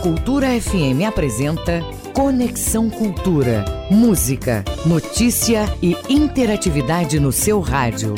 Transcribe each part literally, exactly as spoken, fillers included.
Cultura F M apresenta Conexão Cultura. Música, notícia e interatividade no seu rádio.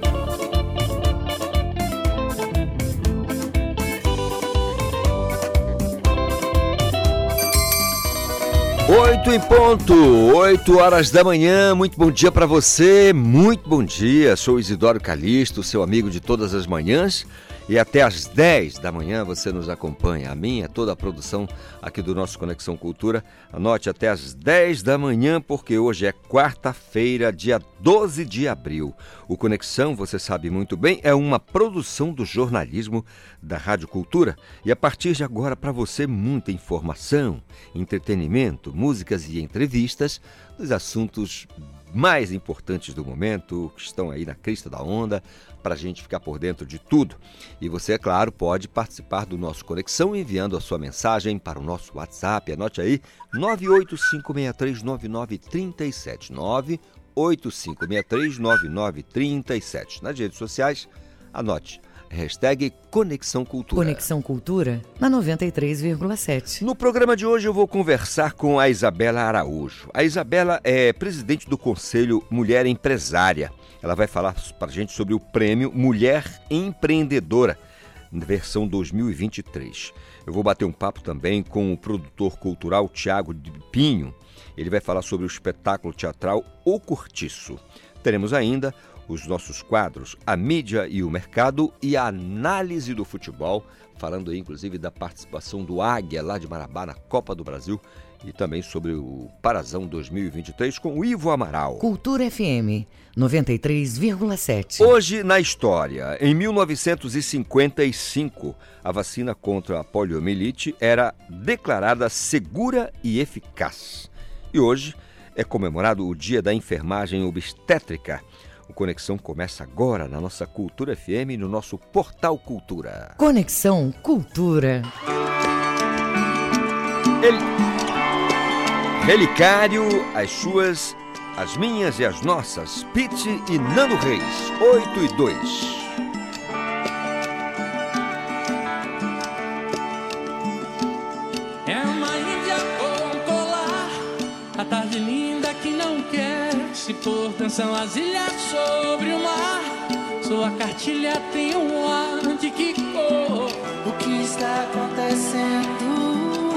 Oito em ponto, oito horas da manhã, muito bom dia para você, muito bom dia, sou Isidoro Calixto, seu amigo de todas as manhãs, e até às dez da manhã você nos acompanha, a minha, toda a produção aqui do nosso Conexão Cultura, anote até às dez da manhã, porque hoje é quarta-feira, dia doze de abril. O Conexão, você sabe muito bem, é uma produção do jornalismo da Rádio Cultura, e a partir de agora para você muita informação, entretenimento, músicas e entrevistas dos assuntos mais importantes do momento, que estão aí na crista da onda, para a gente ficar por dentro de tudo. E você, é claro, pode participar do nosso Conexão enviando a sua mensagem para o nosso WhatsApp. Anote aí, nove oito cinco seis três nove nove três sete, nove oito cinco seis três nove nove três sete. Nas redes sociais, anote. Hashtag Conexão Cultura. Conexão Cultura na noventa e três vírgula sete. No programa de hoje eu vou conversar com a Isabela Araújo. A Isabela é presidente do Conselho Mulher Empresária. Ela vai falar para a gente sobre o prêmio Mulher Empreendedora, versão dois mil e vinte e três. Eu vou bater um papo também com o produtor cultural Tiago de Pinho. Ele vai falar sobre o espetáculo teatral O Cortiço. Teremos ainda os nossos quadros, a mídia e o mercado e a análise do futebol, falando aí inclusive da participação do Águia lá de Marabá na Copa do Brasil e também sobre o Parazão dois mil e vinte e três com o Ivo Amaral. Cultura F M noventa e três vírgula sete. Hoje na história, em mil novecentos e cinquenta e cinco, a vacina contra a poliomielite era declarada segura e eficaz. E hoje é comemorado o Dia da Enfermagem Obstétrica. O Conexão começa agora na nossa Cultura F M, no nosso Portal Cultura. Conexão Cultura. El... Relicário, as suas, as minhas e as nossas, Pete e Nando Reis, oito e dois. É uma índia com colar, a tarde linda que não quer se pôr, dançam as ilhas sobre o mar. Sua cartilha tem um ar de que cor? O que está acontecendo?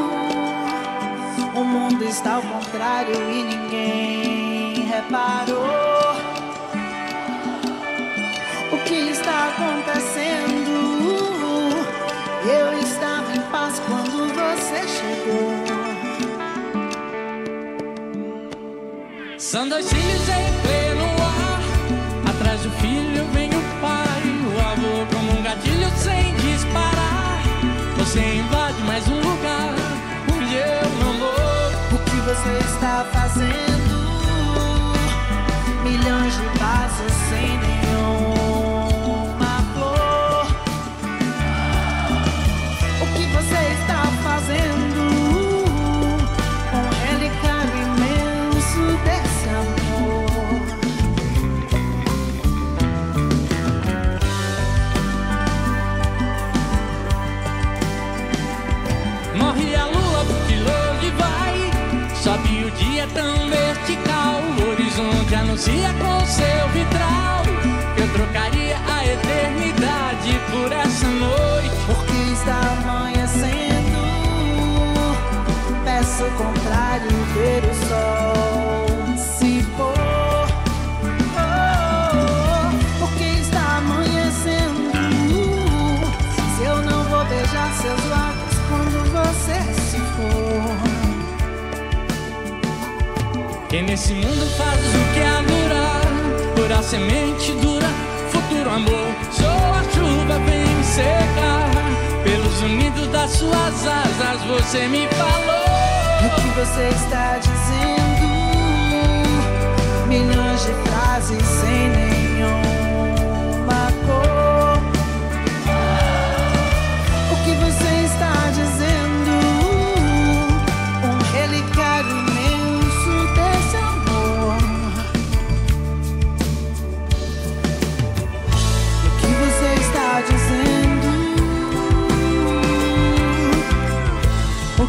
O mundo está ao contrário e ninguém reparou. O que está acontecendo? Eu estava em paz quando você chegou. São dois filhos em pleno ar, atrás do filho vem o pai, o avô como um gatilho sem disparar. Você invade mais um lugar onde eu não vou. O que você está fazendo? Milhões de passos sem nenhuma flor. O que você está fazendo? Um relicário imenso desse amor. Morre a lua porque longe vai, sobe o dia tão vertical, o horizonte anuncia com seu vitral. Eu trocaria a eternidade por essa noite. Porque está amanhecendo, peço o contrário, ver o sol se pôr. Oh, oh, porque está amanhecendo, se eu não vou beijar seus lábios quando você se for. Quem nesse mundo faz o que é durar, pura semente dura, futuro amor. Sou a chuva, vem me secar, pelos unidos das suas asas você me falou. O que você está dizendo? Milhões de frases sem nenhuma cor. O que você está dizendo? Um relicário imenso desse amor. O que você está dizendo?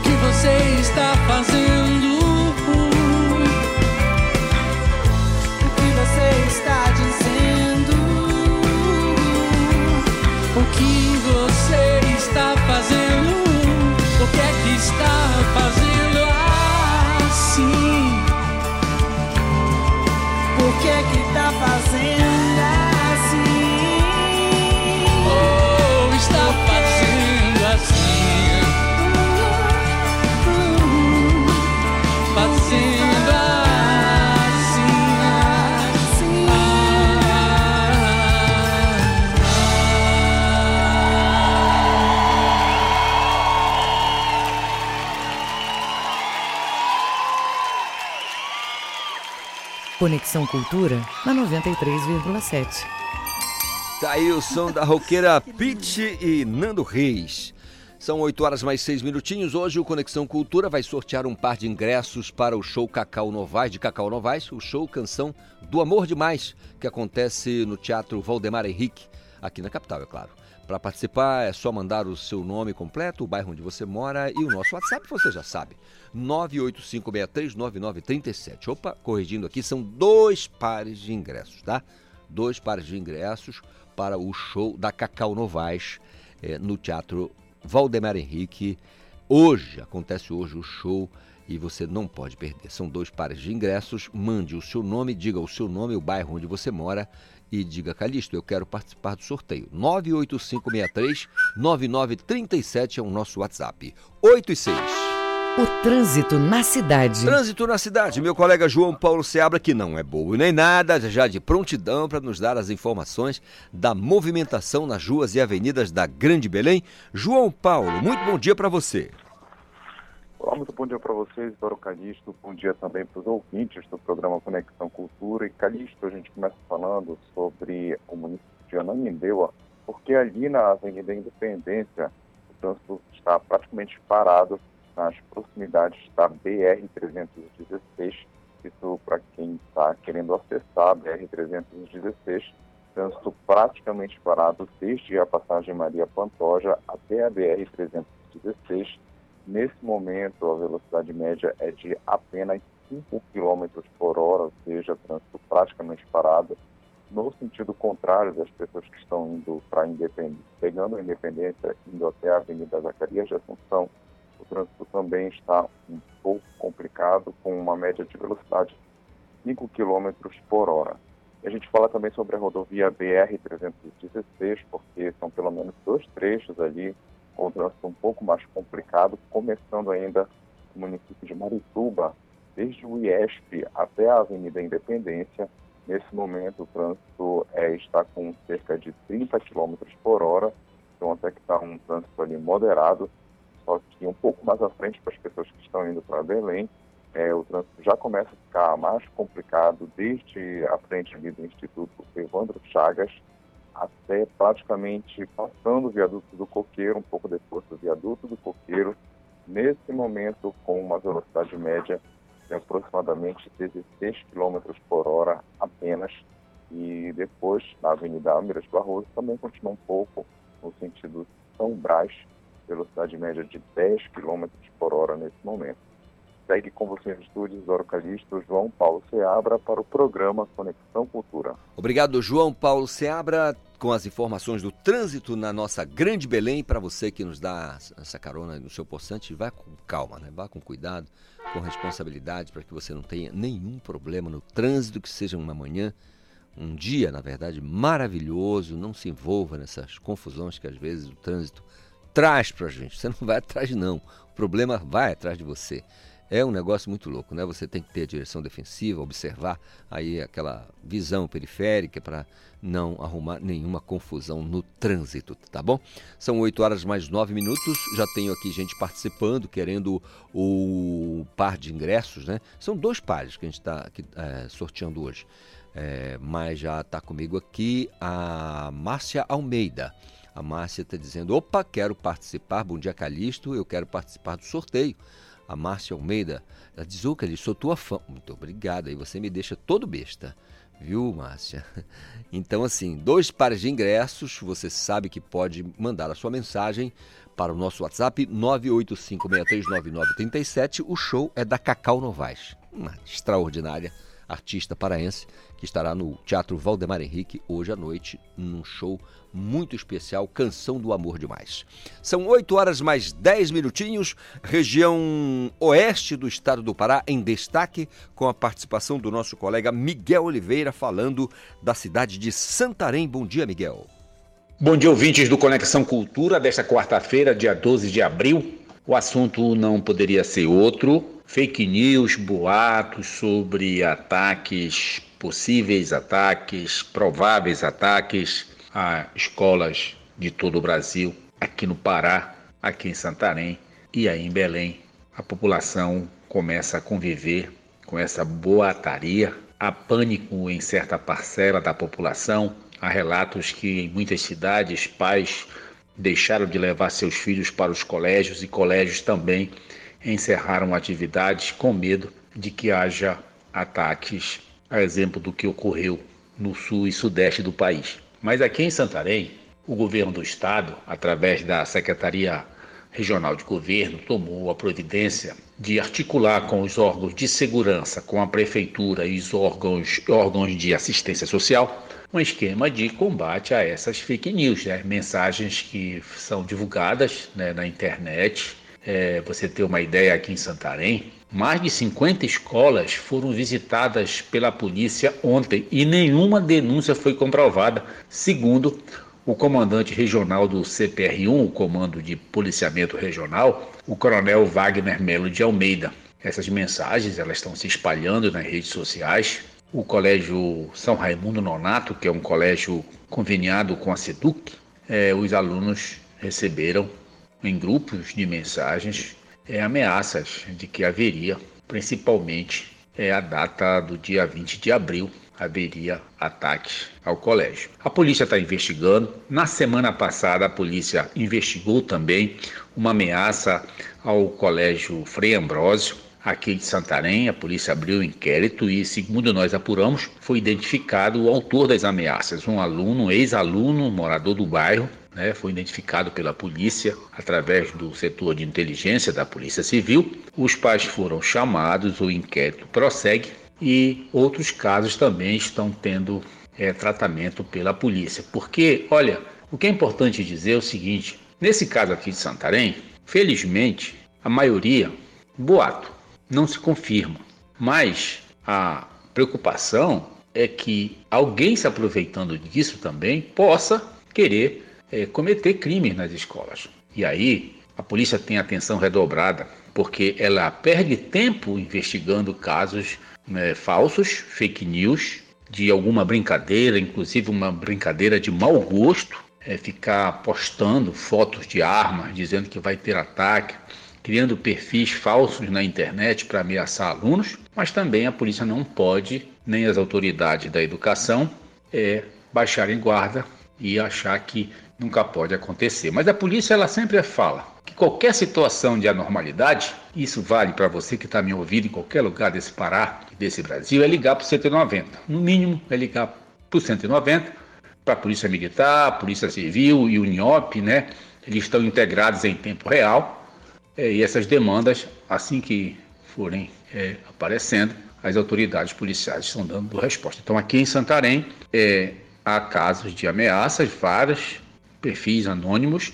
O que você está fazendo? Por que é que está fazendo assim? Por que que tá fazendo assim? Oh, está fazendo assim. Fazendo assim. Conexão Cultura na noventa e três vírgula sete. Tá aí o som da roqueira Pitty e Nando Reis. São oito horas mais seis minutinhos. Hoje o Conexão Cultura vai sortear um par de ingressos para o show Cacau Novaes, de Cacau Novaes, o show Canção do Amor Demais, que acontece no Teatro Valdemar Henrique, aqui na capital, é claro. Para participar é só mandar o seu nome completo, o bairro onde você mora e o nosso WhatsApp, você já sabe, nove oito cinco seis três nove nove três sete. Opa, corrigindo aqui, são dois pares de ingressos, tá? Dois pares de ingressos para o show da Cacau Novaes é, no Teatro Valdemar Henrique. Hoje, acontece hoje o show e você não pode perder. São dois pares de ingressos, mande o seu nome, diga o seu nome, o bairro onde você mora e diga: Calixto, eu quero participar do sorteio. nove oito cinco seis três nove nove três sete é o nosso WhatsApp. oito e seis. O trânsito na cidade. Trânsito na cidade. Meu colega João Paulo Seabra, que não é bobo nem nada, já de prontidão para nos dar as informações da movimentação nas ruas e avenidas da Grande Belém. João Paulo, muito bom dia para você. Olá, muito bom dia para vocês, Doro Calixto. Bom dia também para os ouvintes do programa Conexão Cultura. E Calixto, a gente começa falando sobre o município de Ananindeua, porque ali na Avenida Independência o trânsito está praticamente parado nas proximidades da B R trezentos e dezesseis. Isso para quem está querendo acessar a B R trezentos e dezesseis. Trânsito praticamente parado desde a passagem Maria Pantoja até a B R trezentos e dezesseis. Nesse momento, a velocidade média é de apenas cinco quilômetros por hora, ou seja, trânsito praticamente parado. No sentido contrário, das pessoas que estão indo para a Independência, pegando a Independência, indo até a Avenida Zacarias de Assunção, o trânsito também está um pouco complicado, com uma média de velocidade de cinco quilômetros por hora. E a gente fala também sobre a rodovia B R trezentos e dezesseis, porque são pelo menos dois trechos ali, com o trânsito um pouco mais complicado, começando ainda no município de Marituba, desde o I E S P até a Avenida Independência. Nesse momento, o trânsito é, está com cerca de trinta quilômetros por hora, então até que está um trânsito ali moderado, só que um pouco mais à frente para as pessoas que estão indo para Belém, é, o trânsito já começa a ficar mais complicado desde a frente ali do Instituto Evandro Chagas, até praticamente passando o viaduto do Coqueiro, um pouco depois do viaduto do Coqueiro, nesse momento com uma velocidade média de aproximadamente dezesseis quilômetros por hora apenas, e depois na Avenida Almiras Barroso também continua um pouco no sentido São Brás, velocidade média de dez quilômetros por hora nesse momento. Segue com você no estúdio, Doro Calixto, João Paulo Seabra, para o programa Conexão Cultura. Obrigado, João Paulo Seabra, com as informações do trânsito na nossa Grande Belém. Para você que nos dá essa carona no seu possante, vá com calma, né? Vá com cuidado, com responsabilidade, para que você não tenha nenhum problema no trânsito, que seja uma manhã, um dia, na verdade, maravilhoso. Não se envolva nessas confusões que às vezes o trânsito traz para a gente. Você não vai atrás, não. O problema vai atrás de você. É um negócio muito louco, né? Você tem que ter a direção defensiva, observar aí aquela visão periférica para não arrumar nenhuma confusão no trânsito, tá bom? São oito horas mais nove minutos, já tenho aqui gente participando, querendo o par de ingressos, né? São dois pares que a gente está é, sorteando hoje, é, mas já está comigo aqui a Márcia Almeida. A Márcia está dizendo: opa, quero participar, bom dia Calixto, eu quero participar do sorteio. A Márcia Almeida, ela diz: ô Calixto, sou tua fã. Muito obrigado, aí você me deixa todo besta, viu, Márcia? Então, assim, dois pares de ingressos, você sabe que pode mandar a sua mensagem para o nosso WhatsApp nove oito cinco seis três nove nove três sete. O show é da Cacau Novaes, uma extraordinária artista paraense, que estará no Teatro Valdemar Henrique hoje à noite, num show muito especial, Canção do Amor Demais. São oito horas mais dez minutinhos, região oeste do estado do Pará em destaque, com a participação do nosso colega Miguel Oliveira, falando da cidade de Santarém. Bom dia, Miguel. Bom dia, ouvintes do Conexão Cultura, desta quarta-feira, dia doze de abril. O assunto não poderia ser outro: fake news, boatos sobre ataques, possíveis ataques, prováveis ataques a escolas de todo o Brasil, aqui no Pará, aqui em Santarém e aí em Belém. A população começa a conviver com essa boataria, há pânico em certa parcela da população, há relatos que em muitas cidades pais deixaram de levar seus filhos para os colégios e colégios também encerraram atividades com medo de que haja ataques, a exemplo do que ocorreu no sul e sudeste do país. Mas aqui em Santarém, o governo do estado, através da Secretaria Regional de Governo, tomou a providência de articular com os órgãos de segurança, com a prefeitura e os órgãos, órgãos de assistência social, um esquema de combate a essas fake news, né? Mensagens que são divulgadas, né, na internet. É, você ter uma ideia, aqui em Santarém, mais de cinquenta escolas foram visitadas pela polícia ontem e nenhuma denúncia foi comprovada, segundo o comandante regional do C P R um, o Comando de Policiamento Regional, o coronel Wagner Melo de Almeida. Essas mensagens elas estão se espalhando nas redes sociais. O Colégio São Raimundo Nonato, que é um colégio conveniado com a SEDUC, é, os alunos receberam em grupos de mensagens é, ameaças de que haveria, principalmente é, a data do dia vinte de abril, haveria ataques ao colégio. A polícia está investigando. Na semana passada, a polícia investigou também uma ameaça ao colégio Frei Ambrósio, aqui de Santarém. A polícia abriu um inquérito e, segundo nós apuramos, foi identificado o autor das ameaças, um aluno, um ex-aluno, morador do bairro, né, foi identificado pela polícia através do setor de inteligência da Polícia Civil. Os pais foram chamados, o inquérito prossegue e outros casos também estão tendo é, tratamento pela polícia. Porque, olha, o que é importante dizer é o seguinte: nesse caso aqui de Santarém, felizmente, a maioria, boato, não se confirma, mas a preocupação é que alguém se aproveitando disso também possa querer é, cometer crimes nas escolas. E aí a polícia tem atenção redobrada, porque ela perde tempo investigando casos né, falsos, fake news, de alguma brincadeira, inclusive uma brincadeira de mau gosto, é, ficar postando fotos de armas, dizendo que vai ter ataque, criando perfis falsos na internet para ameaçar alunos. Mas também a polícia não pode, nem as autoridades da educação, é, baixarem guarda e achar que nunca pode acontecer. Mas a polícia ela sempre fala que qualquer situação de anormalidade, isso vale para você que está me ouvindo em qualquer lugar desse Pará, desse Brasil, é ligar para o cento e noventa. No mínimo é ligar para o cento e noventa, para a Polícia Militar, a Polícia Civil e o INHOP, né? Eles estão integrados em tempo real. É, e essas demandas, assim que forem é, aparecendo, as autoridades policiais estão dando resposta. Então aqui em Santarém é, há casos de ameaças, vários perfis anônimos,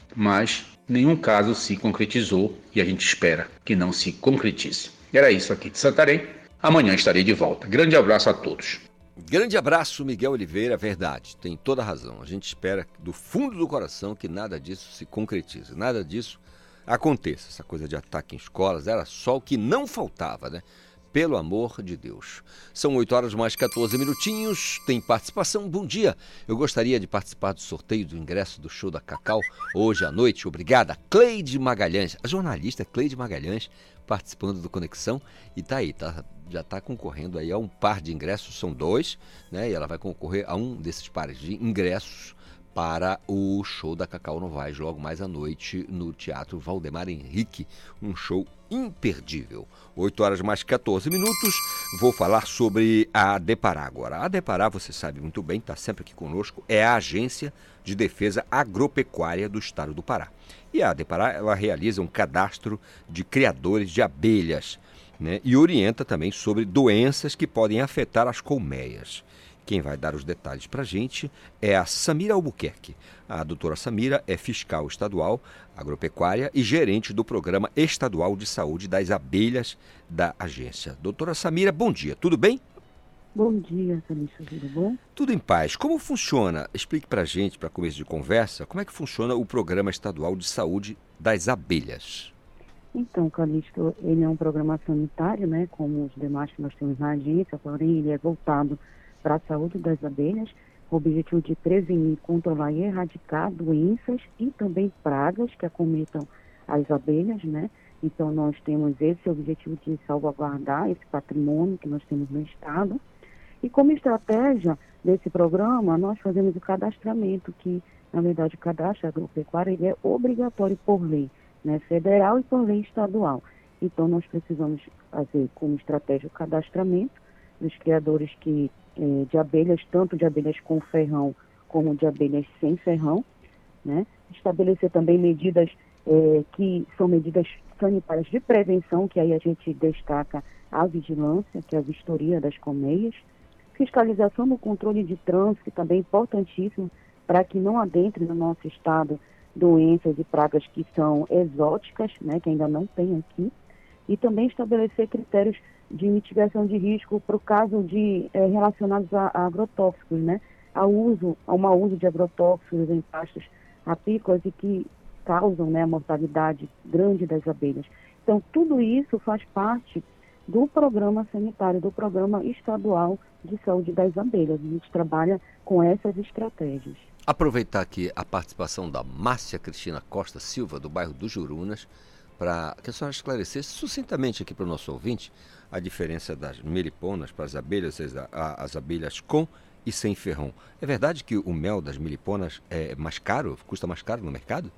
mas nenhum caso se concretizou e a gente espera que não se concretize. Era isso aqui de Santarém. Amanhã estarei de volta. Grande abraço a todos. Grande abraço, Miguel Oliveira. Verdade, tem toda a razão. A gente espera do fundo do coração que nada disso se concretize, nada disso aconteça. Essa coisa de ataque em escolas era só o que não faltava, né? Pelo amor de Deus. São oito horas mais catorze minutinhos, tem participação. Bom dia, eu gostaria de participar do sorteio do ingresso do show da Cacau hoje à noite. Obrigada, Cleide Magalhães, a jornalista Cleide Magalhães, participando do Conexão. E tá aí, tá, já está concorrendo aí a um par de ingressos, são dois, né? E ela vai concorrer a um desses pares de ingressos para o show da Cacau Novaes, logo mais à noite no Teatro Valdemar Henrique, um show imperdível. oito horas mais catorze minutos, vou falar sobre a Adepará agora. A Adepará, você sabe muito bem, está sempre aqui conosco, é a Agência de Defesa Agropecuária do Estado do Pará. E a Adepará, ela realiza um cadastro de criadores de abelhas. né, e orienta também sobre doenças que podem afetar as colmeias. Quem vai dar os detalhes para a gente é a Samira Albuquerque. A doutora Samira é fiscal estadual agropecuária e gerente do Programa Estadual de Saúde das Abelhas da agência. Doutora Samira, bom dia, tudo bem? Bom dia, Calixto, tudo bom? Tudo em paz. Como funciona? Explique para a gente, para começo de conversa, como é que funciona o Programa Estadual de Saúde das Abelhas? Então, Calixto, ele é um programa sanitário, né, como os demais que nós temos na agência, porém ele é voltado para a saúde das abelhas, com o objetivo de prevenir, controlar e erradicar doenças e também pragas que acometam as abelhas, né? Então, nós temos esse objetivo de salvaguardar esse patrimônio que nós temos no estado. E como estratégia desse programa, nós fazemos o cadastramento, que, na verdade, o cadastro agropecuário ele é obrigatório por lei, né, federal e por lei estadual. Então, nós precisamos fazer como estratégia o cadastramento dos criadores que, eh, de abelhas, tanto de abelhas com ferrão como de abelhas sem ferrão, né? Estabelecer também medidas eh, que são medidas sanitárias de prevenção, que aí a gente destaca a vigilância, que é a vistoria das colmeias, fiscalização no controle de trânsito, que também é importantíssimo para que não adentre no nosso estado doenças e pragas que são exóticas, né, que ainda não tem aqui, e também estabelecer critérios de mitigação de risco para o caso de eh, relacionados a, a agrotóxicos, né, a uso, a um mau uso de agrotóxicos em pastos apícolas e que causam, né, a mortalidade grande das abelhas. Então, tudo isso faz parte do programa sanitário, do programa estadual de saúde das abelhas. A gente trabalha com essas estratégias. Aproveitar aqui a participação da Márcia Cristina Costa Silva, do bairro do Jurunas, para que a senhora esclarecesse sucintamente aqui para o nosso ouvinte a diferença das meliponas para as abelhas, as, as abelhas com e sem ferrão. É verdade que o mel das meliponas é mais caro, custa mais caro no mercado?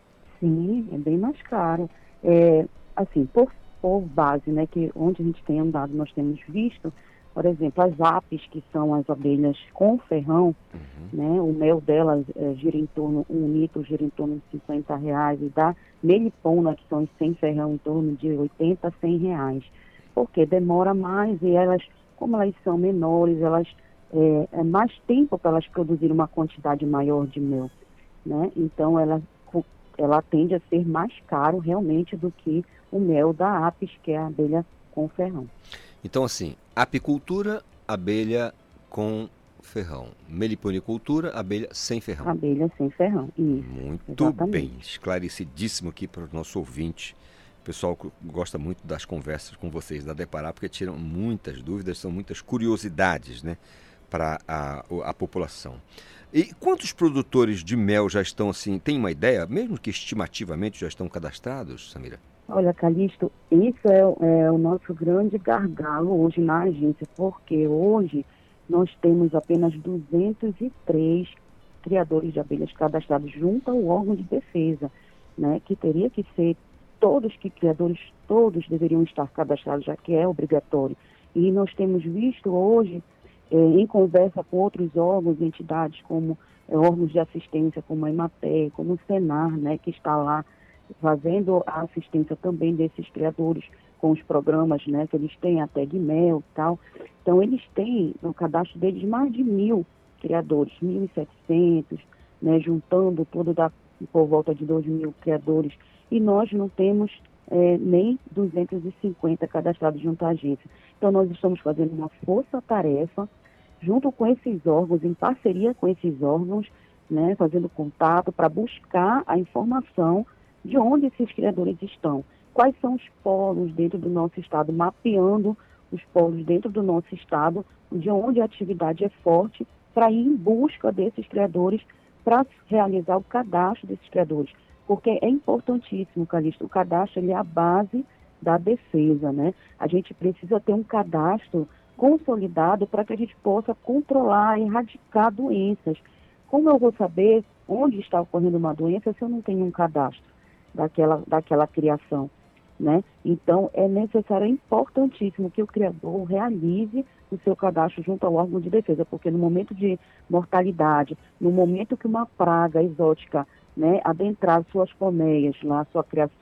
Sim, é bem mais caro. É, assim, por, por base, né, que onde a gente tem andado, nós temos visto, por exemplo, as apis, que são as abelhas com ferrão, uhum. né, o mel delas é, gira em torno, um litro gira em torno de cinquenta reais, e da melipona, que são as sem ferrão, em torno de oitenta a cem reais. Porque demora mais e elas, como elas são menores, elas é, é mais tempo para elas produzirem uma quantidade maior de mel, né? Então ela, ela tende a ser mais caro realmente do que o mel da apis, que é a abelha com ferrão. Então, assim, apicultura, abelha com ferrão. Meliponicultura, abelha sem ferrão. Abelha sem ferrão, isso. Muito exatamente. Bem, esclarecidíssimo aqui para o nosso ouvinte. O pessoal gosta muito das conversas com vocês da Deparar, porque tiram muitas dúvidas, são muitas curiosidades, né, para a, a população. E quantos produtores de mel já estão, assim, tem uma ideia, mesmo que estimativamente já estão cadastrados, Samira? Olha, Calixto, isso é, é o nosso grande gargalo hoje na agência, porque hoje nós temos apenas duzentos e três criadores de abelhas cadastrados junto ao órgão de defesa, né, que teria que ser todos que criadores, todos deveriam estar cadastrados, já que é obrigatório. E nós temos visto hoje, eh, em conversa com outros órgãos e entidades, como eh, órgãos de assistência, como a EMATER, como o Senar, né, que está lá fazendo a assistência também desses criadores com os programas, né, que eles têm, a Tag Mel e tal. Então, eles têm no cadastro deles mais de mil criadores, mil e setecentos, né, juntando tudo dá por volta de dois mil criadores. E nós não temos é, nem duzentos e cinquenta cadastrados junto à agência. Então, nós estamos fazendo uma força-tarefa junto com esses órgãos, em parceria com esses órgãos, né, fazendo contato para buscar a informação de onde esses criadores estão, quais são os polos dentro do nosso estado, mapeando os polos dentro do nosso estado, de onde a atividade é forte, para ir em busca desses criadores, para realizar o cadastro desses criadores. Porque é importantíssimo, Calixto, o cadastro ele é a base da defesa, né? A gente precisa ter um cadastro consolidado para que a gente possa controlar, erradicar doenças. Como eu vou saber onde está ocorrendo uma doença se eu não tenho um cadastro daquela, daquela criação, né? Então, é necessário, é importantíssimo que o criador realize o seu cadastro junto ao órgão de defesa, porque no momento de mortalidade, no momento que uma praga exótica, né, adentrar suas colmeias, na sua criação,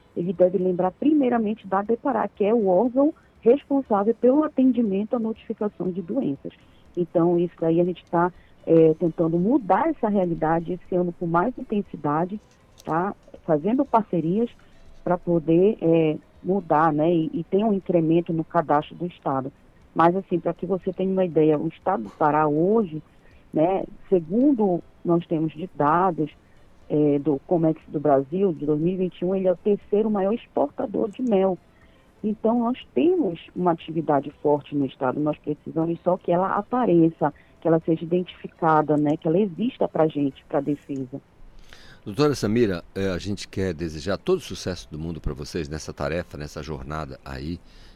ele deve lembrar primeiramente da Depará, que é o órgão responsável pelo atendimento à notificação de doenças. Então, isso aí a gente está é, tentando mudar essa realidade esse ano com mais intensidade, tá? Fazendo parcerias para poder é, mudar, né? E, e ter um incremento no cadastro do Estado. Mas, assim, para que você tenha uma ideia, o Estado do Pará hoje, né, segundo nós temos de dados é, do Comex do Brasil, de dois mil e vinte e um, ele é o terceiro maior exportador de mel. Então, nós temos uma atividade forte no Estado, nós precisamos só que ela apareça, que ela seja identificada, né, que ela exista para a gente, para a defesa. Doutora Samira, a gente quer desejar todo o sucesso do mundo para vocês nessa tarefa, nessa jornada aí,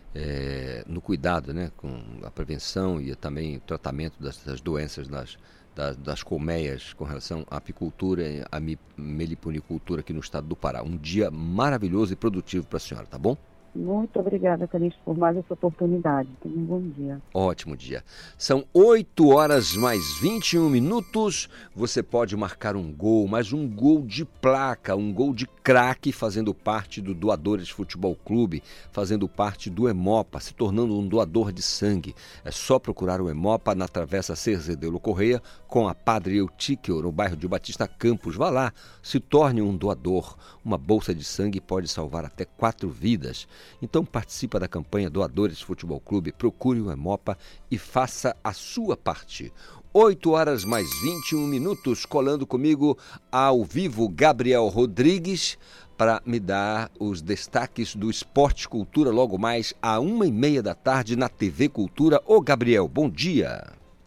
é, no cuidado, né, com a prevenção e também o tratamento das, das doenças das, das, das colmeias com relação à apicultura e à meliponicultura aqui no estado do Pará. Um dia maravilhoso e produtivo para a senhora, tá bom? Muito obrigada, Calixto, por mais essa oportunidade. Tenha um bom dia. Ótimo dia. São oito horas mais vinte e um minutos. Você pode marcar um gol, mas um gol de placa, um gol de craque, fazendo parte do Doadores Futebol Clube, fazendo parte do Hemopa, se tornando um doador de sangue. É só procurar o Hemopa na Travessa Cerzedelo Correia com a Padre Eutíquio, no bairro de Batista Campos. Vá lá, se torne um doador. Uma bolsa de sangue pode salvar até quatro vidas. Então participa da campanha Doadores Futebol Clube, procure o Hemopa e faça a sua parte. oito horas mais vinte e um minutos, colando comigo ao vivo Gabriel Rodrigues para me dar os destaques do Esporte Cultura logo mais à uma e meia da tarde na T V Cultura. Ô Gabriel, bom dia.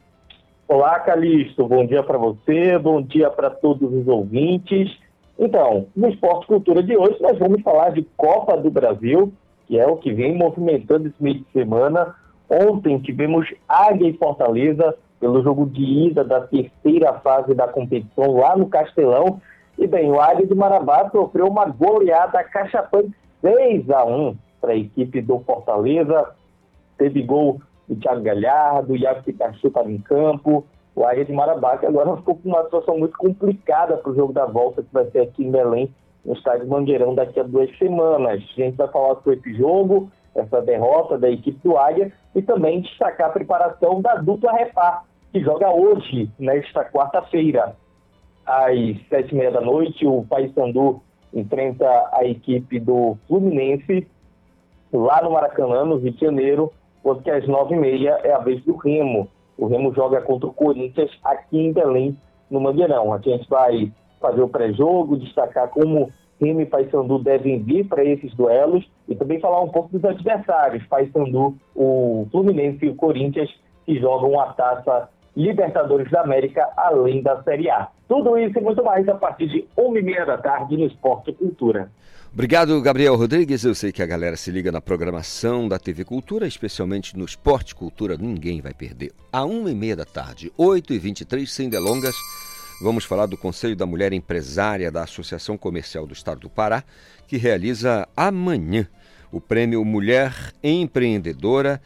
Olá, Calixto, bom dia para você, bom dia para todos os ouvintes. Então, no Esporte Cultura de hoje nós vamos falar de Copa do Brasil, que é o que vem movimentando esse meio de semana. Ontem tivemos Águia e Fortaleza pelo jogo de ida da terceira fase da competição lá no Castelão. E bem, o Águia de Marabá sofreu uma goleada cachapante seis a um para a equipe do Fortaleza. Teve gol do Thiago Galhardo, o Iago Pikachu estava em campo. O Águia de Marabá, que agora ficou com uma situação muito complicada para o jogo da volta, que vai ser aqui em Belém, no estádio Mangueirão, daqui a duas semanas. A gente vai falar sobre esse jogo, essa derrota da equipe do Águia, e também destacar a preparação da dupla Refá, que joga hoje, nesta quarta-feira. Às sete e meia da noite, o Paysandu enfrenta a equipe do Fluminense, lá no Maracanã, no Rio de Janeiro, enquanto que às nove e meia é a vez do Remo. O Remo joga contra o Corinthians aqui em Belém, no Mangueirão. Aqui a gente vai fazer o pré-jogo, destacar como Remo e Paysandu devem vir para esses duelos e também falar um pouco dos adversários, Paysandu, o Fluminense e o Corinthians, que jogam a Taça Libertadores da América, além da Série A. Tudo isso e muito mais a partir de uma e meia da tarde no Esporte Cultura. Obrigado, Gabriel Rodrigues. Eu sei que a galera se liga na programação da T V Cultura, especialmente no Esporte Cultura, ninguém vai perder. À uma e meia da tarde, oito e vinte e três, sem delongas, vamos falar do Conselho da Mulher Empresária da Associação Comercial do Estado do Pará, que realiza amanhã o Prêmio Mulher Empreendedora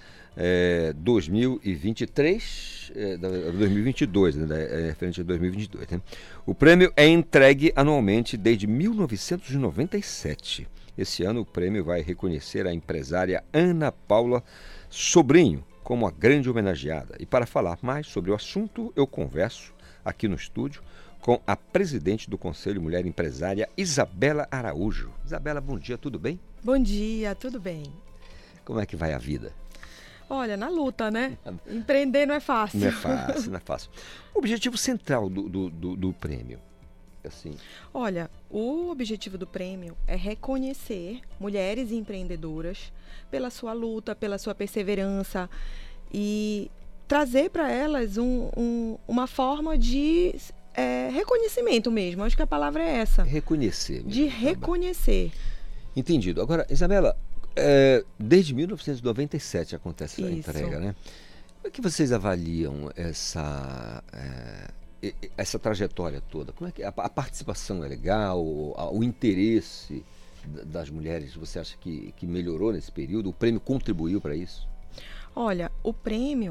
é, dois mil e vinte e três, é, dois mil e vinte e dois, né, é referente a dois mil e vinte e dois. Né? O prêmio é entregue anualmente desde mil novecentos e noventa e sete. Esse ano o prêmio vai reconhecer a empresária Ana Paula Sobrinho como a grande homenageada. E para falar mais sobre o assunto, eu converso aqui no estúdio com a presidente do Conselho Mulher Empresária, Isabela Araújo. Isabela, bom dia, tudo bem? Bom dia, tudo bem. Como é que vai a vida? Olha, na luta, né? Empreender não é fácil. Não é fácil, não é fácil. O objetivo central do, do, do, do prêmio, assim... Olha, o objetivo do prêmio é reconhecer mulheres empreendedoras pela sua luta, pela sua perseverança e trazer para elas um, um, uma forma de é, reconhecimento mesmo. Acho que a palavra é essa. Reconhecer. Mesmo, de reconhecer. Entendido. Agora, Isabela, é, desde mil novecentos e noventa e sete acontece a Isso. entrega, né? Como é que vocês avaliam essa, é, essa trajetória toda? Como é que a, a participação é legal? O, o interesse das mulheres, você acha que, que melhorou nesse período? O prêmio contribuiu para isso? Olha, o prêmio,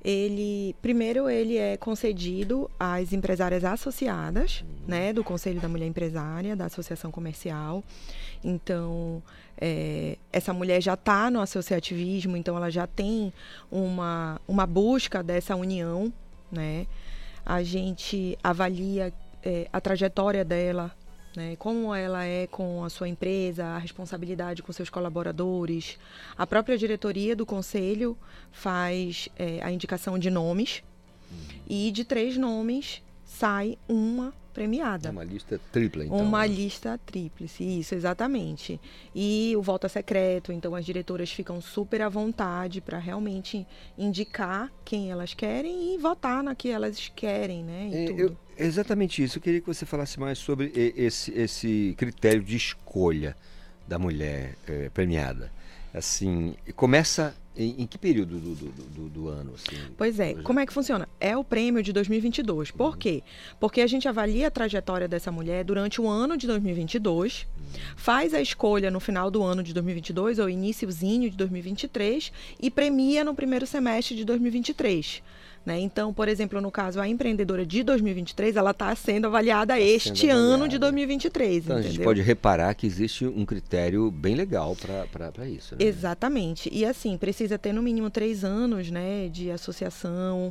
ele, primeiro, ele é concedido às empresárias associadas, uhum. né, do Conselho da Mulher Empresária, da Associação Comercial. Então, é, essa mulher já está no associativismo, então ela já tem uma, uma busca dessa união, né? A gente avalia é, a trajetória dela, né, como ela é com a sua empresa, a responsabilidade com seus colaboradores. A própria diretoria do conselho faz é, a indicação de nomes, uhum. e de três nomes sai uma premiada. Uma lista tripla, então. Uma né? lista tríplice, isso, exatamente. E o voto é secreto, então as diretoras ficam super à vontade para realmente indicar quem elas querem e votar na que elas querem, né? E é, tudo. Eu, exatamente isso. Eu queria que você falasse mais sobre esse, esse critério de escolha da mulher é, premiada. Assim, começa em, em que período do, do, do, do ano? Assim? Pois é, como é que funciona? É o prêmio de dois mil e vinte e dois. Por uhum. quê? Porque a gente avalia a trajetória dessa mulher durante o ano de dois mil e vinte e dois, uhum. faz a escolha no final do ano de dois mil e vinte e dois, ou iniciozinho de dois mil e vinte e três, e premia no primeiro semestre de dois mil e vinte e três. Né? Então, por exemplo, no caso, a empreendedora de dois mil e vinte e três, ela está sendo avaliada tá este sendo ano avaliada. de dois mil e vinte e três. Então, entendeu? A gente pode reparar que existe um critério bem legal para isso. Né? Exatamente. E assim, precisa ter no mínimo três anos, né, de associação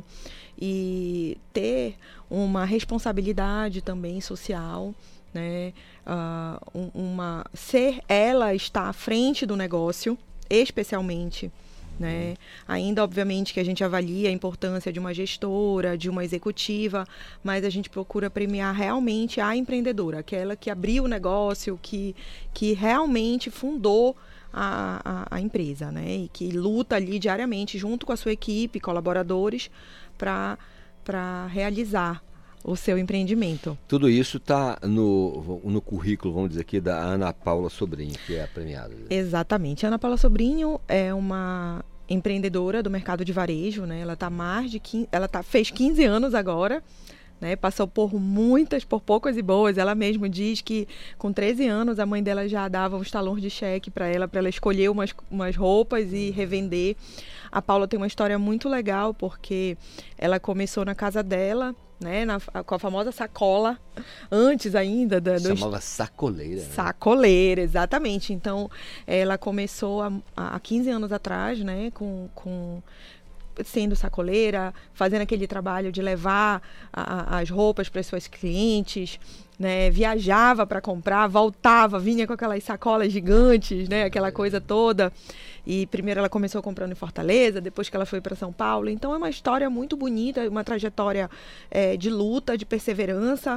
e ter uma responsabilidade também social, né? Uh, uma, ser ela está à frente do negócio, especialmente. Né? Ainda, obviamente, que a gente avalia a importância de uma gestora, de uma executiva, mas a gente procura premiar realmente a empreendedora, aquela que abriu o negócio, que, que realmente fundou a, a, a empresa, né? E que luta ali diariamente junto com a sua equipe, colaboradores, para para realizar o seu empreendimento. Tudo isso está no, no currículo, vamos dizer aqui, da Ana Paula Sobrinho, que é a premiada. Exatamente. A Ana Paula Sobrinho é uma empreendedora do mercado de varejo, né? Ela tá mais de quinze, ela tá, fez quinze anos agora, né? Passou por muitas, por poucas e boas. Ela mesma diz que com treze anos a mãe dela já dava uns talões de cheque para ela, para ela escolher umas, umas roupas e revender. A Paula tem uma história muito legal, porque ela começou na casa dela, né, na, com a famosa sacola, antes ainda da... Do... Chamava sacoleira. Né? Sacoleira, exatamente. Então, ela começou há, há quinze anos atrás, né, com... com sendo sacoleira, fazendo aquele trabalho de levar a, a, as roupas para as suas clientes, né, viajava para comprar, voltava, vinha com aquelas sacolas gigantes, né, aquela coisa toda. E primeiro ela começou comprando em Fortaleza, depois que ela foi para São Paulo. Então é uma história muito bonita, uma trajetória é, de luta, de perseverança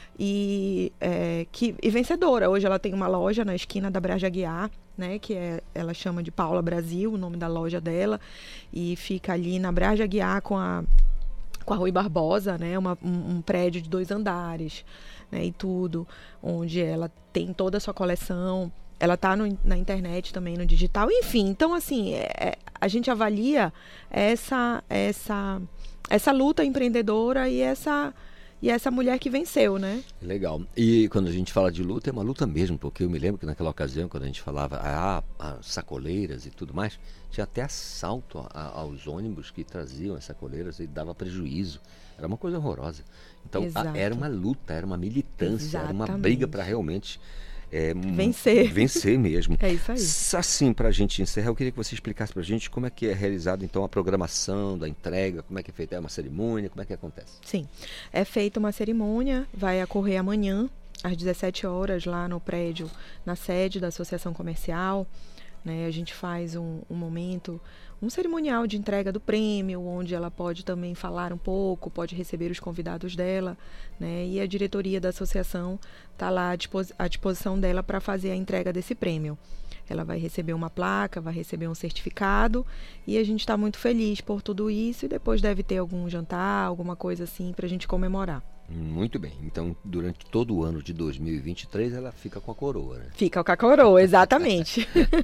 e, é, que, e vencedora. Hoje ela tem uma loja na esquina da Braja Aguiar, né, que é, ela chama de Paula Brasil, o nome da loja dela, e fica ali na Braja Aguiar com a, com a Rui Barbosa, né, uma, um, um prédio de dois andares, né, e tudo, onde ela tem toda a sua coleção. Ela está na internet também, no digital, enfim. Então, assim, é, a gente avalia essa, essa, essa luta empreendedora e essa, e essa mulher que venceu, né? Legal. E quando a gente fala de luta, é uma luta mesmo, porque eu me lembro que naquela ocasião, quando a gente falava ah, as sacoleiras e tudo mais, tinha até assalto a, aos ônibus que traziam as sacoleiras e dava prejuízo. Era uma coisa horrorosa. Então, a, era uma luta, era uma militância, Exatamente. Era uma briga para realmente... É, vencer. Vencer mesmo. É isso aí. Assim, para a gente encerrar, eu queria que você explicasse para a gente como é que é realizada então a programação da entrega, como é que é feita, é uma cerimônia, como é que acontece? Sim, é feita uma cerimônia, vai ocorrer amanhã, às dezessete horas, lá no prédio, na sede da Associação Comercial. Né? A gente faz um, um momento, um cerimonial de entrega do prêmio, onde ela pode também falar um pouco, pode receber os convidados dela, né? E a diretoria da associação está lá à, dispos- à disposição dela para fazer a entrega desse prêmio. Ela vai receber uma placa, vai receber um certificado e a gente está muito feliz por tudo isso e depois deve ter algum jantar, alguma coisa assim para a gente comemorar. Muito bem. Então, durante todo o ano de dois mil e vinte e três, ela fica com a coroa, né? Fica com a coroa, exatamente.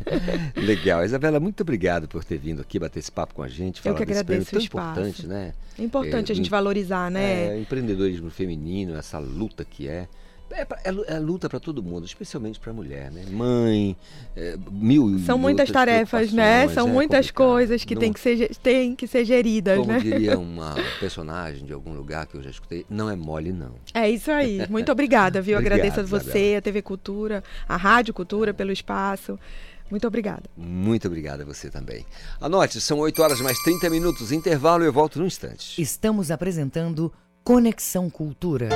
Legal. Isabela, muito obrigado por ter vindo aqui bater esse papo com a gente. Falar Eu que agradeço desse prêmio tão o espaço. Importante, né? É importante é, a gente em, valorizar, né? É, empreendedorismo feminino, essa luta que é. É, é, é luta para todo mundo, especialmente para a mulher, né? Mãe, é, mil São muitas tarefas, né? São é muitas complicado. coisas que Não, tem que ser, tem que ser geridas, como né? diria uma personagem de algum lugar que eu já escutei, não é mole, não. É isso aí. Muito obrigada, viu? Obrigado, Agradeço a você, Isabela. a T V Cultura, a Rádio Cultura pelo espaço. Muito obrigada. Muito obrigada a você também. Anote, são oito horas mais trinta minutos, intervalo e eu volto num instante. Estamos apresentando Conexão Cultura.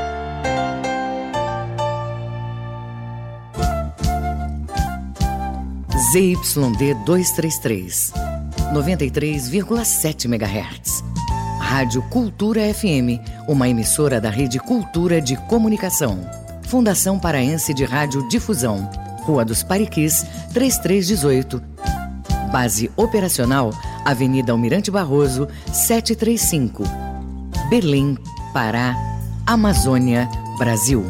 Z Y D duzentos e trinta e três, noventa e três vírgula sete megahertz. Rádio Cultura F M, uma emissora da Rede Cultura de Comunicação. Fundação Paraense de Rádio Difusão. Rua dos Pariquis, trinta e três dezoito. Base operacional, Avenida Almirante Barroso, setecentos e trinta e cinco. Belém, Pará, Amazônia, Brasil.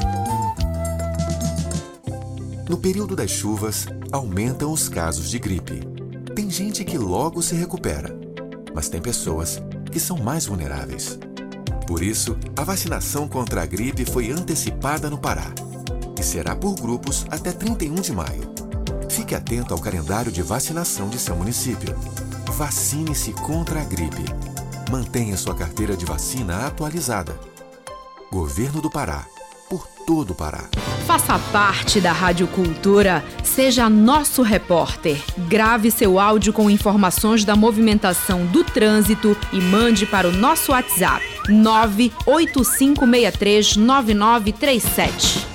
No período das chuvas, aumentam os casos de gripe. Tem gente que logo se recupera, mas tem pessoas que são mais vulneráveis. Por isso, a vacinação contra a gripe foi antecipada no Pará e será por grupos até trinta e um de maio. Fique atento ao calendário de vacinação de seu município. Vacine-se contra a gripe. Mantenha sua carteira de vacina atualizada. Governo do Pará. Por todo o Pará. Faça parte da Rádio Cultura. Seja nosso repórter. Grave seu áudio com informações da movimentação do trânsito e mande para o nosso WhatsApp nove oito cinco seis três nove nove três sete.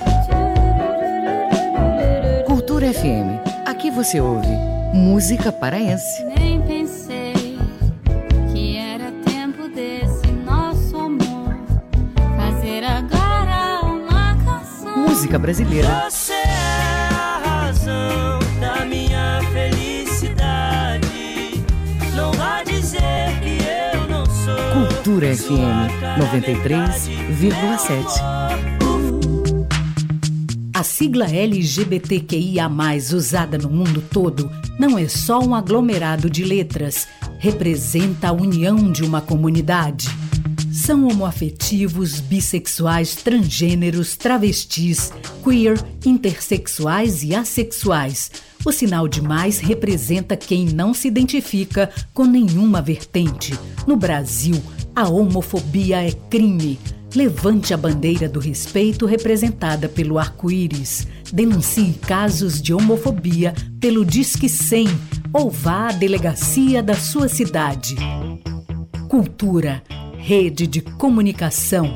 Cultura F M. Aqui você ouve música paraense. Nem pensei que era tempo desse nosso amor fazer agora uma canção. Música brasileira. Você é a razão da minha felicidade. Não vá dizer que eu não sou. Cultura F M noventa e três vírgula sete. A sigla L G B T Q I A mais, usada no mundo todo, não é só um aglomerado de letras. Representa a união de uma comunidade. São homoafetivos, bissexuais, transgêneros, travestis, queer, intersexuais e assexuais. O sinal de mais representa quem não se identifica com nenhuma vertente. No Brasil, a homofobia é crime. Levante a bandeira do respeito representada pelo arco-íris. Denuncie casos de homofobia pelo Disque cem ou vá à delegacia da sua cidade. Cultura, rede de comunicação.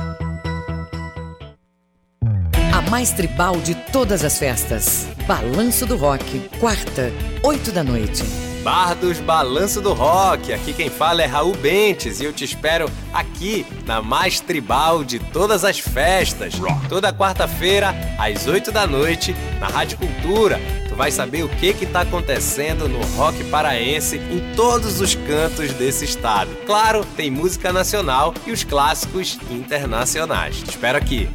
A mais tribal de todas as festas. Balanço do Rock, quarta, oito da noite. Bar dos Balanço do Rock, aqui quem fala é Raul Bentes e eu te espero aqui na mais tribal de todas as festas. Toda quarta-feira, às oito da noite, na Rádio Cultura. Tu vai saber o que que tá acontecendo no rock paraense em todos os cantos desse estado. Claro, tem música nacional e os clássicos internacionais. Te espero aqui.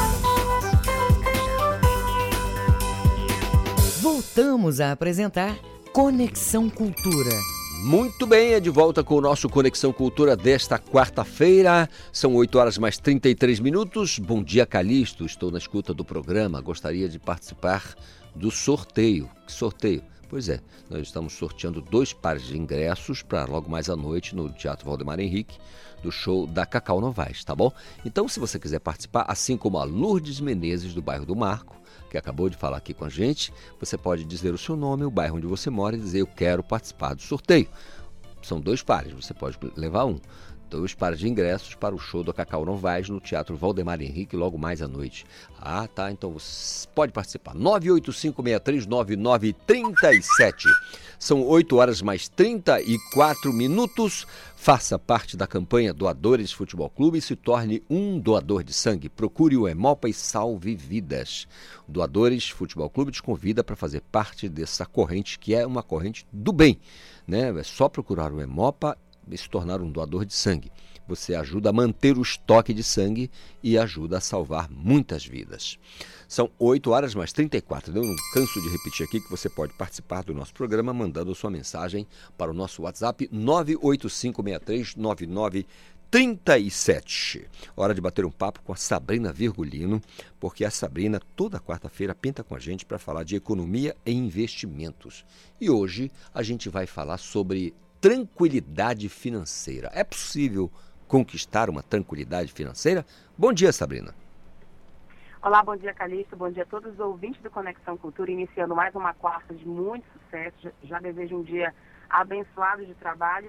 Voltamos a apresentar Conexão Cultura. Muito bem, é de volta com o nosso Conexão Cultura desta quarta-feira. São oito horas mais trinta e três minutos. Bom dia, Calixto. Estou na escuta do programa. Gostaria de participar do sorteio. Que sorteio? Pois é, nós estamos sorteando dois pares de ingressos para logo mais à noite no Teatro Valdemar Henrique, do show da Cacau Novaes, tá bom? Então, se você quiser participar, assim como a Lourdes Menezes, do bairro do Marco, que acabou de falar aqui com a gente, você pode dizer o seu nome, o bairro onde você mora e dizer eu quero participar do sorteio. São dois pares, você pode levar um. Dois pares de ingressos para o show da Cacau Novaes no Teatro Valdemar Henrique logo mais à noite. Ah, tá, então você pode participar. nove oito cinco seis três nove nove três sete. São oito horas mais trinta e quatro minutos. Faça parte da campanha Doadores Futebol Clube e se torne um doador de sangue. Procure o Hemopa e salve vidas. Doadores Futebol Clube te convida para fazer parte dessa corrente, que é uma corrente do bem, né? É só procurar o Hemopa e se tornar um doador de sangue. Você ajuda a manter o estoque de sangue e ajuda a salvar muitas vidas. São oito horas mais trinta e quatro. Eu não canso de repetir aqui que você pode participar do nosso programa mandando sua mensagem para o nosso WhatsApp nove oito cinco seis três nove nove trinta e sete. Hora de bater um papo com a Sabrina Virgulino, porque a Sabrina toda quarta-feira pinta com a gente para falar de economia e investimentos. E hoje a gente vai falar sobre tranquilidade financeira. É possível conquistar uma tranquilidade financeira? Bom dia, Sabrina. Olá, bom dia, Calixto. Bom dia a todos os ouvintes do Conexão Cultura, iniciando mais uma quarta de muito sucesso. Já desejo um dia abençoado de trabalho.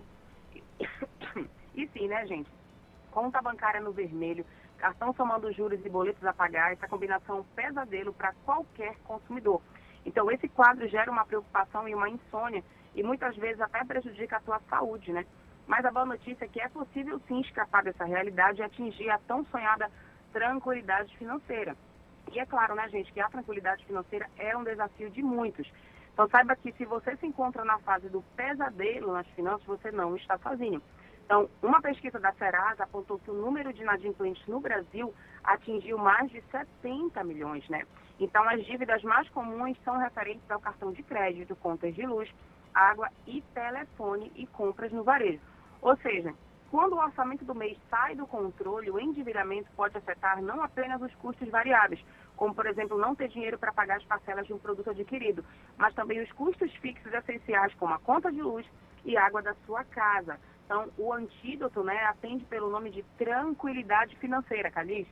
E sim, né, gente? Conta bancária no vermelho, cartão somando juros e boletos a pagar, essa combinação é um pesadelo para qualquer consumidor. Então, esse quadro gera uma preocupação e uma insônia e muitas vezes até prejudica a tua saúde, né? Mas a boa notícia é que é possível sim escapar dessa realidade e atingir a tão sonhada tranquilidade financeira. E é claro, né, gente, que a tranquilidade financeira é um desafio de muitos. Então, saiba que se você se encontra na fase do pesadelo nas finanças, você não está sozinho. Então, uma pesquisa da Serasa apontou que o número de inadimplentes no Brasil atingiu mais de setenta milhões, né? Então, as dívidas mais comuns são referentes ao cartão de crédito, contas de luz, água e telefone e compras no varejo. Ou seja, quando o orçamento do mês sai do controle, o endividamento pode afetar não apenas os custos variáveis, como, por exemplo, não ter dinheiro para pagar as parcelas de um produto adquirido, mas também os custos fixos essenciais, como a conta de luz e água da sua casa. Então, o antídoto, né, atende pelo nome de tranquilidade financeira, Calixto.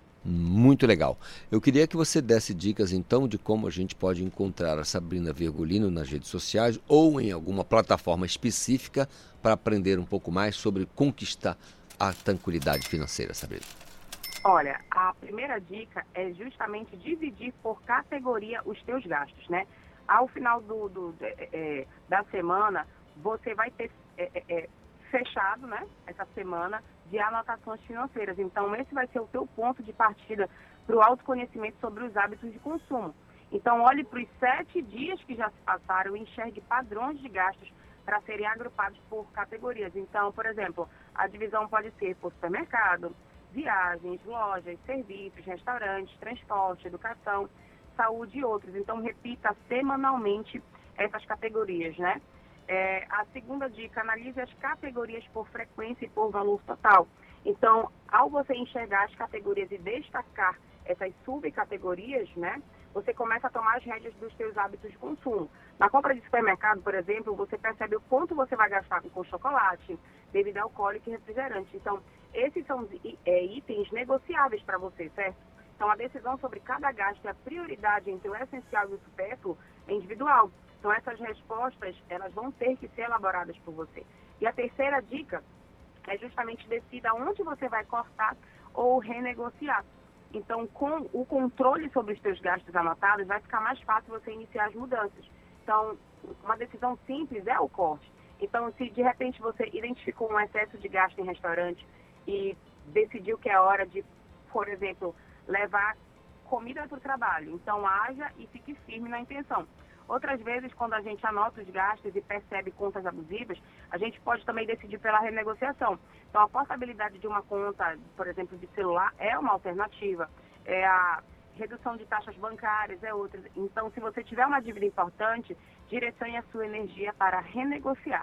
Muito legal. Eu queria que você desse dicas, então, de como a gente pode encontrar a Sabrina Virgulino nas redes sociais ou em alguma plataforma específica para aprender um pouco mais sobre conquistar a tranquilidade financeira, Sabrina. Olha, a primeira dica é justamente dividir por categoria os teus gastos, né? Ao final do, do, é, é, da semana, você vai ter... É, é, fechado, né, essa semana de anotações financeiras. Então, esse vai ser o teu ponto de partida para o autoconhecimento sobre os hábitos de consumo. Então, olhe para os sete dias que já se passaram e enxergue padrões de gastos para serem agrupados por categorias. Então, por exemplo, a divisão pode ser por supermercado, viagens, lojas, serviços, restaurantes, transporte, educação, saúde e outros. Então, repita semanalmente essas categorias, né? É, a segunda dica, analise as categorias por frequência e por valor total. Então, ao você enxergar as categorias e destacar essas subcategorias, né, você começa a tomar as rédeas dos seus hábitos de consumo. Na compra de supermercado, por exemplo, você percebe o quanto você vai gastar com chocolate, bebida alcoólica e refrigerante. Então, esses são é, itens negociáveis para você, certo? Então, a decisão sobre cada gasto e a prioridade entre o essencial e o supérfluo é individual. Então, essas respostas, elas vão ter que ser elaboradas por você. E a terceira dica é justamente decida onde você vai cortar ou renegociar. Então, com o controle sobre os seus gastos anotados, vai ficar mais fácil você iniciar as mudanças. Então, uma decisão simples é o corte. Então, se de repente você identificou um excesso de gasto em restaurante e decidiu que é hora de, por exemplo, levar comida para o trabalho, então haja e fique firme na intenção. Outras vezes, quando a gente anota os gastos e percebe contas abusivas, a gente pode também decidir pela renegociação. Então, a possibilidade de uma conta, por exemplo, de celular é uma alternativa. É a redução de taxas bancárias é outra. Então, se você tiver uma dívida importante, direcione a sua energia para renegociar.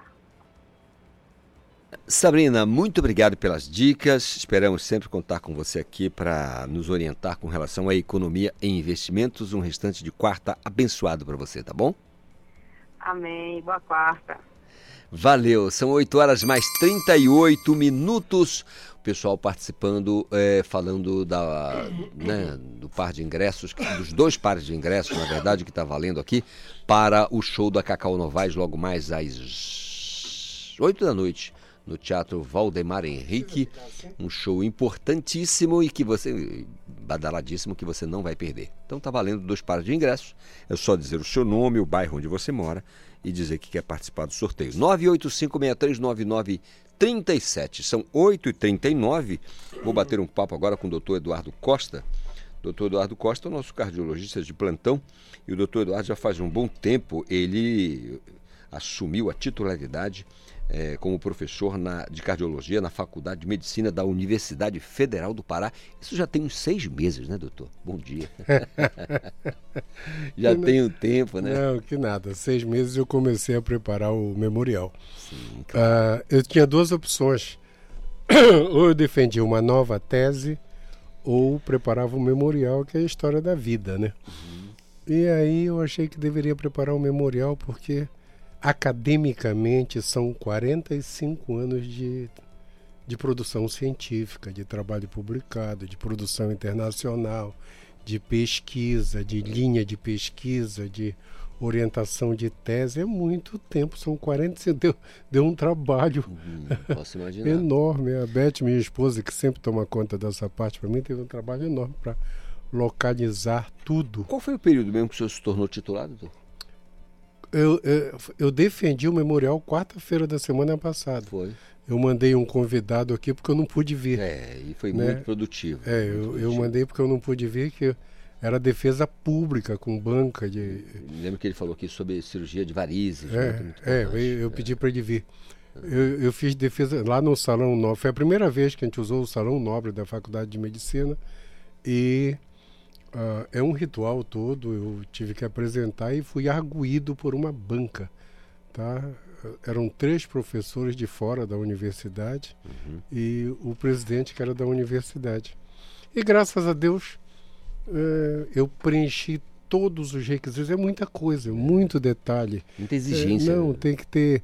Sabrina, muito obrigado pelas dicas. Esperamos sempre contar com você aqui para nos orientar com relação à economia e investimentos. Um restante de quarta abençoado para você, tá bom? Amém. Boa quarta. Valeu. São oito horas mais trinta e oito minutos. O pessoal participando, é, falando da, né, do par de ingressos, dos dois pares de ingressos, na verdade, que está valendo aqui, para o show da Cacau Novaes, logo mais às oito da noite. No Teatro Valdemar Henrique, um show importantíssimo e que você, badaladíssimo, que você não vai perder. Então tá valendo dois pares de ingressos, é só dizer o seu nome, o bairro onde você mora e dizer que quer participar do sorteio. nove oito cinco seis três nove nove três sete, são oito e trinta e nove, vou bater um papo agora com o doutor Eduardo Costa. doutor Eduardo Costa é o nosso cardiologista de plantão e o doutor Eduardo já faz um bom tempo, ele assumiu a titularidade É, como professor na, de cardiologia na Faculdade de Medicina da Universidade Federal do Pará. Isso já tem uns seis meses, né, doutor? Bom dia. Já que tem um tempo, né? Não, que nada. Seis meses eu comecei a preparar o memorial. Sim, claro. uh, eu tinha duas opções. ou eu defendia uma nova tese, ou preparava um memorial, que é a história da vida, né? Uhum. E aí eu achei que deveria preparar um memorial, porque academicamente são quarenta e cinco anos de, de produção científica, de trabalho publicado, de produção internacional, de pesquisa, de linha de pesquisa, de orientação de tese. É muito tempo, são quarenta e cinco, deu, deu um trabalho uhum, posso imaginar. enorme. A Beth, minha esposa, que sempre toma conta dessa parte, para mim teve um trabalho enorme para localizar tudo. Qual foi o período mesmo que o senhor se tornou titular, doutor? Eu, eu, eu defendi o memorial quarta-feira da semana passada. Foi. Eu mandei um convidado aqui porque eu não pude vir. É, e foi né? muito produtivo. É, muito eu, produtivo. eu mandei porque eu não pude vir, que era defesa pública, com banca de... Eu lembro que ele falou aqui sobre cirurgia de varizes. É, né? é eu, eu pedi para ele vir. Eu, eu fiz defesa lá no Salão Nobre. Foi a primeira vez que a gente usou o Salão Nobre da Faculdade de Medicina. E uh, é um ritual todo. Eu tive que apresentar e fui arguído por uma banca. Tá? Eram três professores de fora da universidade uhum. e o presidente, que era da universidade. E graças a Deus uh, eu preenchi todos os requisitos. É muita coisa, muito detalhe. Muita exigência. É, não, né? tem que ter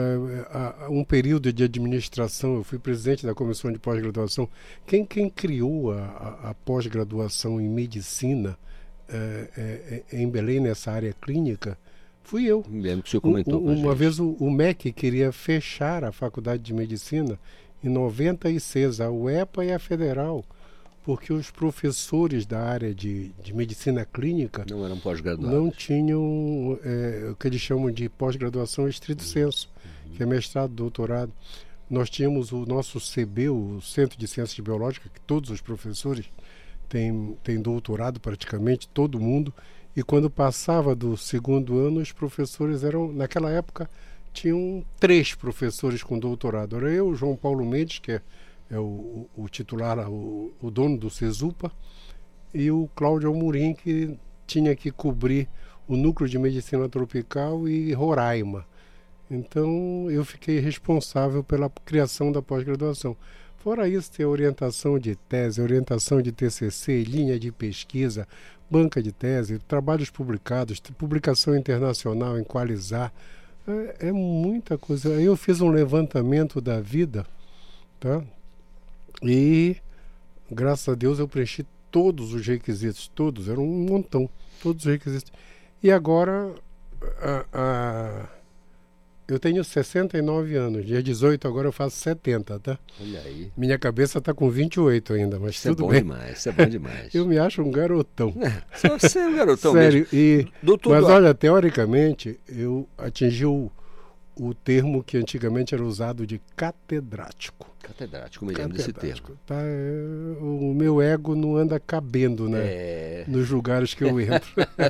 uh, uh, um período de administração. Eu fui presidente da comissão de pós-graduação. Quem, quem criou a, a, a pós-graduação em medicina uh, uh, em Belém, nessa área clínica, fui eu. Lembro que o senhor comentou um, com a Uma gente. vez o, o M E C queria fechar a faculdade de medicina em noventa e seis, a U E P A e a Federal, porque os professores da área de, de medicina clínica não eram pós-graduados. Não tinham é, o que eles chamam de pós-graduação estrito sensu, uhum. que é mestrado, doutorado. Nós tínhamos o nosso C B, o Centro de Ciências Biológicas, que todos os professores têm, têm doutorado, praticamente todo mundo. E quando passava do segundo ano, os professores eram, naquela época, tinham três professores com doutorado. Era eu, João Paulo Mendes, que é, é o, o titular, o, o dono do CESUPA, e o Cláudio Almurim, que tinha que cobrir o núcleo de medicina tropical e Roraima. Então, eu fiquei responsável pela criação da pós-graduação. Fora isso, tem orientação de tese, orientação de T C C, linha de pesquisa, banca de tese, trabalhos publicados, publicação internacional em Qualizar. É, é muita coisa. Aí eu fiz um levantamento da vida, tá? E, graças a Deus, eu preenchi todos os requisitos, todos, eram um montão, todos os requisitos. E agora, a, a, eu tenho sessenta e nove anos, dia dezoito agora eu faço setenta, tá? Olha aí. Minha cabeça está com vinte e oito ainda, mas isso tudo é bom bem. Demais, isso é bom demais. Eu me acho um garotão. É, você é um garotão Sério, mesmo. E, Doutor, mas olha, teoricamente, eu atingi o, o termo que antigamente era usado de catedrático. Catedrático, me lembro desse termo. Tá, é, o meu ego não anda cabendo, né, é... nos lugares que eu entro.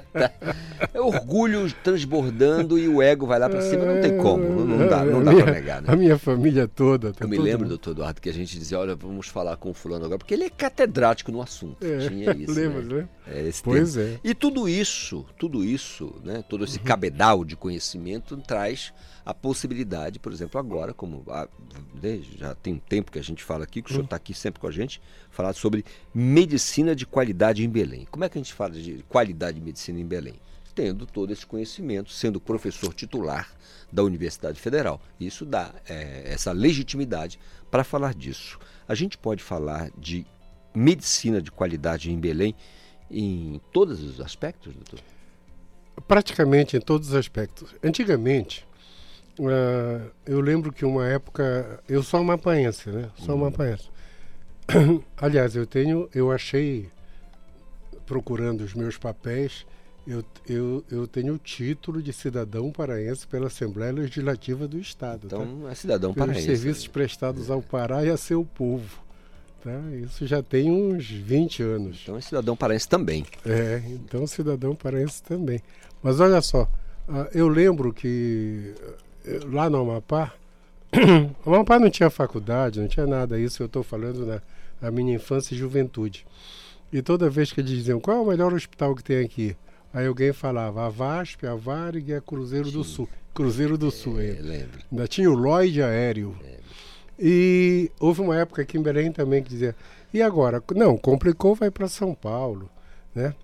É orgulho transbordando e o ego vai lá para cima, não tem como, não, não dá, não dá para negar. Né? A minha família toda. Tá eu me todo lembro, mundo. doutor Eduardo, que a gente dizia, olha, vamos falar com o fulano agora, porque ele é catedrático no assunto. É, Tinha isso. lembra, né? né? É, esse pois termo. é. E tudo isso, tudo isso, né, todo esse cabedal de conhecimento traz a possibilidade, por exemplo, agora, como a, já tem um tempo que a gente fala aqui, que o senhor está aqui sempre com a gente, falar sobre medicina de qualidade em Belém. Como é que a gente fala de qualidade de medicina em Belém? Tendo todo esse conhecimento, sendo professor titular da Universidade Federal. Isso dá é, essa legitimidade para falar disso. A gente pode falar de medicina de qualidade em Belém em todos os aspectos, doutor? Praticamente em todos os aspectos. Antigamente, uh, eu lembro que uma época, eu sou amapaense, né? Sou Uhum. amapaense. Aliás, eu tenho, eu achei, procurando os meus papéis, eu, eu, eu tenho o título de cidadão paraense pela Assembleia Legislativa do Estado. Então, tá? é cidadão Pelos paraense. serviços prestados ao Pará e a seu povo. Tá? Isso já tem uns vinte anos. Então é cidadão paraense também. É, então cidadão paraense também. Mas olha só, uh, eu lembro que uh, lá no Amapá, o Amapá não tinha faculdade, não tinha nada, isso eu estou falando na, na minha infância e juventude. E toda vez que eles diziam, qual é o melhor hospital que tem aqui? Aí alguém falava, a VASP, a Varig e a Cruzeiro Sim. do Sul. Cruzeiro do é, Sul, é. Lembro. Ainda tinha o Lloyd aéreo. É. E houve uma época aqui em Belém também que dizia, e agora? Não, complicou, vai para São Paulo, né?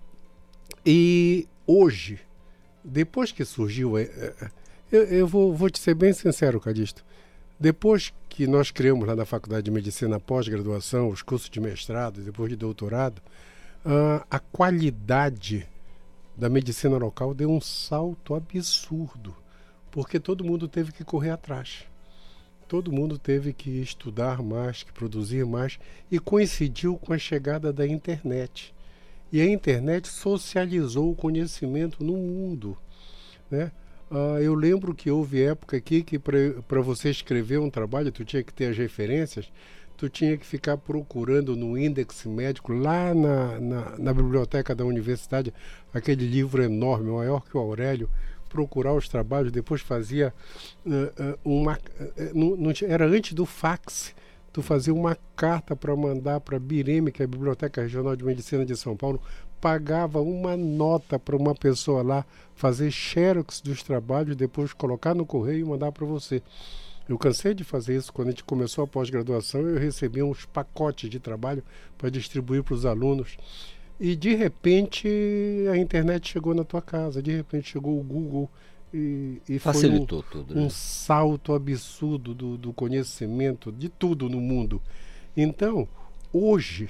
E hoje, depois que surgiu, eu, eu vou, vou te ser bem sincero, Calixto, depois que nós criamos lá na Faculdade de Medicina a pós-graduação, os cursos de mestrado, depois de doutorado, uh, a qualidade da medicina local deu um salto absurdo, porque todo mundo teve que correr atrás. Todo mundo teve que estudar mais, que produzir mais, e coincidiu com a chegada da internet. E a internet socializou o conhecimento no mundo, né? Uh, eu lembro que houve época aqui que para você escrever um trabalho, tu tinha que ter as referências, tu tinha que ficar procurando no índex médico, lá na, na, na biblioteca da universidade, aquele livro enorme, maior que o Aurélio, procurar os trabalhos, depois fazia uh, uh, uma... Uh, não, não tinha, era antes do fax, tu fazia uma carta para mandar para a BIREME, que é a Biblioteca Regional de Medicina de São Paulo, pagava uma nota para uma pessoa lá fazer xerox dos trabalhos, depois colocar no correio e mandar para você. Eu cansei de fazer isso. Quando a gente começou a pós-graduação, eu recebia uns pacotes de trabalho para distribuir para os alunos. E de repente a internet chegou na tua casa, de repente chegou o Google e, e facilitou foi um, tudo, né? um salto absurdo do, do conhecimento de tudo no mundo. Então, hoje,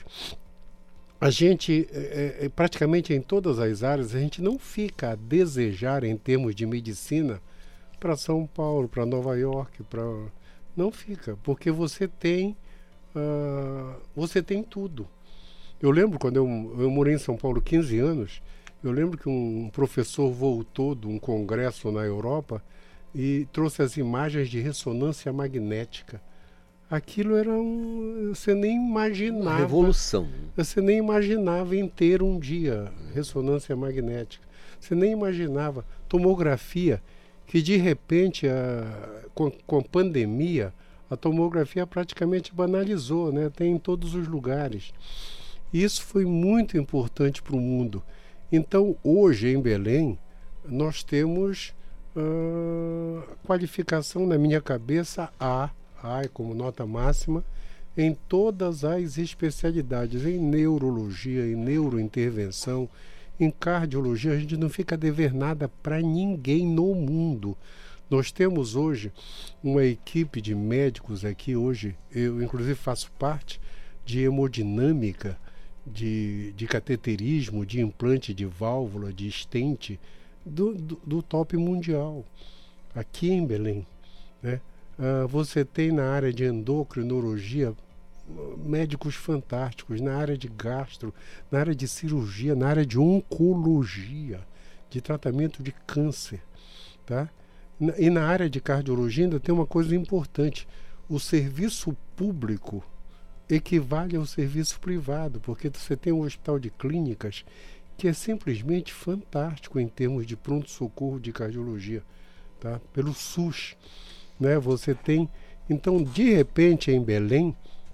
a gente, é, é, praticamente em todas as áreas, a gente não fica a desejar em termos de medicina para São Paulo, para Nova York, para... não fica, porque você tem, uh, você tem tudo. Eu lembro quando eu, eu morei em São Paulo quinze anos, eu lembro que um professor voltou de um congresso na Europa e trouxe as imagens de ressonância magnética. Aquilo era um... você nem imaginava... Uma revolução. Você nem imaginava em ter um dia ressonância magnética. Você nem imaginava tomografia, que de repente, a, com, com a pandemia, a tomografia praticamente banalizou, né? Tem em todos os lugares. E isso foi muito importante para o mundo. Então, hoje, em Belém, nós temos uh, qualificação, na minha cabeça, A, A como nota máxima, em todas as especialidades, em neurologia, em neurointervenção, em cardiologia. A gente não fica a dever nada para ninguém no mundo. Nós temos hoje uma equipe de médicos aqui hoje, eu inclusive faço parte de hemodinâmica, de, de cateterismo, de implante de válvula, de stent, do, do, do top mundial, aqui em Belém, né? Uh, você tem na área de endocrinologia médicos fantásticos, na área de gastro, na área de cirurgia, na área de oncologia, de tratamento de câncer, tá? E na área de cardiologia ainda tem uma coisa importante: o serviço público equivale ao serviço privado, porque você tem um hospital de clínicas que é simplesmente fantástico em termos de pronto-socorro de cardiologia, tá? Pelo SUS, né? Você tem, então, de repente, em Belém,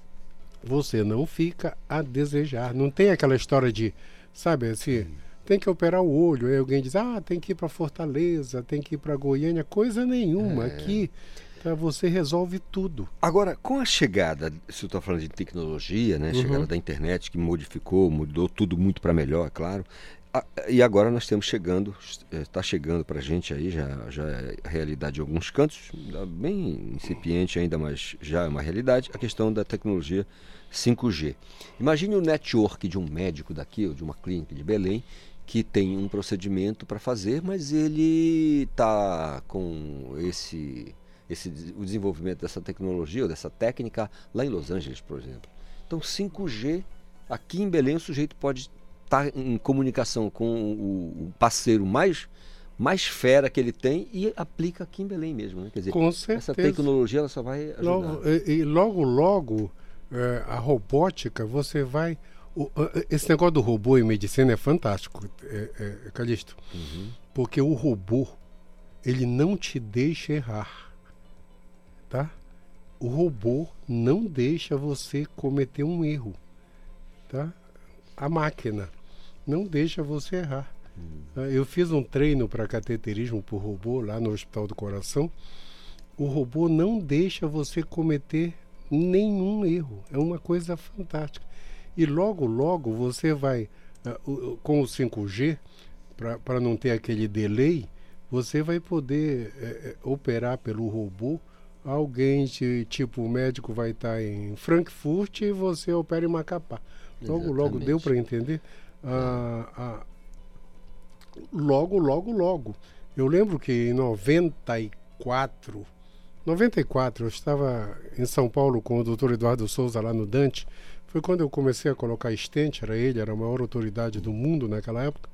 você não fica a desejar. Não tem aquela história de, sabe, assim, tem que operar o olho, aí alguém diz, ah, tem que ir para Fortaleza, tem que ir para Goiânia, coisa nenhuma. É. Aqui, tá, você resolve tudo. Agora, com a chegada, se eu estou falando de tecnologia, né, a chegada Uhum. da internet, que modificou, mudou tudo muito para melhor, é claro, a, e agora nós temos chegando, está chegando para a gente aí, já, já é realidade em alguns cantos, bem incipiente ainda, mas já é uma realidade, a questão da tecnologia cinco G. Imagine o network de um médico daqui, ou de uma clínica de Belém, que tem um procedimento para fazer, mas ele está com esse, esse, o desenvolvimento dessa tecnologia, ou dessa técnica, lá em Los Angeles, por exemplo. Então, cinco G, aqui em Belém, o sujeito pode estar em comunicação com o, o parceiro mais, mais fera que ele tem e aplica aqui em Belém mesmo, né? Quer dizer, Com certeza. essa tecnologia ela só vai ajudar. Logo, e, e logo, logo, é, a robótica, você vai... O, esse negócio do robô em medicina é fantástico, é, é, Calixto, Uhum. porque o robô, ele não te deixa errar, tá? O robô não deixa você cometer um erro, tá? A máquina não deixa você errar. Uhum. Eu fiz um treino para cateterismo por robô lá no Hospital do Coração. O robô não deixa você cometer nenhum erro. É uma coisa fantástica. E logo, logo você vai, uh, com o cinco G, para não ter aquele delay, você vai poder uh, operar pelo robô alguém, de, tipo, o médico vai estar em Frankfurt e você opera em Macapá. Logo, Exatamente. logo, deu para entender? Ah, ah, logo, logo, logo. Eu lembro que em noventa e quatro, noventa e quatro, eu estava em São Paulo com o doutor Eduardo Souza lá no Dante. Foi quando eu comecei a colocar stent, era ele, era a maior autoridade do mundo naquela época.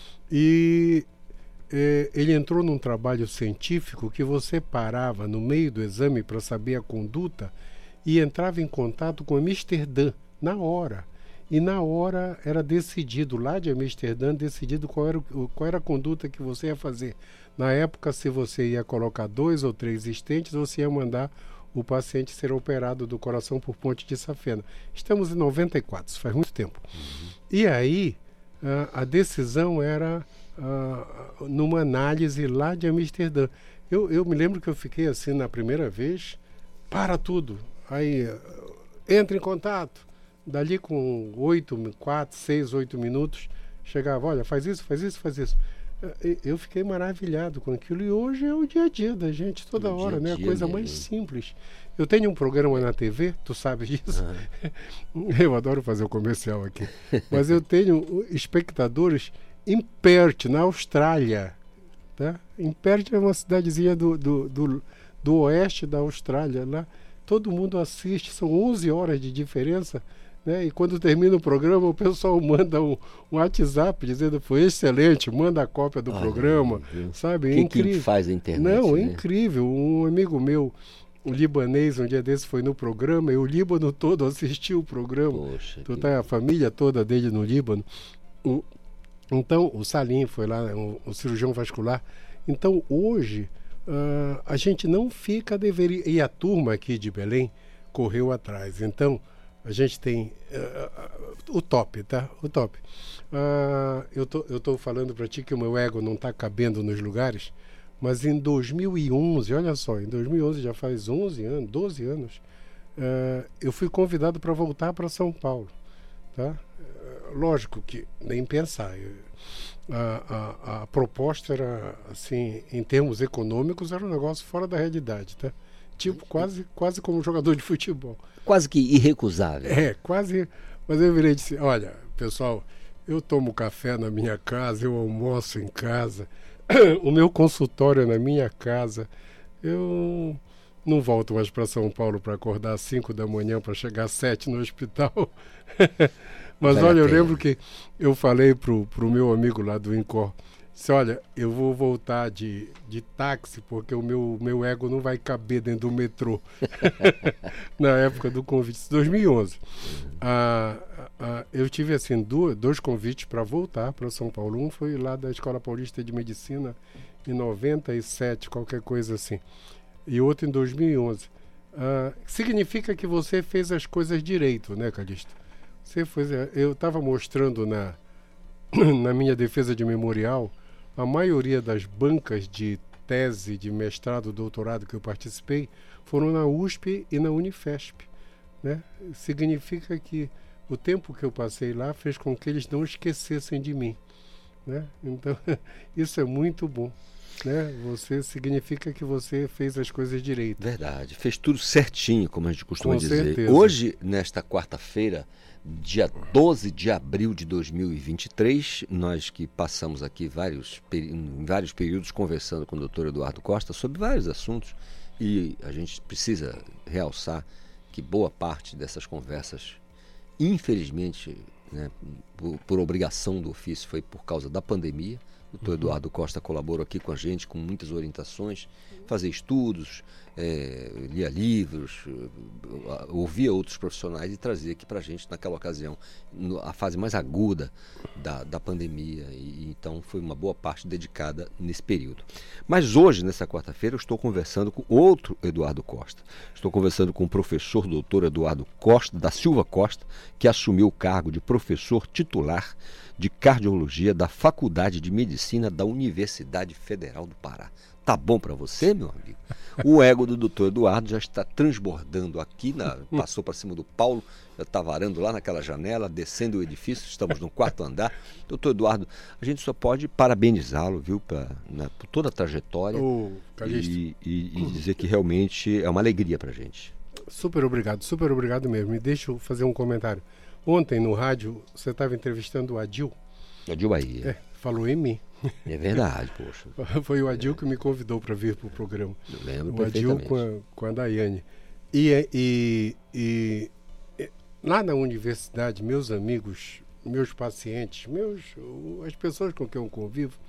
E eh, ele entrou num trabalho científico que você parava no meio do exame para saber a conduta e entrava em contato com Amsterdã na hora. E na hora era decidido, lá de Amsterdã, decidido qual era, qual era a conduta que você ia fazer. Na época, se você ia colocar dois ou três stents, ou se ia mandar o paciente ser operado do coração por ponte de safena. Estamos em noventa e quatro, isso faz muito tempo. Uhum. E aí, a, a decisão era a, numa análise lá de Amsterdã. Eu, eu me lembro que eu fiquei assim na primeira vez, para tudo. Aí, entra em contato. Dali com oito, quatro, seis, oito minutos, chegava, olha, faz isso, faz isso, faz isso. Eu fiquei maravilhado com aquilo e hoje é o dia a dia da gente, toda o hora, né? A coisa mais simples. Eu tenho um programa na T V, tu sabes disso? Uhum. Eu adoro fazer o comercial aqui. Mas eu tenho espectadores em Perth, na Austrália. Tá? Em Perth é uma cidadezinha do, do, do, do oeste da Austrália. Lá todo mundo assiste, são onze horas de diferença. Né? E quando termina o programa, o pessoal manda um, um WhatsApp dizendo foi excelente, manda a cópia do Ai, programa, sabe? Quem, incrível. Quem faz a internet? Não, né? é incrível. Um amigo meu, um libanês, um dia desse foi no programa e o Líbano todo assistiu o programa. Poxa, tu tá, a família toda dele no Líbano. O, então, o Salim foi lá, um, um cirurgião vascular. Então, hoje, uh, a gente não fica deveria. E a turma aqui de Belém correu atrás. Então, a gente tem uh, uh, o top, tá? O top. Uh, eu tô, eu tô falando para ti que o meu ego não está cabendo nos lugares, mas em dois mil e onze, olha só, em dois mil e onze já faz onze anos, doze anos, uh, eu fui convidado para voltar para São Paulo, tá? Uh, lógico que nem pensar. Eu, a, a, a proposta era, assim, em termos econômicos, era um negócio fora da realidade, tá? Tipo, quase, quase como jogador de futebol. Quase que irrecusável. É, quase. Mas eu virei e disse, olha, pessoal, eu tomo café na minha casa, eu almoço em casa, o meu consultório é na minha casa. Eu não volto mais para São Paulo para acordar às cinco da manhã para chegar às sete no hospital. Mas vale olha, eu lembro que eu falei pro, pro meu amigo lá do Incor, disse, olha, eu vou voltar de, de táxi porque o meu, meu ego não vai caber dentro do metrô. Na época do convite, dois mil e onze. Ah, ah, eu tive assim dois, dois convites para voltar para São Paulo. Um foi lá da Escola Paulista de Medicina em noventa e sete, qualquer coisa assim. E outro em dois mil e onze. Ah, significa que você fez as coisas direito, né, Calixto? Você fez, eu estava mostrando na, na minha defesa de memorial, a maioria das bancas de tese, de mestrado, doutorado que eu participei foram na U S P e na Unifesp. Né? Significa que o tempo que eu passei lá fez com que eles não esquecessem de mim. Né? Então, isso é muito bom. Né? Você significa que você fez as coisas direito. Verdade, fez tudo certinho, como a gente costuma com dizer. Certeza. Hoje, nesta quarta-feira, dia doze de abril de dois mil e vinte e três, nós que passamos aqui vários, em vários períodos conversando com o doutor Eduardo Costa sobre vários assuntos, e a gente precisa realçar que boa parte dessas conversas, infelizmente, né, por, por obrigação do ofício, foi por causa da pandemia. O doutor uhum. Eduardo Costa colaborou aqui com a gente com muitas orientações, fazer estudos, é, lia livros, ouvia outros profissionais e trazia aqui para a gente, naquela ocasião, no, a fase mais aguda da, da pandemia. E, então foi uma boa parte dedicada nesse período. Mas hoje, nessa quarta-feira, eu estou conversando com outro Eduardo Costa. Estou conversando com o professor doutor Eduardo Costa, da Silva Costa, que assumiu o cargo de professor titular de Cardiologia da Faculdade de Medicina da Universidade Federal do Pará. Tá bom para você, meu amigo? O ego do doutor Eduardo já está transbordando aqui, na, passou para cima do Paulo, já está varando lá naquela janela, descendo o edifício, estamos no quarto andar. Doutor Eduardo, a gente só pode parabenizá-lo, viu, pra, na, por toda a trajetória Ô, e, e, e dizer que realmente é uma alegria para a gente. Super obrigado, super obrigado mesmo. E deixa eu fazer um comentário. Ontem no rádio, você estava entrevistando o Adil. Adil Bahia. É, falou em mim. É verdade, poxa. Foi o Adil que me convidou para vir para o programa. Eu lembro o Adil com a, com a Daiane. E, e, e, e lá na universidade, meus amigos, meus pacientes, meus, as pessoas com quem eu convivo,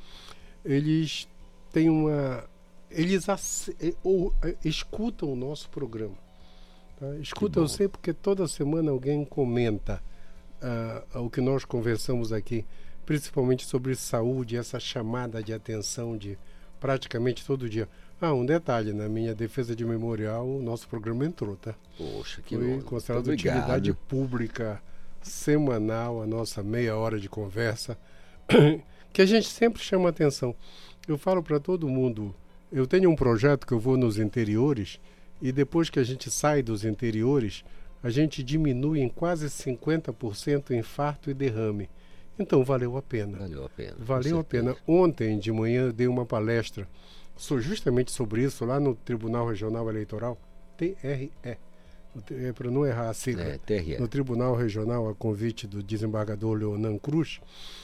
eles têm uma... Eles ace, ou, escutam o nosso programa. Tá? Escutam, eu sei, porque toda semana alguém comenta uh, o que nós conversamos aqui, principalmente sobre saúde, essa chamada de atenção de praticamente todo dia. Ah, um detalhe, na minha defesa de memorial, o nosso programa entrou, tá? Poxa, que Foi bom. considerado utilidade pública semanal, a nossa meia hora de conversa, que a gente sempre chama atenção. Eu falo para todo mundo, eu tenho um projeto que eu vou nos interiores, e depois que a gente sai dos interiores, a gente diminui em quase cinquenta por cento infarto e derrame. Então valeu a pena. Valeu a pena. Valeu a pena. Ontem de manhã eu dei uma palestra sou justamente sobre isso lá no Tribunal Regional Eleitoral, T R E. É, para não errar a sigla. É, T R E. No Tribunal Regional, a convite do desembargador Leonan Cruz.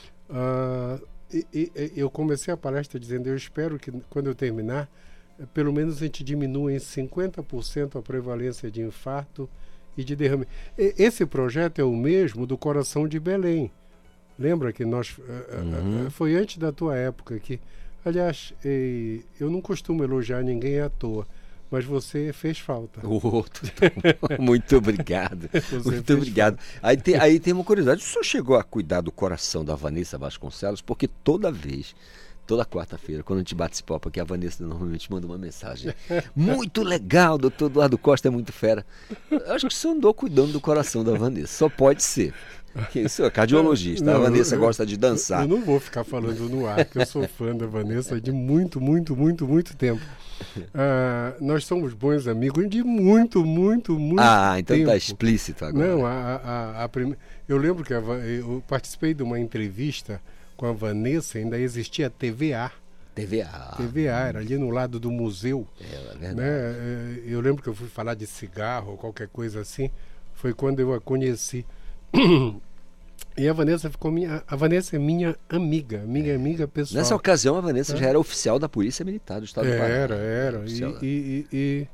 Uh, e, e, eu comecei a palestra dizendo, eu espero que quando eu terminar, pelo menos a gente diminua em cinquenta por cento a prevalência de infarto e de derrame. E, esse projeto é o mesmo do Coração de Belém. Lembra que nós... Uhum. Uh, uh, foi antes da tua época que... Aliás, eh, eu não costumo elogiar ninguém à toa, mas você fez falta. O outro. Muito obrigado. Muito obrigado. Aí tem, aí tem uma curiosidade. O senhor chegou a cuidar do coração da Vanessa Vasconcelos? Porque toda vez, toda quarta-feira, quando a gente bate esse papo aqui, a Vanessa normalmente manda uma mensagem. Muito legal, doutor Eduardo Costa é muito fera. Eu acho que o senhor andou cuidando do coração da Vanessa. Só pode ser. Isso é cardiologista. Não, a Vanessa eu, gosta de dançar. Eu não vou ficar falando no ar, porque eu sou fã da Vanessa de muito, muito, muito, muito tempo. Uh, nós somos bons amigos de muito, muito, muito Ah, então tempo. Tá explícito agora. Não, a, a, a prime... eu lembro que a, eu participei de uma entrevista com a Vanessa, ainda existia a T V A. T V A. T V A, era ali no lado do museu. É, é verdade. Né? Eu lembro que eu fui falar de cigarro ou qualquer coisa assim. Foi quando eu a conheci. E a Vanessa ficou minha. A Vanessa é minha amiga, minha é. amiga pessoal. Nessa ocasião, a Vanessa é. já era oficial da Polícia Militar do Estado do Pará. Era, era. E, e, e,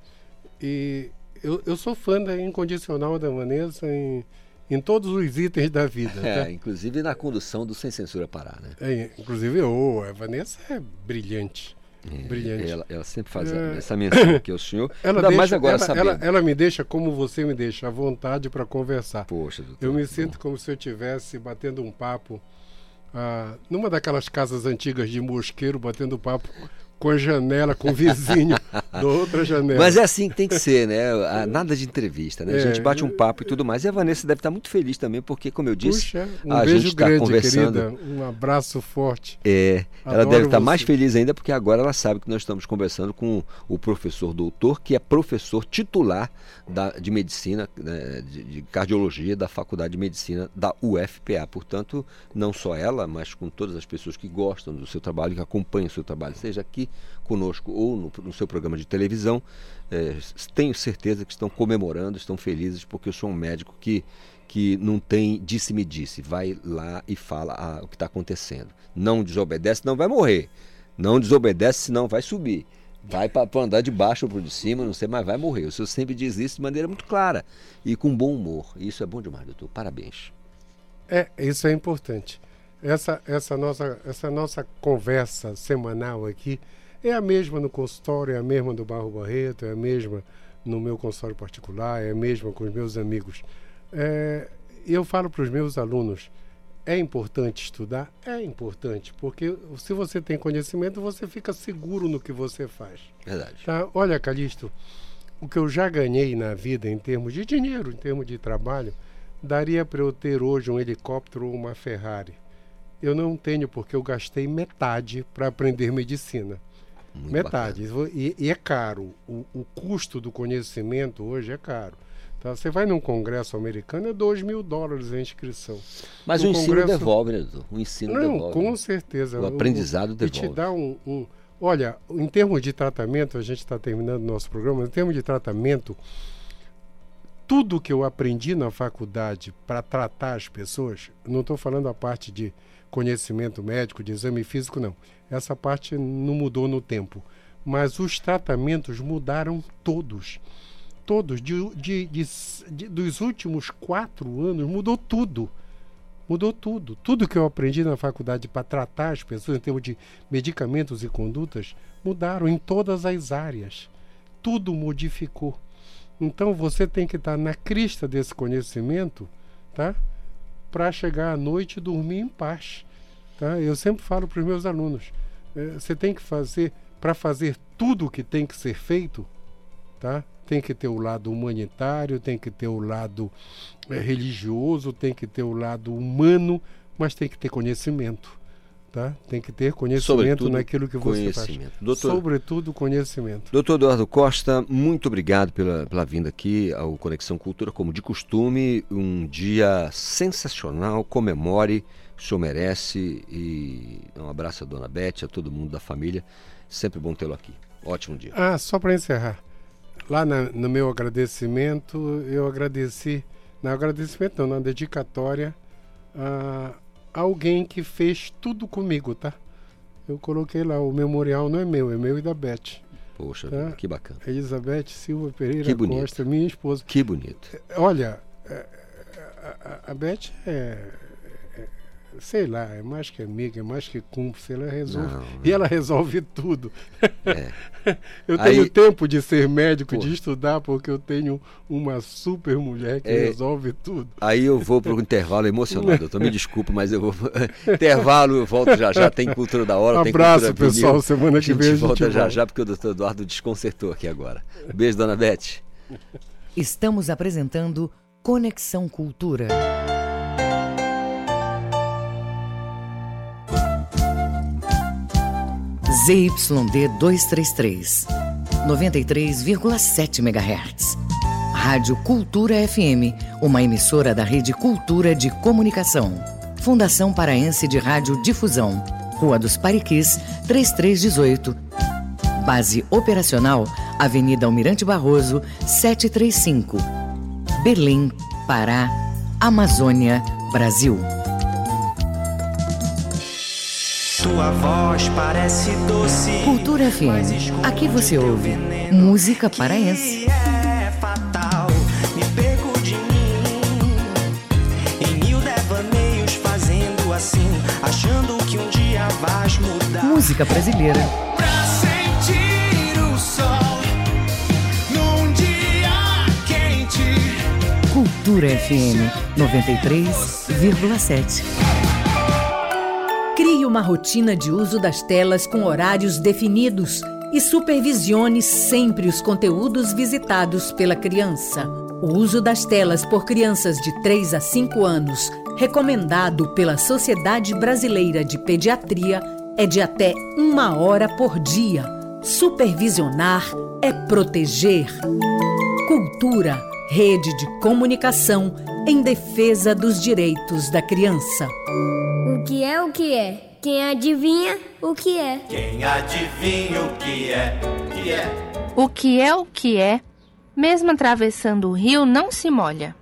e eu, eu sou fã da incondicional da Vanessa em, em todos os itens da vida. É, tá? inclusive na condução do Sem Censura Pará, né? É, inclusive, oh, a Vanessa é brilhante. É, brilhante. Ela, ela sempre faz é. essa menção aqui ao senhor. Ela, Ainda deixa, mais agora ela, sabendo. Ela, ela me deixa como você me deixa, à vontade para conversar. Poxa, doutor, eu me sinto como se eu estivesse batendo um papo ah, numa daquelas casas antigas de mosqueiro, batendo papo com a janela, com o vizinho da outra janela. Mas é assim que tem que ser, né? Nada de entrevista, né? É, a gente bate um papo e tudo mais. E a Vanessa deve estar muito feliz também, porque, como eu disse, Puxa, um a beijo gente está grande, conversando. Querida. Um abraço forte. É, ela Adoro deve estar você. mais feliz ainda, porque agora ela sabe que nós estamos conversando com o professor doutor, que é professor titular da, de medicina, né, de, de cardiologia da Faculdade de Medicina da U F P A. Portanto, não só ela, mas com todas as pessoas que gostam do seu trabalho, que acompanham o seu trabalho, seja aqui conosco ou no, no seu programa de televisão, é, tenho certeza que estão comemorando, estão felizes, porque eu sou um médico que, que não tem disse-me-disse, vai lá e fala ah, o que está acontecendo. Não desobedece, não vai morrer. Não desobedece, senão vai subir. Vai para andar de baixo ou por de cima, não sei, mas vai morrer. O senhor sempre diz isso de maneira muito clara e com bom humor. E isso é bom demais, doutor. Parabéns. É, isso é importante. Essa, essa, nossa, essa nossa conversa semanal aqui é a mesma no consultório, é a mesma do Barro Barreto, é a mesma no meu consultório particular, é a mesma com os meus amigos. É, eu falo para os meus alunos, é importante estudar? É importante, porque se você tem conhecimento, você fica seguro no que você faz. Verdade. Tá? Olha, Calixto, o que eu já ganhei na vida em termos de dinheiro, em termos de trabalho, daria para eu ter hoje um helicóptero ou uma Ferrari. Eu não tenho, porque eu gastei metade para aprender medicina. Muito Metade. E, e é caro. O, o custo do conhecimento hoje é caro. Tá? Você vai num congresso americano, é dois mil dólares a inscrição. Mas no o ensino congresso... devolve, né, doutor? O ensino Não, devolve. com né? certeza. O aprendizado o, devolve. E te dá um, um... Olha, em termos de tratamento, a gente está terminando o nosso programa, em termos de tratamento, tudo que eu aprendi na faculdade para tratar as pessoas, não estou falando a parte de conhecimento médico, de exame físico, não. Essa parte não mudou no tempo. Mas os tratamentos mudaram todos. Todos. De, de, de, de, dos últimos quatro anos, mudou tudo. Mudou tudo. Tudo que eu aprendi na faculdade para tratar as pessoas em termos de medicamentos e condutas, mudaram em todas as áreas. Tudo modificou. Então você tem que estar na crista desse conhecimento, tá? Para chegar à noite e dormir em paz. Tá? Eu sempre falo para os meus alunos, é, você tem que fazer, para fazer tudo o que tem que ser feito, tá? Tem que ter o lado humanitário, tem que ter o lado é, religioso, tem que ter o lado humano, mas tem que ter conhecimento. Tá? Tem que ter conhecimento Sobretudo, naquilo que você faz. Doutor, Sobretudo conhecimento. Doutor Eduardo Costa, muito obrigado pela, pela vinda aqui ao Conexão Cultura, como de costume, um dia sensacional, comemore, o senhor merece, e um abraço à dona Beth, a todo mundo da família, sempre bom tê-lo aqui. Ótimo dia. Ah, só para encerrar, lá na, no meu agradecimento, eu agradeci, não agradecimento não, na dedicatória, a alguém que fez tudo comigo, tá? Eu coloquei lá, o memorial não é meu, é meu e da Beth. Poxa, tá? Que bacana. Elizabeth Silva Pereira que bonito. Costa, minha esposa. Que bonito. Olha, a, a Beth é, é, sei lá, é mais que amiga, é mais que cúmplice, ela resolve, não, e ela resolve tudo. É. Eu tenho Aí, tempo de ser médico, pô. de estudar, porque eu tenho uma super mulher que é, resolve tudo. Aí eu vou para o intervalo emocionado, doutor, me desculpe, mas eu vou intervalo, eu volto já já, tem Cultura da Hora, Abraço, tem Cultura pessoal, vinil. Semana que vem a gente volta já volta. já, porque o doutor Eduardo desconcertou aqui agora. Beijo, dona Beth. Estamos apresentando Conexão Cultura. Z Y D duzentos e trinta e três, noventa e três vírgula sete megahertz. Rádio Cultura F M, uma emissora da Rede Cultura de Comunicação. Fundação Paraense de Rádio Difusão. Rua dos Pariquis, trinta e três dezoito. Base operacional, Avenida Almirante Barroso, setecentos e trinta e cinco. Belém, Pará, Amazônia, Brasil. Tua voz parece doce. Cultura F M. Aqui você ouve música paraense. É fatal, me perco de mim. Em mil devaneios fazendo assim, achando que um dia vais mudar. Música brasileira. Pra sentir o sol num dia quente. Cultura F M noventa e três vírgula sete. Crie uma rotina de uso das telas com horários definidos e supervisione sempre os conteúdos visitados pela criança. O uso das telas por crianças de três a cinco anos, recomendado pela Sociedade Brasileira de Pediatria, é de até uma hora por dia. Supervisionar é proteger. Cultura, rede de comunicação em defesa dos direitos da criança. O que é o que é? Quem adivinha o que é? Quem adivinha o que é? Que é? O que é o que é? Mesmo atravessando o rio, não se molha.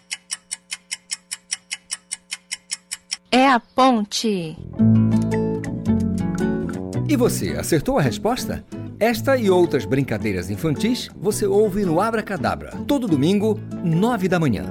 É a ponte. E você, acertou a resposta? Esta e outras brincadeiras infantis você ouve no Abracadabra, todo domingo, nove da manhã.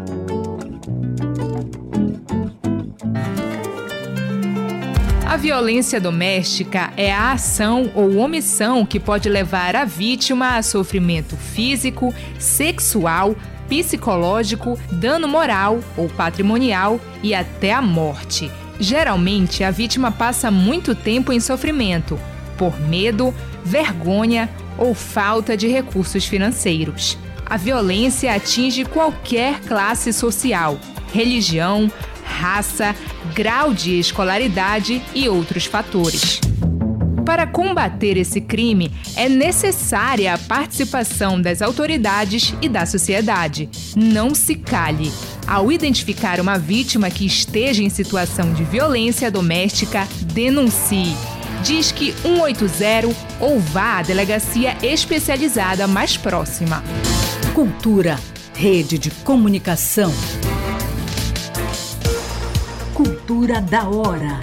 A violência doméstica é a ação ou omissão que pode levar a vítima a sofrimento físico, sexual, psicológico, dano moral ou patrimonial e até a morte. Geralmente, a vítima passa muito tempo em sofrimento, por medo, vergonha ou falta de recursos financeiros. A violência atinge qualquer classe social, religião, raça, grau de escolaridade e outros fatores. Para combater esse crime, é necessária a participação das autoridades e da sociedade. Não se cale. Ao identificar uma vítima que esteja em situação de violência doméstica, denuncie. Disque um oito zero ou vá à delegacia especializada mais próxima. Cultura, rede de comunicação. Cultura da hora.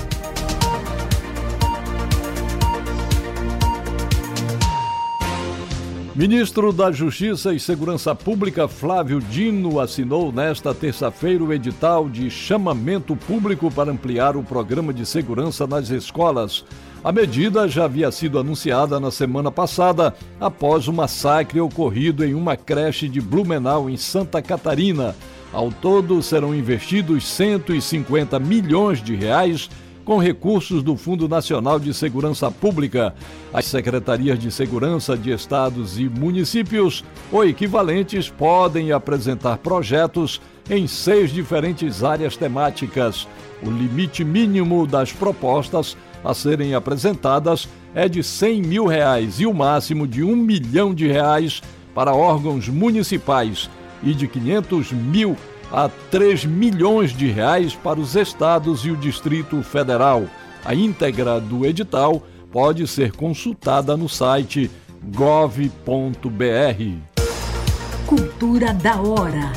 Ministro da Justiça e Segurança Pública Flávio Dino assinou nesta terça-feira o edital de chamamento público para ampliar o programa de segurança nas escolas. A medida já havia sido anunciada na semana passada, após o massacre ocorrido em uma creche de Blumenau, em Santa Catarina. Ao todo, serão investidos cento e cinquenta milhões de reais com recursos do Fundo Nacional de Segurança Pública. As secretarias de segurança de estados e municípios ou equivalentes podem apresentar projetos em seis diferentes áreas temáticas. O limite mínimo das propostas a serem apresentadas é de cem mil reais e o máximo de um milhão de reais para órgãos municipais e de quinhentos mil a três milhões de reais para os estados e o Distrito Federal. A íntegra do edital pode ser consultada no site gov ponto br. Cultura da hora.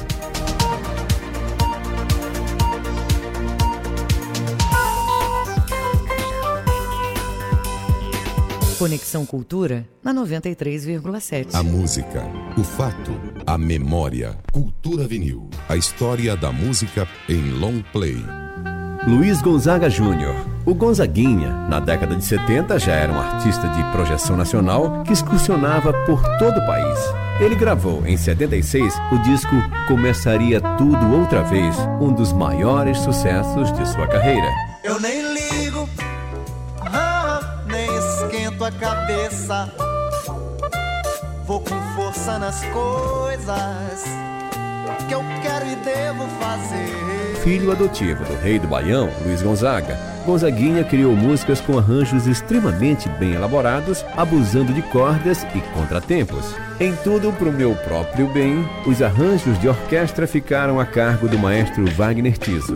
Conexão Cultura na noventa e três vírgula sete. A música, o fato, a memória. Cultura Vinil. A história da música em long play. Luiz Gonzaga Júnior. O Gonzaguinha, na década de setenta, já era um artista de projeção nacional que excursionava por todo o país. Ele gravou, em setenta e seis, o disco Começaria Tudo Outra Vez, um dos maiores sucessos de sua carreira. Eu nem ligo, ah, nem esquento a cabeça. Vou com força nas coisas que eu quero e devo fazer. Filho adotivo do rei do Baião, Luiz Gonzaga, Gonzaguinha criou músicas com arranjos extremamente bem elaborados, abusando de cordas e contratempos. Em Tudo Pro Meu Próprio Bem, os arranjos de orquestra ficaram a cargo do maestro Wagner Tiso.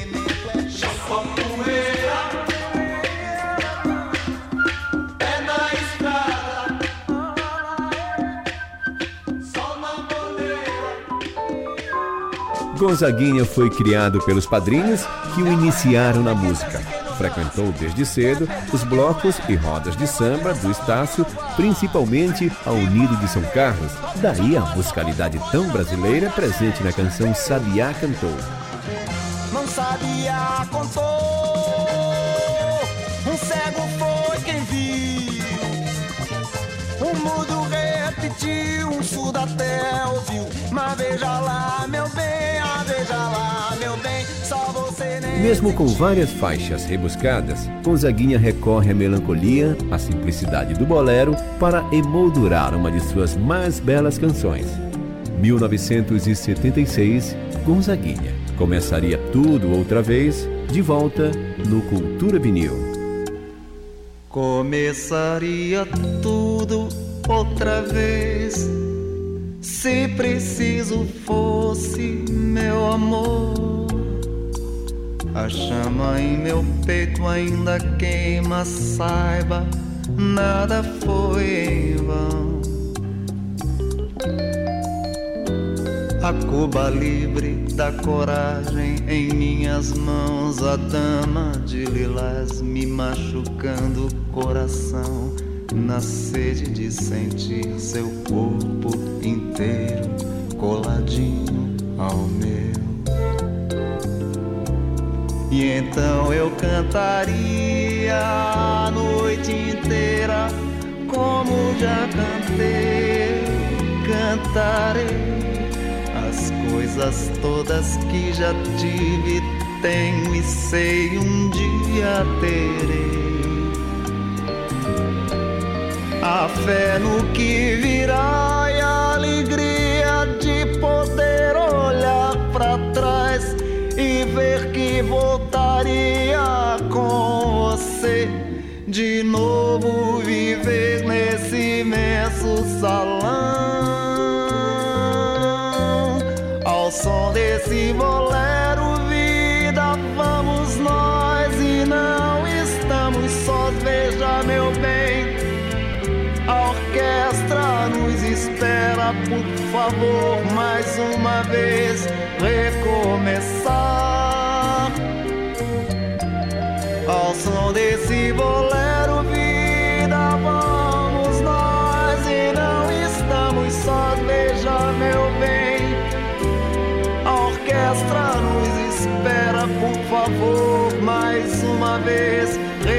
Gonzaguinha foi criado pelos padrinhos que o iniciaram na música. Frequentou desde cedo os blocos e rodas de samba do Estácio, principalmente a Unido de São Carlos. Daí a musicalidade tão brasileira presente na canção Sabiá Cantou. Não Sabiá contou, um cego foi quem viu, um mudo repetiu, um surdo até ouviu. Mas veja lá, meu bem, ah, veja lá, meu bem, só você nem... Mesmo com várias faixas rebuscadas, Gonzaguinha recorre à melancolia, à simplicidade do bolero para emoldurar uma de suas mais belas canções. mil novecentos e setenta e seis, Gonzaguinha. Começaria Tudo Outra Vez, de volta no Cultura Vinil. Começaria tudo outra vez, se preciso fosse, meu amor. A chama em meu peito ainda queima, saiba, nada foi em vão. A Cuba livre da coragem em minhas mãos, a dama de lilás me machucando o coração, na sede de sentir seu corpo inteiro coladinho ao meu. E então eu cantaria a noite inteira, como já cantei, cantarei as coisas todas que já tive, tenho e sei um dia terei. A fé no que virá e a alegria de poder olhar pra trás e ver que voltaria com você de novo viver nesse imenso salão. Ao som desse bolero, vida, vamos nós e não estamos sós. Veja, meu bem, a orquestra nos espera, por favor, mais uma vez recomeçar. Ao som desse bolero, vida, vamos nós e não estamos sós. Veja, meu bem, a orquestra nos espera, por favor, mais uma vez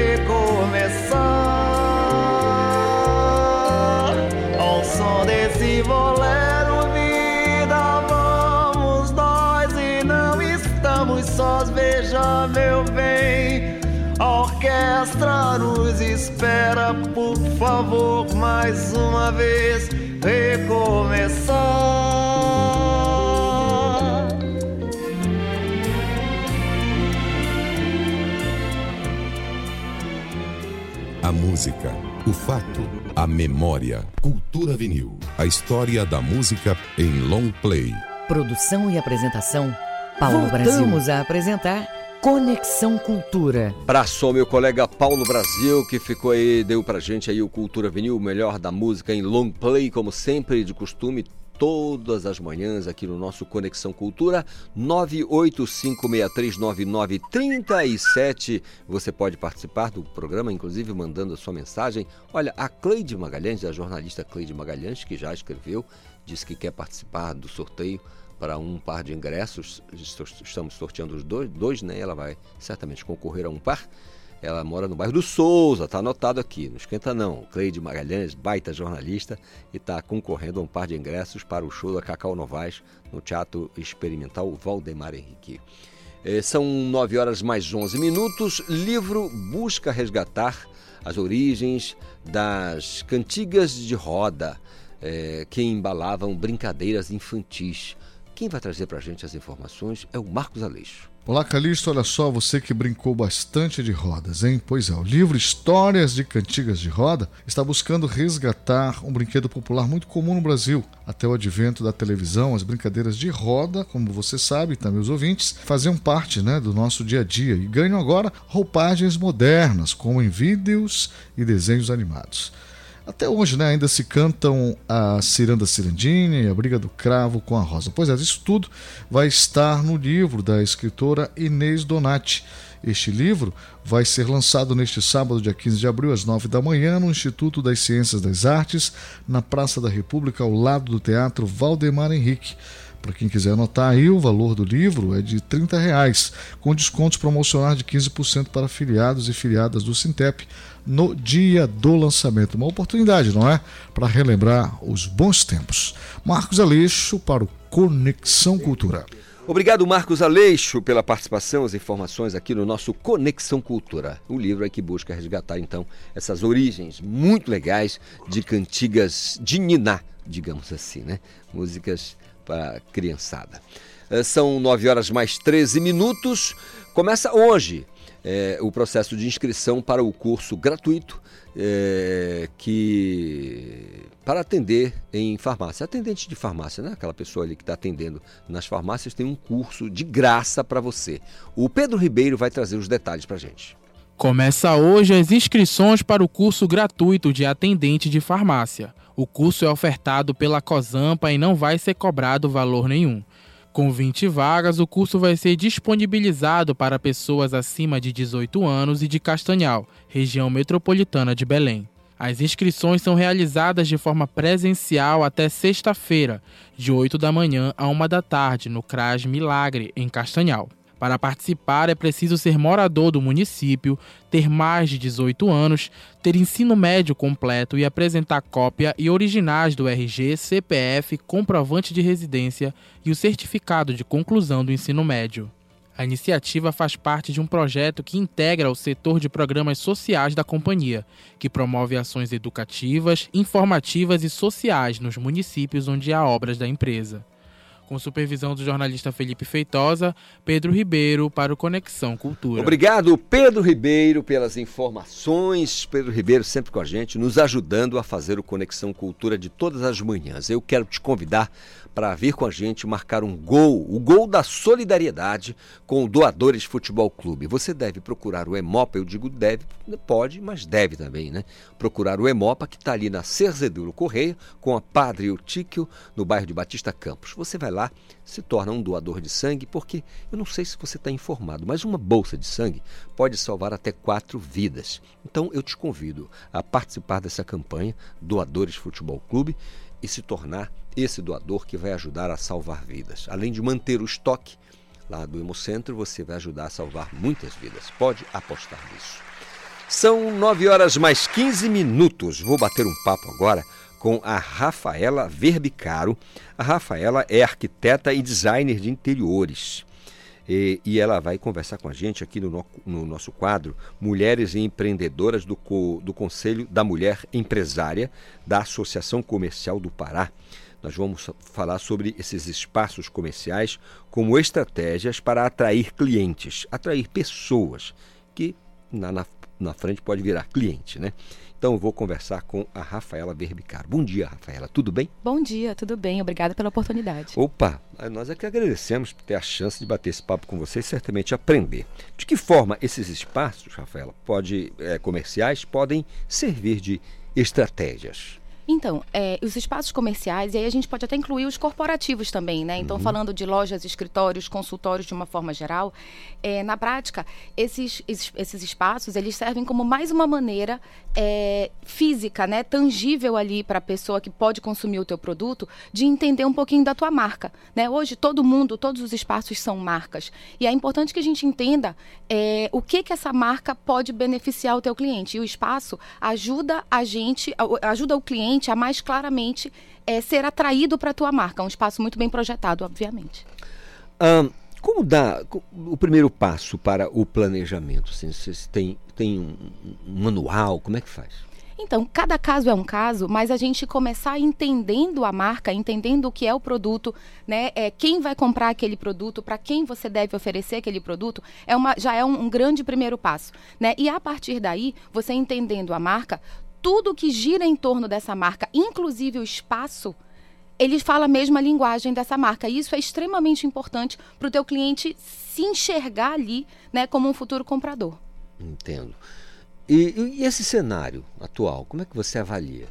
recomeçar. Ao som desse bolero, vida, vamos nós e não estamos sós. Veja, meu bem, a orquestra nos espera, por favor, mais uma vez recomeçar. A música, o fato, a memória. Cultura Vinil. A história da música em long play. Produção e apresentação, Paulo Voltamos Brasil. Vamos a apresentar Conexão Cultura. Abraço meu colega Paulo Brasil, que ficou aí, deu pra gente aí o Cultura Vinil, o melhor da música em long play, como sempre, de costume, todas as manhãs aqui no nosso Conexão Cultura. Nove oito cinco seis três nove nove três sete. Você pode participar do programa, inclusive mandando a sua mensagem. Olha, a Cleide Magalhães, a jornalista Cleide Magalhães, que já escreveu, disse que quer participar do sorteio para um par de ingressos. Estamos sorteando os dois, dois, né? Ela vai certamente concorrer a um par. Ela mora no bairro do Souza, está anotado aqui, não esquenta não. Cleide Magalhães, baita jornalista, e está concorrendo a um par de ingressos para o show da Cacau Novaes no Teatro Experimental Valdemar Henrique. Eh, são nove horas mais onze minutos. Livro busca resgatar as origens das cantigas de roda eh, que embalavam brincadeiras infantis. Quem vai trazer para a gente as informações é o Marcos Aleixo. Olá, Calixto, olha só, você que brincou bastante de rodas, hein? Pois é, o livro Histórias de Cantigas de Roda está buscando resgatar um brinquedo popular muito comum no Brasil. Até o advento da televisão, as brincadeiras de roda, como você sabe, também os ouvintes, faziam parte, né, do nosso dia a dia e ganham agora roupagens modernas, como em vídeos e desenhos animados. Até hoje, né, ainda se cantam a Ciranda Cirandinha e a Briga do Cravo com a Rosa. Pois é, isso tudo vai estar no livro da escritora Inês Donati. Este livro vai ser lançado neste sábado, dia quinze de abril, às nove da manhã, no Instituto das Ciências das Artes, na Praça da República, ao lado do Teatro Valdemar Henrique. Para quem quiser anotar aí, o valor do livro é de trinta reais, com descontos promocionais de quinze por cento para filiados e filiadas do Sintep no dia do lançamento. Uma oportunidade, não é? Para relembrar os bons tempos. Marcos Aleixo para o Conexão Cultura. Obrigado, Marcos Aleixo, pela participação, as informações aqui no nosso Conexão Cultura. O livro é que busca resgatar, então, essas origens muito legais de cantigas de niná, digamos assim, né? Músicas para a criançada. São nove horas mais treze minutos. Começa hoje é, o processo de inscrição para o curso gratuito é, que para atender em farmácia. Atendente de farmácia, né? Aquela pessoa ali que está atendendo nas farmácias, tem um curso de graça para você. O Pedro Ribeiro vai trazer os detalhes para a gente. Começa hoje as inscrições para o curso gratuito de atendente de farmácia. O curso é ofertado pela Cosampa e não vai ser cobrado valor nenhum. Com vinte vagas, o curso vai ser disponibilizado para pessoas acima de dezoito anos e de Castanhal, região metropolitana de Belém. As inscrições são realizadas de forma presencial até sexta-feira, de oito da manhã a uma da tarde, no CRAS Milagre, em Castanhal. Para participar é preciso ser morador do município, ter mais de dezoito anos, ter ensino médio completo e apresentar cópia e originais do R G, C P F, comprovante de residência e o certificado de conclusão do ensino médio. A iniciativa faz parte de um projeto que integra o setor de programas sociais da companhia, que promove ações educativas, informativas e sociais nos municípios onde há obras da empresa. Com supervisão do jornalista Felipe Feitosa, Pedro Ribeiro para o Conexão Cultura. Obrigado, Pedro Ribeiro, pelas informações. Pedro Ribeiro sempre com a gente, nos ajudando a fazer o Conexão Cultura de todas as manhãs. Eu quero te convidar para vir com a gente marcar um gol, o gol da solidariedade com o Doadores Futebol Clube. Você deve procurar o Hemopa, eu digo deve, pode, mas deve também, né? Procurar o Hemopa, que está ali na Cerzeduro Correia, com a Padre Eutíquio, no bairro de Batista Campos. Você vai lá, se torna um doador de sangue, porque eu não sei se você está informado, mas uma bolsa de sangue pode salvar até quatro vidas. Então eu te convido a participar dessa campanha, Doadores Futebol Clube, e se tornar esse doador que vai ajudar a salvar vidas. Além de manter o estoque lá do Hemocentro, você vai ajudar a salvar muitas vidas. Pode apostar nisso. São nove horas mais quinze minutos. Vou bater um papo agora com a Rafaela Verbicaro. A Rafaela é arquiteta e designer de interiores. E, e ela vai conversar com a gente aqui no, no, no nosso quadro Mulheres Empreendedoras do, do Conselho da Mulher Empresária da Associação Comercial do Pará. Nós vamos falar sobre esses espaços comerciais como estratégias para atrair clientes, atrair pessoas que na, na, na frente pode virar cliente, né? Então eu vou conversar com a Rafaela Verbicaro. Bom dia, Rafaela, tudo bem? Bom dia, tudo bem, obrigada pela oportunidade. Opa, nós é que agradecemos por ter a chance de bater esse papo com você e certamente aprender. De que forma esses espaços, Rafaela, pode, é, comerciais, podem servir de estratégias? Então, é, os espaços comerciais, e aí a gente pode até incluir os corporativos também, né? Então, uhum. falando de lojas, escritórios, consultórios de uma forma geral, é, na prática, esses, esses, esses espaços, eles servem como mais uma maneira é, física, né? Tangível ali para a pessoa que pode consumir o teu produto, de entender um pouquinho da tua marca, né? Hoje, todo mundo, todos os espaços são marcas. E é importante que a gente entenda é, o que, que essa marca pode beneficiar o teu cliente. E o espaço ajuda a gente, ajuda o cliente a mais claramente é, ser atraído para a tua marca. Um espaço muito bem projetado, obviamente. Ah, como dá o primeiro passo para o planejamento? Assim, você tem, tem um, um manual? Como é que faz? Então, cada caso é um caso, mas a gente começar entendendo a marca, entendendo o que é o produto, né? É, quem vai comprar aquele produto, para quem você deve oferecer aquele produto, é uma, já é um, um grande primeiro passo, né? E a partir daí, você entendendo a marca, tudo que gira em torno dessa marca, inclusive o espaço, ele fala a mesma linguagem dessa marca. E isso é extremamente importante para o teu cliente se enxergar ali, né, como um futuro comprador. Entendo. E, e esse cenário atual, como é que você avalia?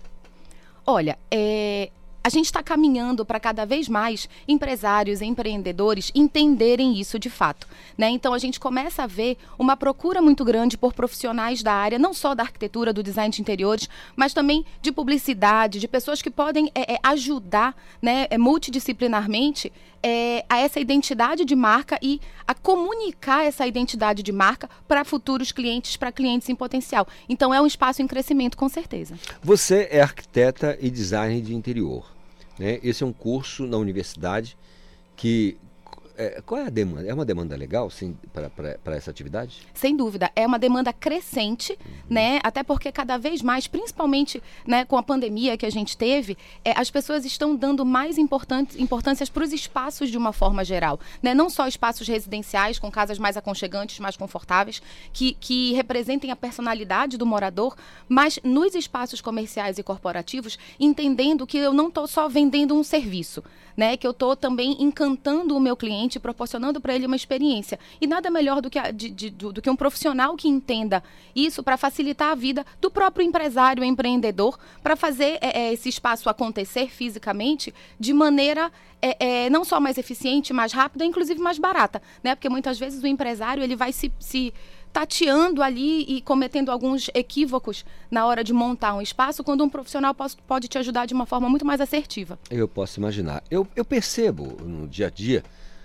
Olha, é... a gente está caminhando para cada vez mais empresários e empreendedores entenderem isso de fato, né? Então a gente começa a ver uma procura muito grande por profissionais da área, não só da arquitetura, do design de interiores, mas também de publicidade, de pessoas que podem é, é, ajudar, né, é, multidisciplinarmente é, a essa identidade de marca e a comunicar essa identidade de marca para futuros clientes, para clientes em potencial. Então é um espaço em crescimento, com certeza. Você é arquiteta e designer de interior. Né? Esse é um curso na universidade que... É, qual é a demanda? É uma demanda legal, sim, para essa atividade? Sem dúvida. É uma demanda crescente, uhum. né? Até porque cada vez mais, principalmente, né, com a pandemia que a gente teve, é, as pessoas estão dando mais importâncias para os espaços de uma forma geral. Né? Não só espaços residenciais, com casas mais aconchegantes, mais confortáveis, que, que representem a personalidade do morador, mas nos espaços comerciais e corporativos, entendendo que eu não estou só vendendo um serviço, né? Que eu estou também encantando o meu cliente, proporcionando para ele uma experiência. E nada melhor do que, a, de, de, do, do que um profissional que entenda isso para facilitar a vida do próprio empresário, empreendedor, para fazer é, é, esse espaço acontecer fisicamente de maneira é, é, não só mais eficiente, mais rápida, inclusive mais barata, né? Porque muitas vezes o empresário ele vai se... se tateando ali e cometendo alguns equívocos na hora de montar um espaço, quando um profissional pode, pode te ajudar de uma forma muito mais assertiva. Eu posso imaginar. Eu, eu percebo no dia a dia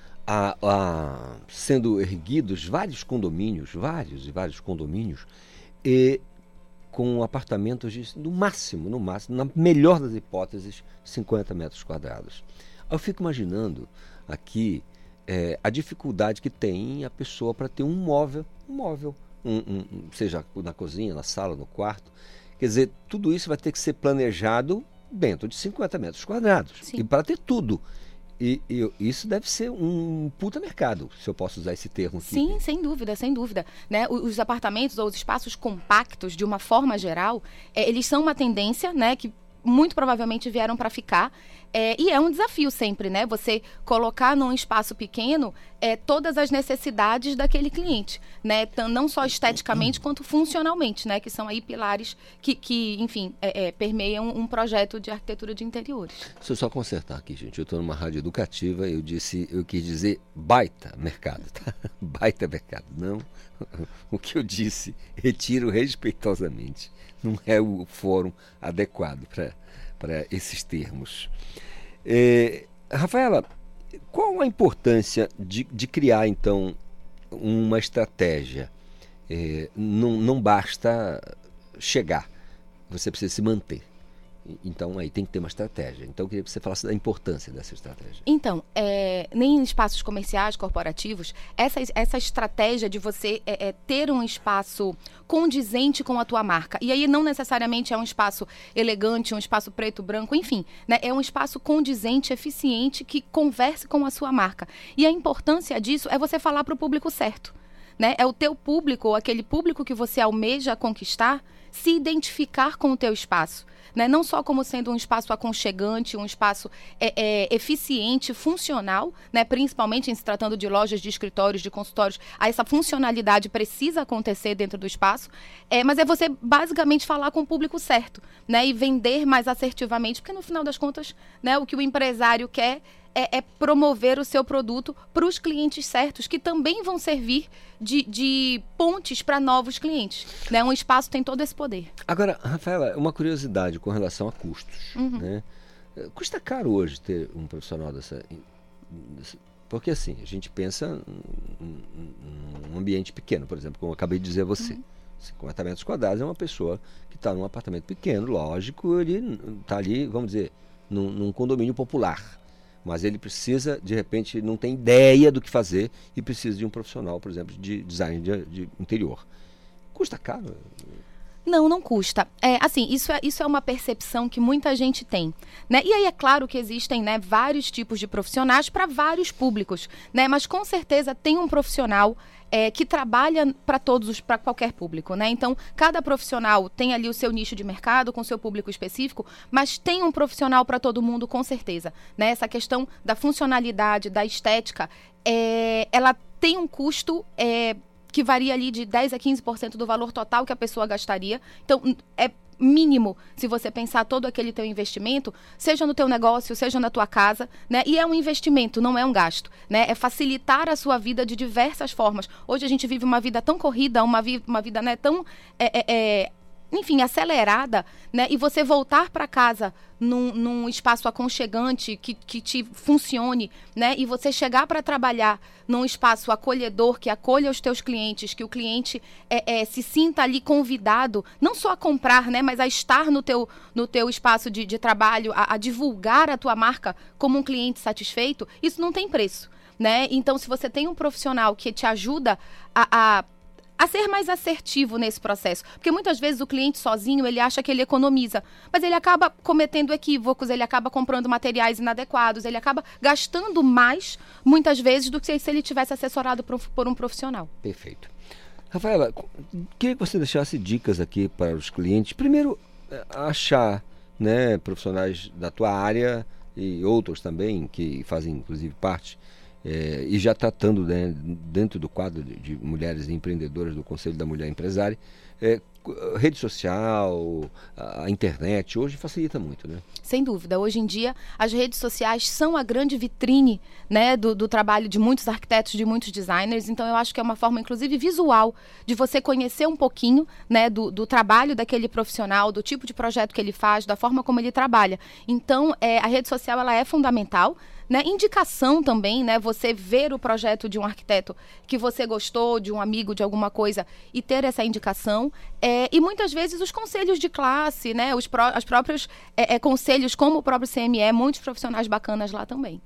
a, a, sendo erguidos vários condomínios, vários e vários condomínios, e com apartamentos de, no máximo, no máximo, na melhor das hipóteses, cinquenta metros quadrados. Eu fico imaginando aqui é, a dificuldade que tem a pessoa para ter um móvel, um móvel, um, um, seja na cozinha, na sala, no quarto. Quer dizer, tudo isso vai ter que ser planejado dentro de cinquenta metros quadrados. Sim. E para ter tudo. E, e isso deve ser um puta mercado, se eu posso usar esse termo aqui. Sim, sem dúvida, sem dúvida. Né? Os apartamentos ou os espaços compactos, de uma forma geral, é, eles são uma tendência, né, que muito provavelmente vieram para ficar. É, e é um desafio sempre, né? Você colocar num espaço pequeno é, todas as necessidades daquele cliente, né? Não só esteticamente quanto funcionalmente, né? Que são aí pilares que, que enfim, é, é, permeiam um projeto de arquitetura de interiores. Deixa eu só consertar aqui, gente. Eu estou numa rádio educativa, eu disse, eu quis dizer baita mercado, tá? Baita mercado. Não, o que eu disse, retiro respeitosamente. Não é o fórum adequado para para esses termos. É, Rafaela, qual a importância de, de criar, então, uma estratégia? É, não, não basta chegar, você precisa se manter. Então, aí tem que ter uma estratégia. Então, eu queria que você falasse da importância dessa estratégia. Então, é, nem em espaços comerciais, corporativos, essa, essa estratégia de você é, é, ter um espaço condizente com a tua marca. E aí, não necessariamente é um espaço elegante, um espaço preto, branco, enfim. Né, é um espaço condizente, eficiente, que converse com a sua marca. E a importância disso é você falar para o público certo. Né? É o teu público, ou aquele público que você almeja conquistar, se identificar com o teu espaço. Né? Não só como sendo um espaço aconchegante, um espaço é, é, eficiente, funcional, né? Principalmente em se tratando de lojas, de escritórios, de consultórios, essa funcionalidade precisa acontecer dentro do espaço, é, mas é você basicamente falar com o público certo, né? E vender mais assertivamente, porque no final das contas, né, o que o empresário quer É, é promover o seu produto para os clientes certos, que também vão servir de, de pontes para novos clientes. Né? Um espaço tem todo esse poder. Agora, Rafaela, uma curiosidade com relação a custos. Uhum. Né? Custa caro hoje ter um profissional dessa... dessa porque assim, a gente pensa num ambiente pequeno, por exemplo, como eu acabei de dizer a você. Uhum. cinquenta metros quadrados é uma pessoa que está num apartamento pequeno, lógico, ele está ali, vamos dizer, num, num condomínio popular. Mas ele precisa, de repente, não tem ideia do que fazer e precisa de um profissional, por exemplo, de design de, de interior. Custa caro? Não, não custa. É, assim, isso é, isso é uma percepção que muita gente tem. Né? E aí é claro que existem, né, vários tipos de profissionais para vários públicos. Né? Mas com certeza tem um profissional é, que trabalha para todos, para qualquer público. Né? Então, cada profissional tem ali o seu nicho de mercado, com seu público específico, mas tem um profissional para todo mundo, com certeza. Né? Essa questão da funcionalidade, da estética, é, ela tem um custo... É, que varia ali de dez a quinze por cento do valor total que a pessoa gastaria. Então, é mínimo se você pensar todo aquele teu investimento, seja no teu negócio, seja na tua casa, né? E é um investimento, não é um gasto, né? É facilitar a sua vida de diversas formas. Hoje a gente vive uma vida tão corrida, uma, vi uma vida, né, tão... É, é, é, enfim, acelerada, né? E você voltar para casa num, num espaço aconchegante que, que te funcione, né? E você chegar para trabalhar num espaço acolhedor, que acolha os teus clientes, que o cliente é, é, se sinta ali convidado, não só a comprar, né? Mas a estar no teu, no teu espaço de, de trabalho, a, a divulgar a tua marca como um cliente satisfeito, isso não tem preço, né? Então, se você tem um profissional que te ajuda a... a a ser mais assertivo nesse processo. Porque muitas vezes o cliente sozinho, ele acha que ele economiza, mas ele acaba cometendo equívocos, ele acaba comprando materiais inadequados, ele acaba gastando mais, muitas vezes, do que se ele tivesse assessorado por um profissional. Perfeito. Rafaela, queria que você deixasse dicas aqui para os clientes. Primeiro, achar, né, profissionais da tua área e outros também, que fazem, inclusive, parte... É, e já tratando, né, dentro do quadro de, de mulheres empreendedoras do Conselho da Mulher Empresária, é, rede social, a, a internet, hoje facilita muito, né? Sem dúvida. Hoje em dia, as redes sociais são a grande vitrine, né, do, do trabalho de muitos arquitetos, de muitos designers. Então, eu acho que é uma forma, inclusive, visual, de você conhecer um pouquinho, né, do, do trabalho daquele profissional, do tipo de projeto que ele faz, da forma como ele trabalha. Então, é, a rede social, ela é fundamental. Né? Indicação também, né? Você ver o projeto de um arquiteto que você gostou, de um amigo, de alguma coisa, e ter essa indicação. É, e muitas vezes os conselhos de classe, né? Os pró os próprios é, é, conselhos, como o próprio C M E, muitos profissionais bacanas lá também.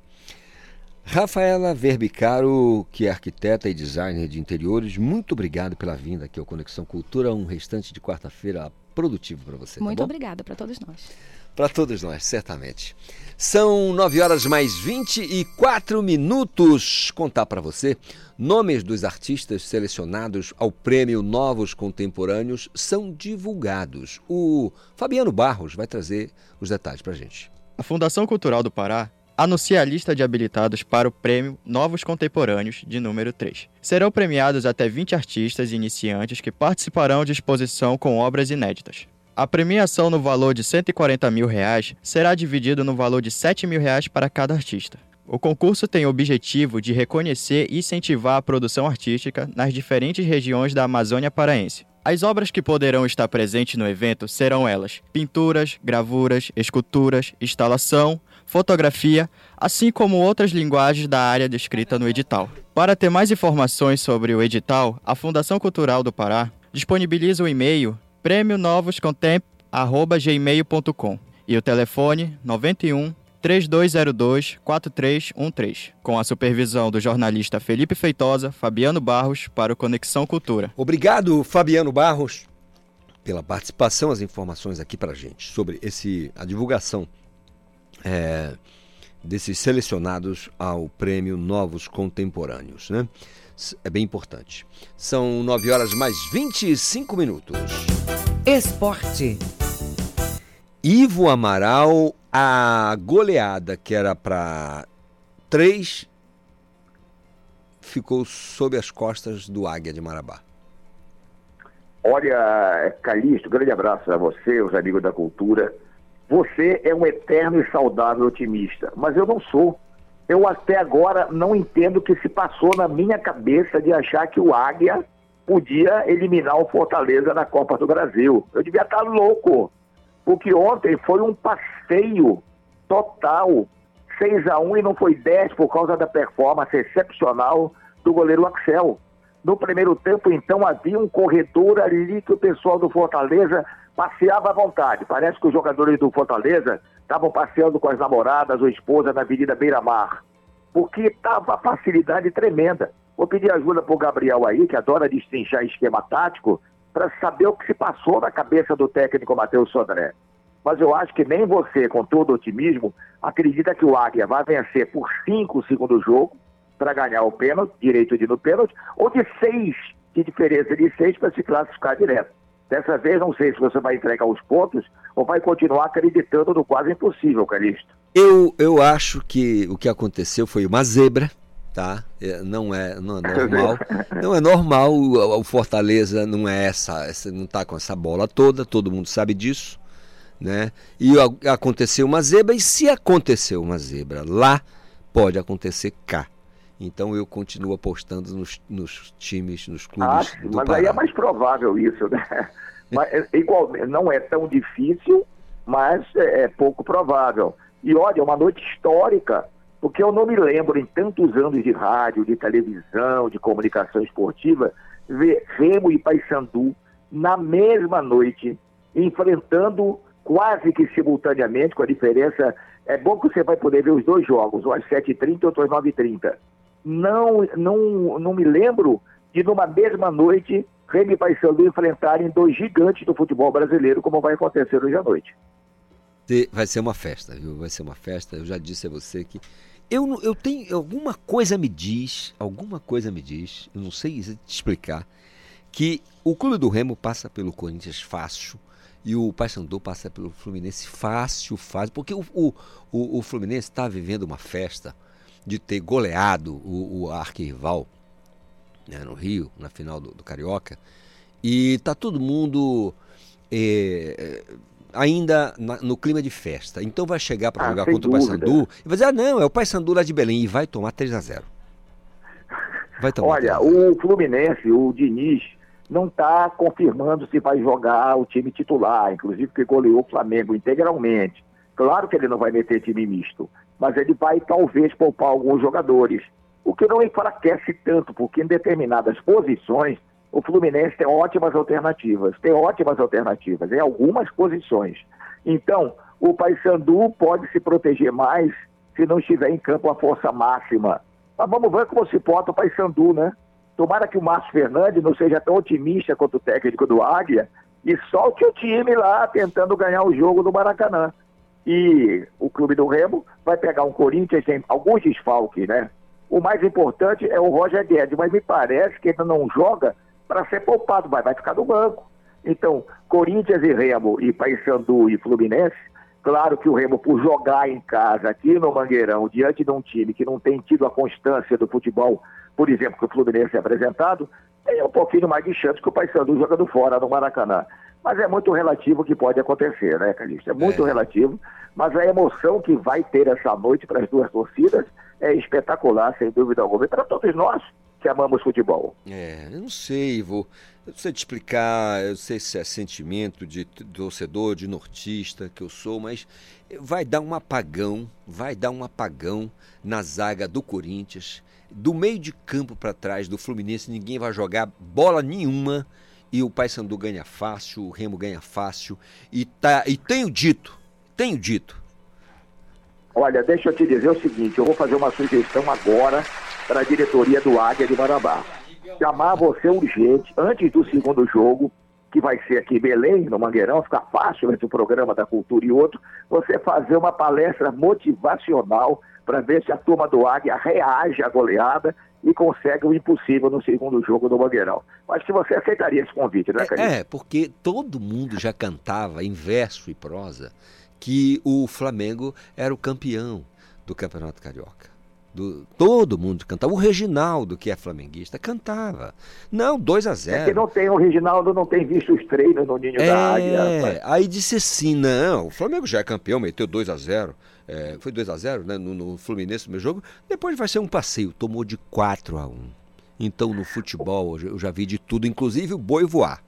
Rafaela Verbicaro, que é arquiteta e designer de interiores, muito obrigado pela vinda aqui ao Conexão Cultura, um restante de quarta-feira produtivo para você. Muito tá bom? obrigada para todos nós. Para todos nós, certamente. São nove horas mais vinte e quatro minutos. Contar para você, nomes dos artistas selecionados ao prêmio Novos Contemporâneos são divulgados. O Fabiano Barros vai trazer os detalhes para a gente. A Fundação Cultural do Pará anuncia a lista de habilitados para o prêmio Novos Contemporâneos de número três. Serão premiados até vinte artistas iniciantes que participarão de exposição com obras inéditas. A premiação no valor de cento e quarenta mil reais será dividida no valor de sete mil reais para cada artista. O concurso tem o objetivo de reconhecer e incentivar a produção artística nas diferentes regiões da Amazônia paraense. As obras que poderão estar presentes no evento serão elas: pinturas, gravuras, esculturas, instalação, fotografia, assim como outras linguagens da área descrita no edital. Para ter mais informações sobre o edital, a Fundação Cultural do Pará disponibiliza o e-mail prêmio novos contemp arroba gmail ponto com e o telefone noventa e um, três dois zero dois, quatro três um três, com a supervisão do jornalista Felipe Feitosa, Fabiano Barros, para o Conexão Cultura. Obrigado, Fabiano Barros, pela participação, as informações aqui para a gente sobre esse, a divulgação é, desses selecionados ao prêmio Novos Contemporâneos, né? É bem importante. São nove horas mais vinte e cinco minutos. Esporte. Ivo Amaral, a goleada que era para três, ficou sob as costas do Águia de Marabá. Olha, Calixto, grande abraço a você, os amigos da cultura. Você é um eterno e saudável otimista, mas eu não sou. Eu até agora não entendo o que se passou na minha cabeça de achar que o Águia podia eliminar o Fortaleza na Copa do Brasil. Eu devia estar louco, porque ontem foi um passeio total, seis a um, e não foi dez por causa da performance excepcional do goleiro Axel. No primeiro tempo, então, havia um corredor ali que o pessoal do Fortaleza passeava à vontade. Parece que os jogadores do Fortaleza estavam passeando com as namoradas ou esposas na Avenida Beira-Mar, porque estava facilidade tremenda. Vou pedir ajuda para o Gabriel aí, que adora destrinchar esquema tático, para saber o que se passou na cabeça do técnico Matheus Sodré. Mas eu acho que nem você, com todo otimismo, acredita que o Águia vai vencer por cinco o segundo jogo para ganhar o pênalti, direito de ir no pênalti, ou de seis, de diferença de seis para se classificar direto. Dessa vez, não sei se você vai entregar os pontos ou vai continuar acreditando no quase impossível, Calixto. Eu, eu acho que o que aconteceu foi uma zebra, tá? Não é, não é normal. Não é normal, o, o Fortaleza não é essa, essa, não está com essa bola toda, todo mundo sabe disso, né? E a, aconteceu uma zebra, e se aconteceu uma zebra lá, pode acontecer cá. Então eu continuo apostando nos, nos times, nos clubes ah, do mas Pará. Aí é mais provável isso, né? Mas, igual, não é tão difícil, mas é, é pouco provável. E olha, é uma noite histórica, porque eu não me lembro, em tantos anos de rádio, de televisão, de comunicação esportiva, ver Remo e Paysandu na mesma noite, enfrentando quase que simultaneamente, com a diferença. É bom que você vai poder ver os dois jogos, um às sete e trinta e outro às nove e trinta. Não, não, não me lembro de, numa mesma noite, Remo e Paysandu enfrentarem dois gigantes do futebol brasileiro, como vai acontecer hoje à noite. Vai ser uma festa, viu? Vai ser uma festa. Eu já disse a você que eu, eu tenho, alguma coisa me diz, alguma coisa me diz, eu não sei te explicar, que o clube do Remo passa pelo Corinthians fácil e o Paysandu passa pelo Fluminense fácil, fácil, porque o, o, o, o Fluminense está vivendo uma festa de ter goleado o, o arquirrival, né, no Rio, na final do, do Carioca, e tá todo mundo é, ainda na, no clima de festa. Então vai chegar para ah, jogar contra dúvida. o Paysandu e vai dizer, ah não, é o Paysandu lá de Belém, e vai tomar três a zero. Vai tomar Olha, o Fluminense, o Diniz, não está confirmando se vai jogar o time titular, inclusive porque goleou o Flamengo integralmente. Claro que ele não vai meter time misto, mas ele vai talvez poupar alguns jogadores, o que não enfraquece tanto, porque em determinadas posições o Fluminense tem ótimas alternativas, tem ótimas alternativas em algumas posições. Então, o Paysandu pode se proteger mais se não estiver em campo a força máxima. Mas vamos ver como se porta o Paysandu, né? Tomara que o Márcio Fernandes não seja tão otimista quanto o técnico do Águia e solte o time lá tentando ganhar o jogo do Maracanã. E o Clube do Remo vai pegar um Corinthians, tem alguns desfalques, né? O mais importante é o Roger Guedes, mas me parece que ele não joga para ser poupado, vai, vai ficar no banco. Então, Corinthians e Remo, e Paysandu e Fluminense, claro que o Remo, por jogar em casa, aqui no Mangueirão, diante de um time que não tem tido a constância do futebol, por exemplo, que o Fluminense é apresentado, tem um pouquinho mais de chance que o Paysandu jogando fora no Maracanã. Mas é muito relativo o que pode acontecer, né, Calixto? É muito é. relativo, mas a emoção que vai ter essa noite para as duas torcidas é espetacular, sem dúvida alguma, e para todos nós que amamos futebol. É, eu não sei, Ivo, eu não sei te explicar, eu sei se é sentimento de torcedor, de nortista que eu sou, mas vai dar um apagão, vai dar um apagão na zaga do Corinthians, do meio de campo para trás do Fluminense, ninguém vai jogar bola nenhuma, e o Paysandu ganha fácil, o Remo ganha fácil, e, tá, e tenho dito, tenho dito. Olha, deixa eu te dizer o seguinte, eu vou fazer uma sugestão agora para a diretoria do Águia de Marabá. Chamar você urgente, antes do segundo jogo, que vai ser aqui em Belém, no Mangueirão, fica fácil entre o programa da Cultura e outro, você fazer uma palestra motivacional para ver se a turma do Águia reage à goleada e consegue o impossível no segundo jogo do Mangueirão. Acho que você aceitaria esse convite, né, Carlinhos? É, porque todo mundo já cantava em verso e prosa que o Flamengo era o campeão do Campeonato Carioca. Do, todo mundo cantava. O Reginaldo, que é flamenguista, cantava. Não, dois a zero. É que não tem o Reginaldo, não tem visto os treinos no Ninho é, da Águia. Aí disse assim, não, o Flamengo já é campeão, meteu dois a zero. É, foi dois a zero, né, no, no Fluminense, no meu jogo. Depois vai ser um passeio, tomou de quatro a um. Então, no futebol, eu já vi de tudo, inclusive o boi voar.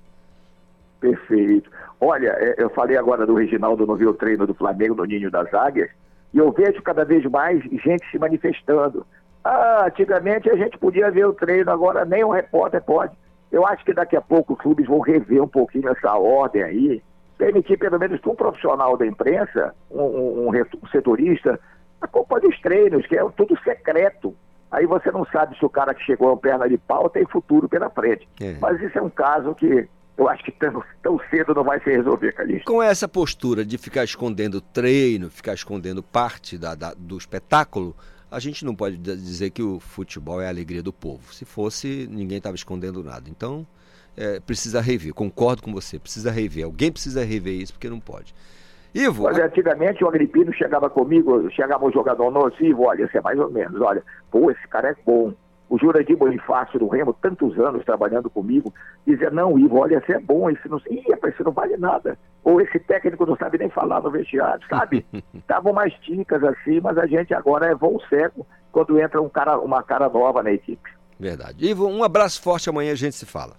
Perfeito. Olha, eu falei agora do Reginaldo, não vi o treino do Flamengo no Ninho das Águias, e eu vejo cada vez mais gente se manifestando. Ah, antigamente a gente podia ver o treino, agora nem o repórter pode. Eu acho que daqui a pouco os clubes vão rever um pouquinho essa ordem aí, permitir pelo menos que um profissional da imprensa, um, um, um setorista, acompanhe os treinos, que é tudo secreto. Aí você não sabe se o cara que chegou a perna de pau tem futuro pela frente. É. Mas isso é um caso que eu acho que tão, tão cedo não vai se resolver, Calixto. Com essa postura de ficar escondendo treino, ficar escondendo parte da, da, do espetáculo, a gente não pode dizer que o futebol é a alegria do povo. Se fosse, ninguém estava escondendo nada. Então, é, precisa rever. Concordo com você, precisa rever. Alguém precisa rever isso, porque não pode. Ivo... Olha, antigamente o Agripino chegava comigo, chegava um jogador novo, Ivo, olha, isso é mais ou menos, olha, pô, esse cara é bom. O Jurandir Bonifácio do Remo, tantos anos trabalhando comigo, dizia, não, Ivo, olha, esse é bom, esse não... Ih, rapaz, isso não vale nada. Ou esse técnico não sabe nem falar no vestiário, sabe? Davam umas dicas assim, mas a gente agora é voo cego quando entra um cara, uma cara nova na equipe. Verdade. Ivo, um abraço forte, amanhã a gente se fala.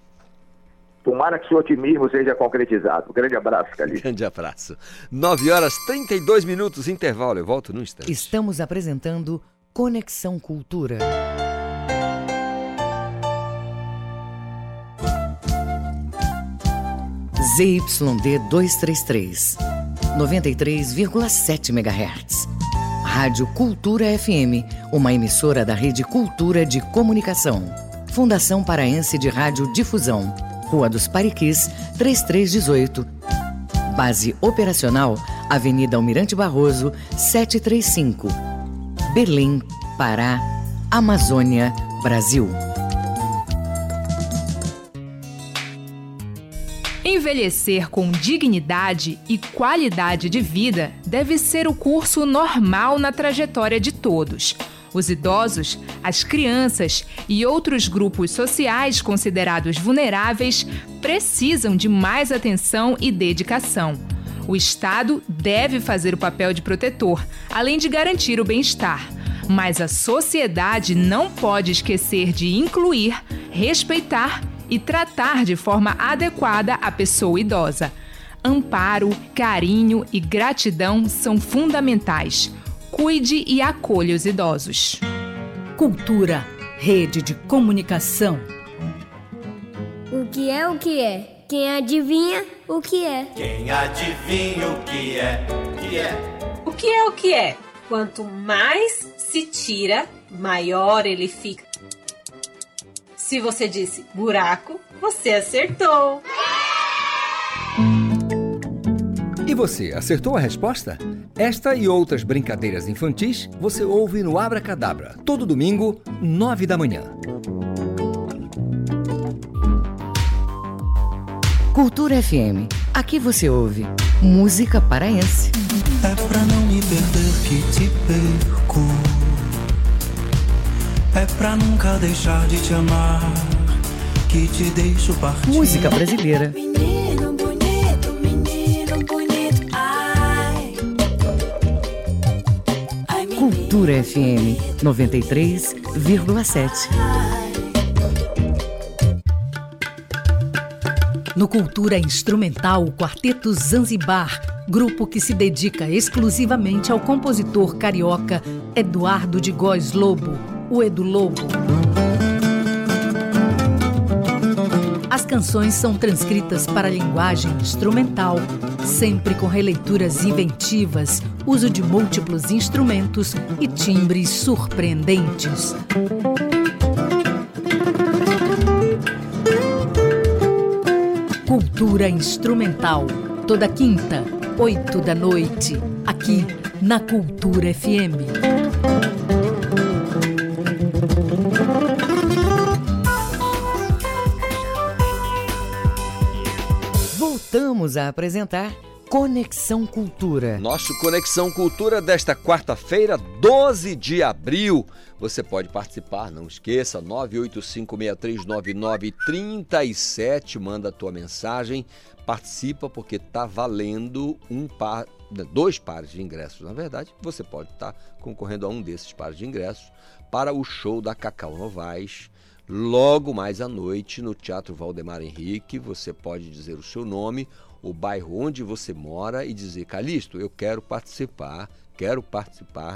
Tomara que seu otimismo seja concretizado. Um grande abraço, Calixto. Grande abraço. nove horas e trinta e dois minutos, intervalo. Eu volto no instante. Estamos apresentando Conexão Cultura. Z Y D duzentos e trinta e três, noventa e três vírgula sete megahertz. Rádio Cultura F M, uma emissora da Rede Cultura de Comunicação. Fundação Paraense de Rádio Difusão. Rua dos Pariquis, trinta e três dezoito. Base operacional, Avenida Almirante Barroso, setecentos e trinta e cinco. Belém, Pará, Amazônia, Brasil. Envelhecer com dignidade e qualidade de vida deve ser o curso normal na trajetória de todos. Os idosos, as crianças e outros grupos sociais considerados vulneráveis precisam de mais atenção e dedicação. O Estado deve fazer o papel de protetor, além de garantir o bem-estar. Mas a sociedade não pode esquecer de incluir, respeitar e tratar de forma adequada a pessoa idosa. Amparo, carinho e gratidão são fundamentais. Cuide e acolha os idosos. Cultura, rede de comunicação. O que é o que é? Quem adivinha o que é? Quem adivinha o que é? Que é? O que é o que é? Quanto mais se tira, maior ele fica. Se você disse buraco, você acertou. E você, acertou a resposta? Esta e outras brincadeiras infantis você ouve no Abracadabra, todo domingo, nove da manhã. Cultura F M. Aqui você ouve música paraense. É pra não me perder que te perco. É pra nunca deixar de te amar que te deixo partir. Música brasileira. Menino bonito, menino bonito, ai. Ai, menino. Cultura F M noventa e três vírgula sete. No Cultura Instrumental, o Quarteto Zanzibar, grupo que se dedica exclusivamente ao compositor carioca Eduardo de Góes Lobo, o Edu Lobo. As canções são transcritas para a linguagem instrumental, sempre com releituras inventivas, uso de múltiplos instrumentos e timbres surpreendentes. Cultura Instrumental, toda quinta, oito da noite, aqui na Cultura F M. Voltamos a apresentar Conexão Cultura. Nosso Conexão Cultura desta quarta-feira, doze de abril. Você pode participar, não esqueça, nove oito cinco seis três nove nove três sete, manda a tua mensagem, participa porque tá valendo um par, dois pares de ingressos. Na verdade, você pode estar concorrendo a um desses pares de ingressos para o show da Cacau Novaes, logo mais à noite no Teatro Valdemar Henrique. Você pode dizer o seu nome, o bairro onde você mora e dizer: Calixto, eu quero participar, quero participar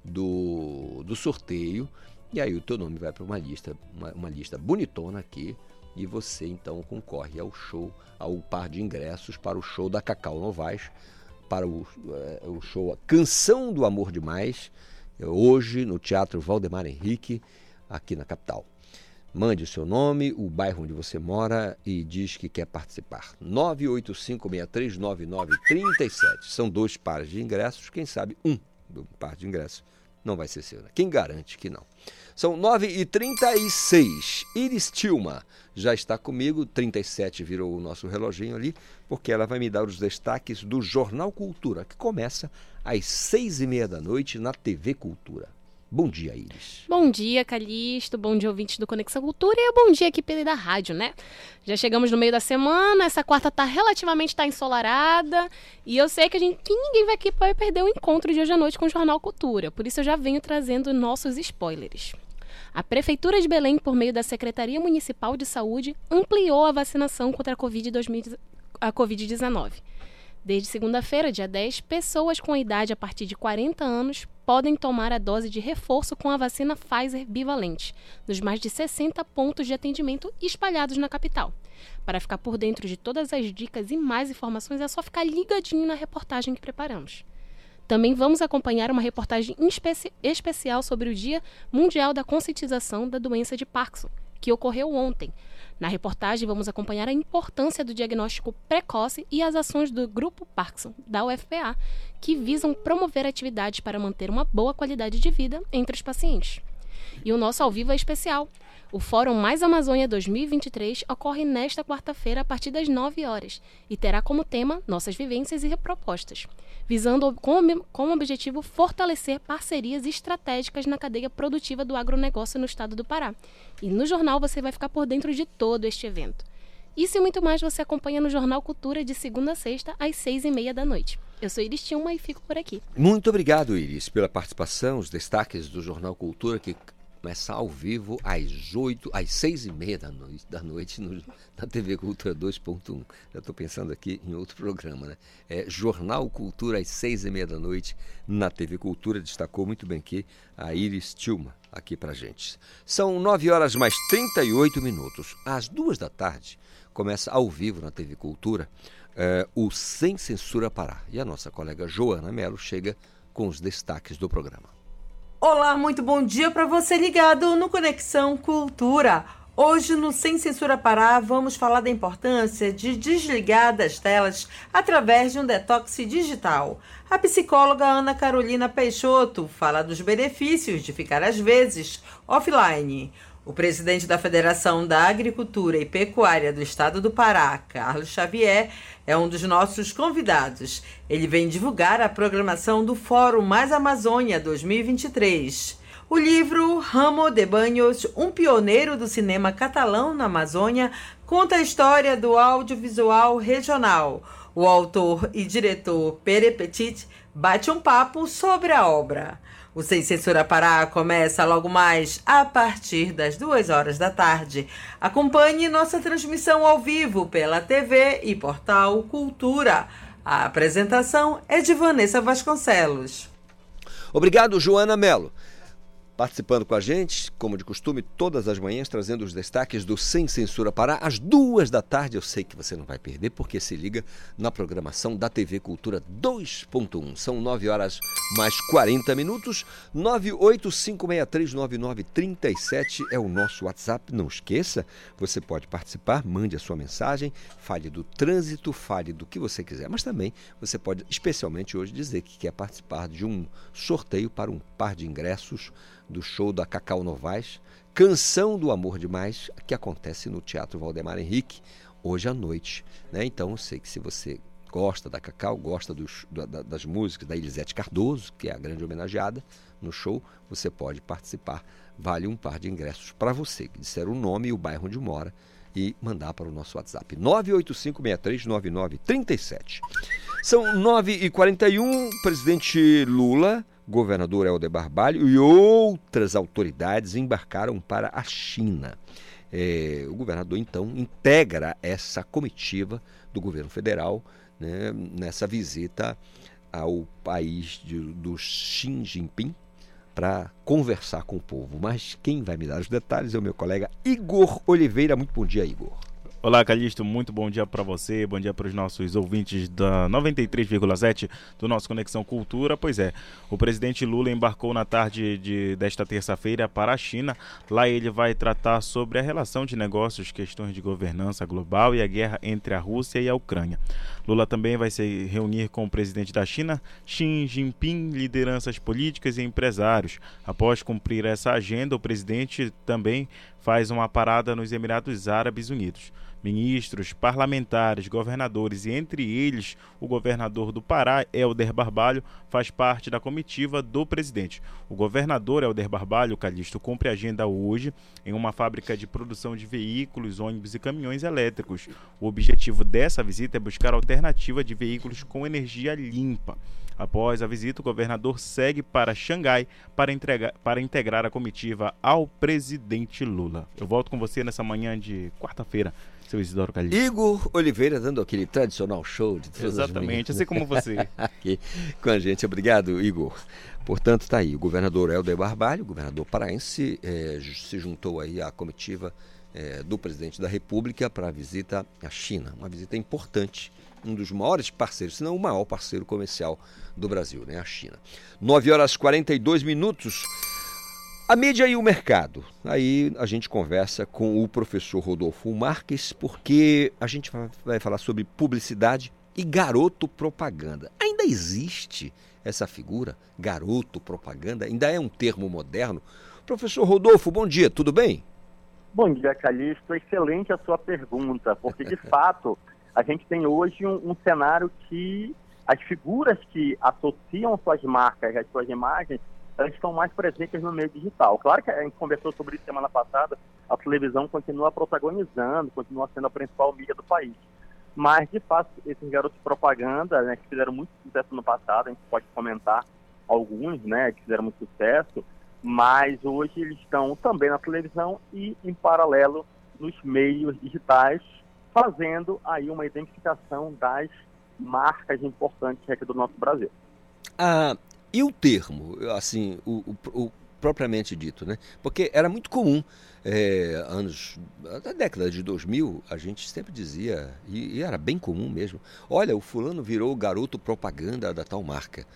do, do sorteio. E aí o teu nome vai para uma lista, uma, uma lista bonitona aqui, e você então concorre ao show, ao par de ingressos para o show da Cacau Novaes, para o, é, o show Canção do Amor Demais, hoje no Teatro Valdemar Henrique, aqui na capital. Mande o seu nome, o bairro onde você mora e diz que quer participar. nove oito cinco seis três nove nove três sete. São dois pares de ingressos, quem sabe um do par de ingressos não vai ser seu, né? Quem garante que não? São nove e trinta e seis. Iris Tilma já está comigo, trinta e sete virou o nosso reloginho ali, porque ela vai me dar os destaques do Jornal Cultura, que começa às seis e meia da noite na T V Cultura. Bom dia, Iris. Bom dia, Calixto. Bom dia, ouvintes do Conexão Cultura. E bom dia, equipe da rádio, né? Já chegamos no meio da semana. Essa quarta tá relativamente tá ensolarada. E eu sei que, a gente, que ninguém vai aqui vai perder o encontro de hoje à noite com o Jornal Cultura. Por isso eu já venho trazendo nossos spoilers. A Prefeitura de Belém, por meio da Secretaria Municipal de Saúde, ampliou a vacinação contra a covid dezenove. Desde segunda-feira, dia dez, pessoas com idade a partir de quarenta anos podem tomar a dose de reforço com a vacina Pfizer bivalente, nos mais de sessenta pontos de atendimento espalhados na capital. Para ficar por dentro de todas as dicas e mais informações, é só ficar ligadinho na reportagem que preparamos. Também vamos acompanhar uma reportagem especi- especial sobre o Dia Mundial da Conscientização da Doença de Parkinson, que ocorreu ontem. Na reportagem, vamos acompanhar a importância do diagnóstico precoce e as ações do Grupo Parkinson, da U F P A, que visam promover atividades para manter uma boa qualidade de vida entre os pacientes. E o nosso ao vivo é especial. O Fórum Mais Amazônia dois mil e vinte e três ocorre nesta quarta-feira a partir das nove horas e terá como tema nossas vivências e propostas, visando como, como objetivo fortalecer parcerias estratégicas na cadeia produtiva do agronegócio no estado do Pará. E no jornal você vai ficar por dentro de todo este evento. Isso e muito mais você acompanha no Jornal Cultura de segunda a sexta, às seis e meia da noite. Eu sou Iris Tilma e fico por aqui. Muito obrigado, Iris, pela participação, os destaques do Jornal Cultura, que começa ao vivo às oito, às seis e meia da noite, da noite no, na T V Cultura dois ponto um. Já estou pensando aqui em outro programa, né? É Jornal Cultura às seis e meia da noite na T V Cultura. Destacou muito bem aqui a Iris Tilma aqui pra gente. São nove horas mais trinta e oito minutos. Às duas da tarde começa ao vivo na T V Cultura é, o Sem Censura Pará. E a nossa colega Joana Mello chega com os destaques do programa. Olá, muito bom dia para você ligado no Conexão Cultura. Hoje, no Sem Censura Pará, vamos falar da importância de desligar das telas através de um detox digital. A psicóloga Ana Carolina Peixoto fala dos benefícios de ficar, às vezes, offline. O presidente da Federação da Agricultura e Pecuária do Estado do Pará, Carlos Xavier, é um dos nossos convidados. Ele vem divulgar a programação do Fórum Mais Amazônia dois mil e vinte e três. O livro Ramo de Banhos, um pioneiro do cinema catalão na Amazônia, conta a história do audiovisual regional. O autor e diretor Pere Petit bate um papo sobre a obra. O Sem Censura Pará começa logo mais a partir das duas horas da tarde. Acompanhe nossa transmissão ao vivo pela T V e portal Cultura. A apresentação é de Vanessa Vasconcelos. Obrigado, Joana Mello. Participando com a gente, como de costume, todas as manhãs, trazendo os destaques do Sem Censura Pará, às duas da tarde. Eu sei que você não vai perder, porque se liga na programação da T V Cultura dois ponto um. São nove horas mais quarenta minutos. nove oito cinco seis três nove nove três sete é o nosso WhatsApp. Não esqueça, você pode participar, mande a sua mensagem, fale do trânsito, fale do que você quiser. Mas também você pode, especialmente hoje, dizer que quer participar de um sorteio para um par de ingressos do show da Cacau Novaes, Canção do Amor Demais, que acontece no Teatro Valdemar Henrique, hoje à noite. Né? Então, eu sei que se você gosta da Cacau, gosta dos, da, das músicas da Elisete Cardoso, que é a grande homenageada no show, você pode participar. Vale um par de ingressos para você, que disser o nome e o bairro onde mora, e mandar para o nosso WhatsApp, nove oito cinco seis três nove nove três sete. São nove e quarenta e um, presidente Lula, governador Helder Barbalho e outras autoridades embarcaram para a China. É, o governador, então, integra essa comitiva do governo federal, né, nessa visita ao país de, do Xi Jinping para conversar com o povo. Mas quem vai me dar os detalhes é o meu colega Igor Oliveira. Muito bom dia, Igor. Olá, Calixto, muito bom dia para você, bom dia para os nossos ouvintes da noventa e três vírgula sete do nosso Conexão Cultura. Pois é, o presidente Lula embarcou na tarde de, desta terça-feira para a China. Lá ele vai tratar sobre a relação de negócios, questões de governança global e a guerra entre a Rússia e a Ucrânia. Lula também vai se reunir com o presidente da China, Xi Jinping, lideranças políticas e empresários. Após cumprir essa agenda, o presidente também faz uma parada nos Emirados Árabes Unidos. Ministros, parlamentares, governadores e, entre eles, o governador do Pará, Helder Barbalho, faz parte da comitiva do presidente. O governador Helder Barbalho, Calixto, cumpre a agenda hoje em uma fábrica de produção de veículos, ônibus e caminhões elétricos. O objetivo dessa visita é buscar alternativa de veículos com energia limpa. Após a visita, o governador segue para Xangai para, entregar, para integrar a comitiva ao presidente Lula. Eu volto com você nessa manhã de quarta-feira, seu Isidoro Calixto. Igor Oliveira dando aquele tradicional show de todas Exatamente, as assim como você. Aqui com a gente. Obrigado, Igor. Portanto, está aí. O governador Helder Barbalho, o governador paraense, eh, se juntou aí à comitiva eh, do presidente da República para a visita à China. Uma visita importante, um dos maiores parceiros, se não o maior parceiro comercial do Brasil, né? A China. nove horas e quarenta e dois minutos. A mídia e o mercado. Aí a gente conversa com o professor Rodolfo Marques, porque a gente vai falar sobre publicidade e garoto propaganda. Ainda existe essa figura, garoto propaganda? Ainda é um termo moderno? Professor Rodolfo, bom dia, tudo bem? Bom dia, Calixto. Excelente a sua pergunta, porque de fato a gente tem hoje um, um cenário que as figuras que associam suas marcas, as suas imagens, elas estão mais presentes no meio digital. Claro que a gente conversou sobre isso semana passada, a televisão continua protagonizando, continua sendo a principal mídia do país. Mas, de fato, esses garotos de propaganda, né, que fizeram muito sucesso no passado, a gente pode comentar alguns, né, que fizeram muito sucesso, mas hoje eles estão também na televisão e, em paralelo, nos meios digitais, fazendo aí uma identificação das marcas importantes aqui do nosso Brasil. Ah, e o termo, assim, o, o, o propriamente dito, né? Porque era muito comum, é, anos, da década de dois mil, a gente sempre dizia, e, e era bem comum mesmo, olha, o fulano virou garoto propaganda da tal marca.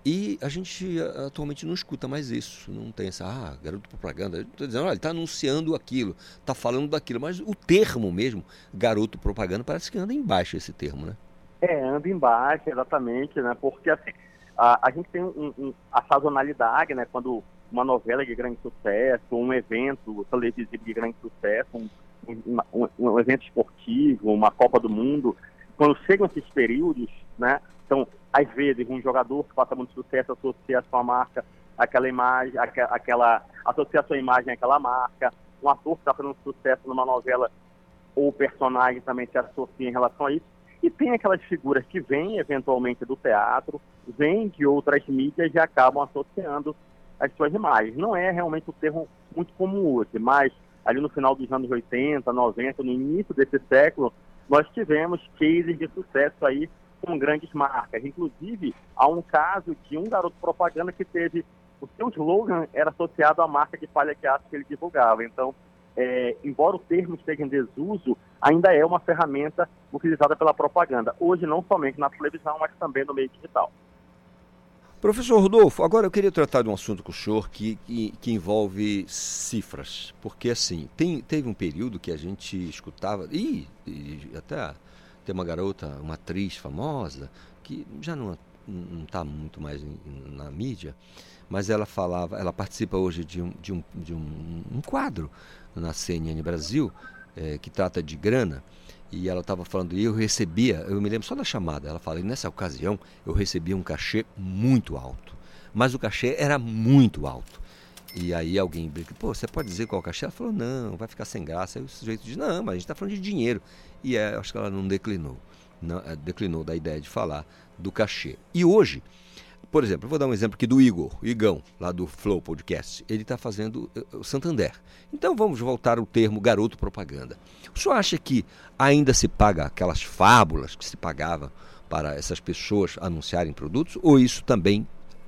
E a gente atualmente não escuta mais isso, não tem essa, ah, garoto propaganda. Estou dizendo, olha, ele está anunciando aquilo, está falando daquilo, mas o termo mesmo, garoto propaganda, parece que anda embaixo esse termo, né? É, anda embaixo, exatamente, né? Porque assim, a, a gente tem um, um, a sazonalidade, né? Quando uma novela de grande sucesso, um evento televisivo de grande sucesso, um, um, um, um evento esportivo, uma Copa do Mundo, quando chegam esses períodos, né? Então, às vezes, um jogador que faça muito sucesso associa a sua marca àquela imagem, àquela, àquela, associa a sua imagem àquela marca. Um ator que está fazendo sucesso numa novela ou personagem também se associa em relação a isso. E tem aquelas figuras que vêm, eventualmente, do teatro, vêm de outras mídias e acabam associando as suas imagens. Não é realmente um termo muito comum hoje, mas ali no final dos anos oitenta, noventa, no início desse século, nós tivemos cases de sucesso aí com grandes marcas. Inclusive, há um caso de um garoto propaganda que teve, o seu slogan era associado à marca de palha que aço que ele divulgava. Então, é, embora o termo esteja em desuso, ainda é uma ferramenta utilizada pela propaganda. Hoje, não somente na televisão, mas também no meio digital. Professor Rodolfo, agora eu queria tratar de um assunto com o senhor que, que, que envolve cifras. Porque, assim, tem, teve um período que a gente escutava, e, e até... Tem uma garota, uma atriz famosa, que já não está muito mais em, na mídia, mas ela falava, ela participa hoje de um, de um, de um, um quadro na C N N Brasil, é, que trata de grana, e ela estava falando, e eu recebia, eu me lembro só da chamada, ela fala, e nessa ocasião eu recebia um cachê muito alto, mas o cachê era muito alto. E aí alguém brinca, pô, você pode dizer qual é o cachê? Ela falou, não, vai ficar sem graça. Aí o sujeito diz, não, mas a gente está falando de dinheiro. E é, acho que ela não declinou, não, declinou da ideia de falar do cachê. E hoje, por exemplo, eu vou dar um exemplo aqui do Igor, o Igão, lá do Flow Podcast. Ele está fazendo o Santander. Então vamos voltar ao termo garoto propaganda. O senhor acha que ainda se paga aquelas fábulas que se pagava para essas pessoas anunciarem produtos? Ou isso também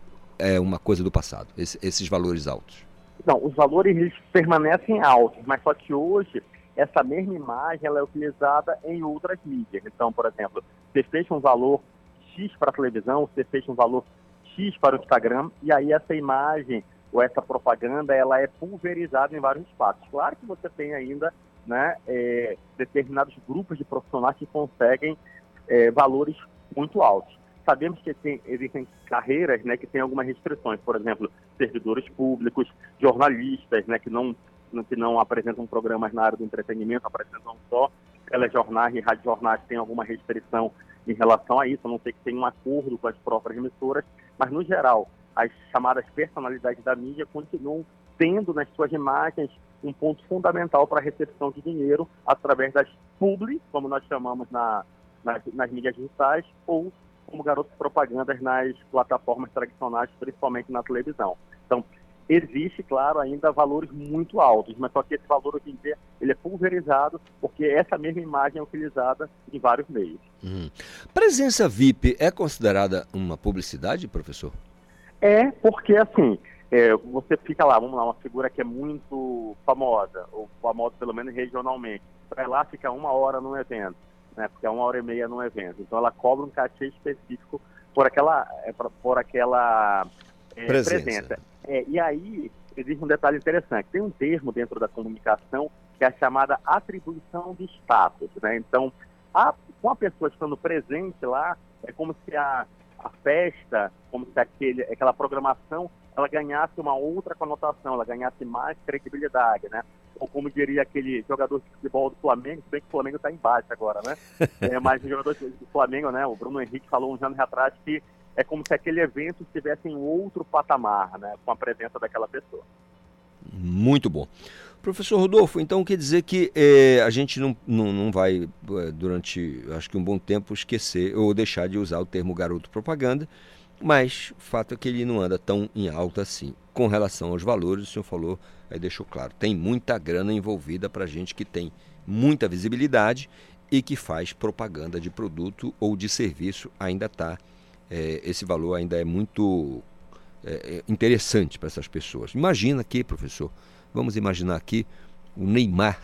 é uma coisa do passado, esse, esses valores altos? Não, os valores eles permanecem altos, mas só que hoje essa mesma imagem ela é utilizada em outras mídias. Então, por exemplo, você fecha um valor X para a televisão, você fecha um valor X para o Instagram, e aí essa imagem ou essa propaganda ela é pulverizada em vários espaços. Claro que você tem ainda, né, é, determinados grupos de profissionais que conseguem é, valores muito altos. Sabemos que tem, existem carreiras, né, que têm algumas restrições, por exemplo, servidores públicos, jornalistas, né, que não, que não apresentam programas na área do entretenimento, apresentam só telejornais e radiojornais, tem alguma restrição em relação a isso, a não ser que tenha um acordo com as próprias emissoras, mas no geral, as chamadas personalidades da mídia continuam tendo nas suas imagens um ponto fundamental para a recepção de dinheiro através das publi, como nós chamamos na, nas, nas mídias digitais, ou como garotos propagandas nas plataformas tradicionais, principalmente na televisão. Então, existe, claro, ainda valores muito altos, mas só que esse valor hoje em dia ele é pulverizado porque essa mesma imagem é utilizada em vários meios. Hum. Presença V I P é considerada uma publicidade, professor? É, porque assim, é, você fica lá, vamos lá, uma figura que é muito famosa, ou famosa pelo menos regionalmente, vai lá, fica uma hora num evento, né, porque é uma hora e meia num evento. Então ela cobra um cachê específico por aquela, é, por aquela é, presença. presença. É, e aí existe um detalhe interessante. Tem um termo dentro da comunicação que é a chamada atribuição de status, né? Então, a, com a pessoa estando presente lá, é como se a, a festa, como se aquele, aquela programação, ela ganhasse uma outra conotação, ela ganhasse mais credibilidade, né? Ou como diria aquele jogador de futebol do Flamengo, se bem que o Flamengo está embaixo agora, né? É, mas o jogador do Flamengo, né, o Bruno Henrique falou uns anos atrás que é como se aquele evento estivesse em outro patamar, né, com a presença daquela pessoa. Muito bom. Professor Rodolfo, então quer dizer que eh, a gente não, não, não vai, durante, acho que um bom tempo, esquecer ou deixar de usar o termo garoto propaganda, mas o fato é que ele não anda tão em alta assim. Com relação aos valores, o senhor falou, aí deixou claro, tem muita grana envolvida para gente que tem muita visibilidade e que faz propaganda de produto ou de serviço, ainda está, é, esse valor ainda é muito é, interessante para essas pessoas. Imagina aqui, professor, vamos imaginar aqui o Neymar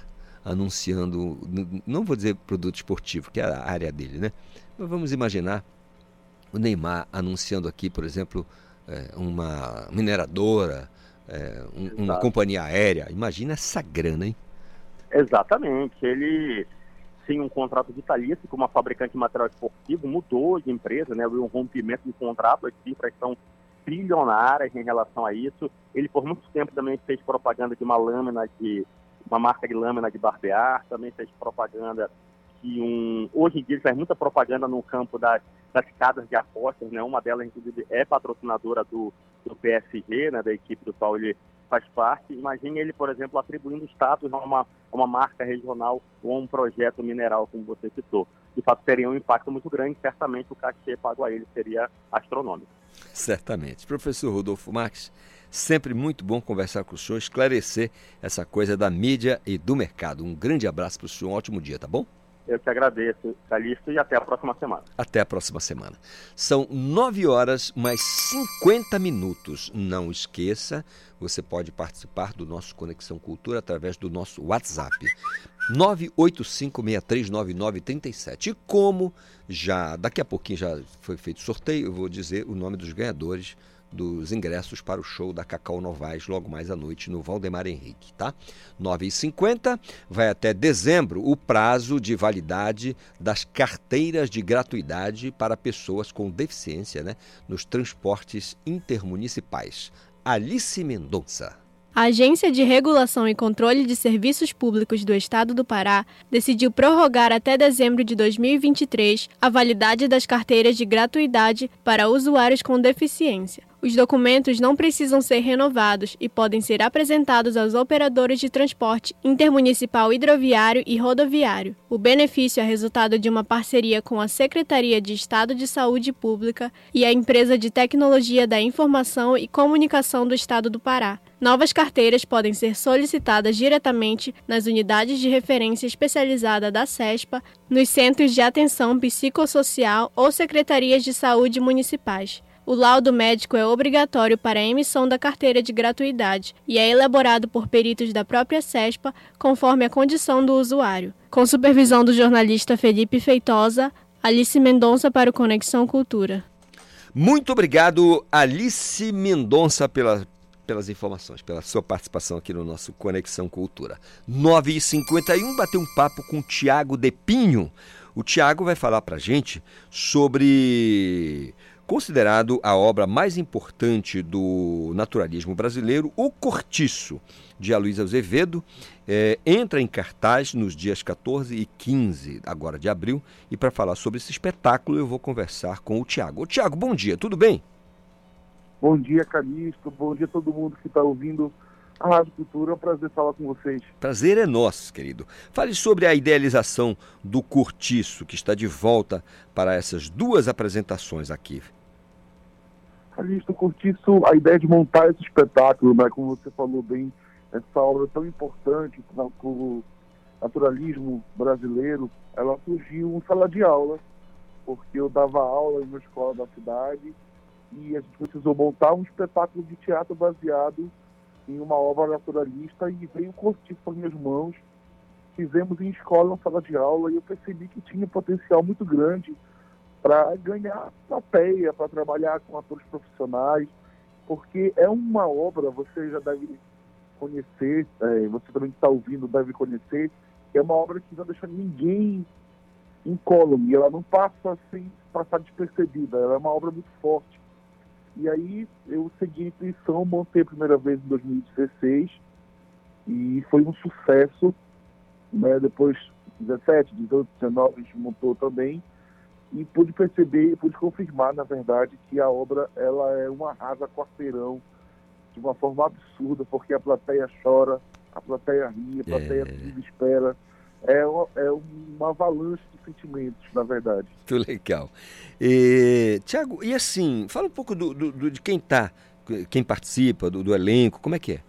anunciando, não vou dizer produto esportivo, que é a área dele, né? Mas vamos imaginar o Neymar anunciando aqui, por exemplo, é, uma mineradora, é, um, uma companhia aérea. Imagina essa grana, hein? Exatamente. Ele tinha um contrato vitalício com uma fabricante de material esportivo, mudou de empresa, né? Houve um rompimento de contrato, as cifras são trilionárias em relação a isso. Ele, por muito tempo, também fez propaganda de uma lâmina, de uma marca de lâmina de barbear, também fez propaganda de um... Hoje em dia, ele faz muita propaganda no campo das, das casas de apostas, né? Uma delas, inclusive, é patrocinadora do, do P S G, né? Da equipe do qual ele faz parte. Imagine ele, por exemplo, atribuindo status a uma, uma marca regional ou a um projeto mineral, como você citou. De fato, teria um impacto muito grande. Certamente, o cachê pago a ele seria astronômico. Certamente. Professor Rodolfo Marques, sempre muito bom conversar com o senhor, esclarecer essa coisa da mídia e do mercado. Um grande abraço para o senhor, um ótimo dia, tá bom? Eu que agradeço, Calixto, e até a próxima semana. Até a próxima semana. São nove horas mais cinquenta minutos. Não esqueça, você pode participar do nosso Conexão Cultura através do nosso WhatsApp. nove oito cinco, seis três nove nove, três sete. E como já daqui a pouquinho já foi feito sorteio, eu vou dizer o nome dos ganhadores dos ingressos para o show da Cacau Novaes logo mais à noite no Valdemar Henrique, tá? nove e cinquenta, vai até dezembro o prazo de validade das carteiras de gratuidade para pessoas com deficiência, né, nos transportes intermunicipais. Alice Mendonça. A Agência de Regulação e Controle de Serviços Públicos do Estado do Pará decidiu prorrogar até dezembro de dois mil e vinte e três a validade das carteiras de gratuidade para usuários com deficiência. Os documentos não precisam ser renovados e podem ser apresentados aos operadores de transporte intermunicipal hidroviário e rodoviário. O benefício é resultado de uma parceria com a Secretaria de Estado de Saúde Pública e a Empresa de Tecnologia da Informação e Comunicação do Estado do Pará. Novas carteiras podem ser solicitadas diretamente nas unidades de referência especializada da CESPA, nos Centros de Atenção Psicossocial ou Secretarias de Saúde municipais. O laudo médico é obrigatório para a emissão da carteira de gratuidade e é elaborado por peritos da própria CESPA, conforme a condição do usuário. Com supervisão do jornalista Felipe Feitosa, Alice Mendonça para o Conexão Cultura. Muito obrigado, Alice Mendonça, pela, pelas informações, pela sua participação aqui no nosso Conexão Cultura. nove e cinquenta e um, bateu um papo com o Tiago Depinho. O Tiago vai falar para a gente sobre... Considerado a obra mais importante do naturalismo brasileiro, O Cortiço, de Aloysio Azevedo, é, entra em cartaz nos dias quatorze e quinze, agora de abril, e para falar sobre esse espetáculo eu vou conversar com o Tiago. Ô Tiago, bom dia, tudo bem? Bom dia, Calixto, bom dia a todo mundo que está ouvindo a Rádio Cultura, é um prazer falar com vocês. Prazer é nosso, querido. Fale sobre a idealização do Cortiço, que está de volta para essas duas apresentações aqui. Calixto, Cortiço, a ideia de montar esse espetáculo, né, como você falou bem, essa obra tão importante para o naturalismo brasileiro, ela surgiu em sala de aula, porque eu dava aula em uma escola da cidade e a gente precisou montar um espetáculo de teatro baseado em uma obra naturalista e veio o Cortiço para minhas mãos. Fizemos em escola, na sala de aula, e eu percebi que tinha um potencial muito grande para ganhar plateia, para trabalhar com atores profissionais, porque é uma obra, você já deve conhecer, é, você também que está ouvindo deve conhecer, é uma obra que não deixa ninguém incólume, ela não passa sem passar despercebida, ela é uma obra muito forte. E aí eu segui a intuição, montei a primeira vez em dois mil e dezesseis e foi um sucesso, né? Depois dezessete, dezoito, dezenove a gente montou também e pude perceber, pude confirmar, na verdade, que a obra ela é um arrasa quarteirão de uma forma absurda, porque a plateia chora, a plateia ri, a plateia é. desespera. É uma, é uma avalanche de sentimentos, na verdade. Muito legal. E, Tiago, e assim, fala um pouco do, do, do, de quem tá, quem participa, do, do elenco, como é que é?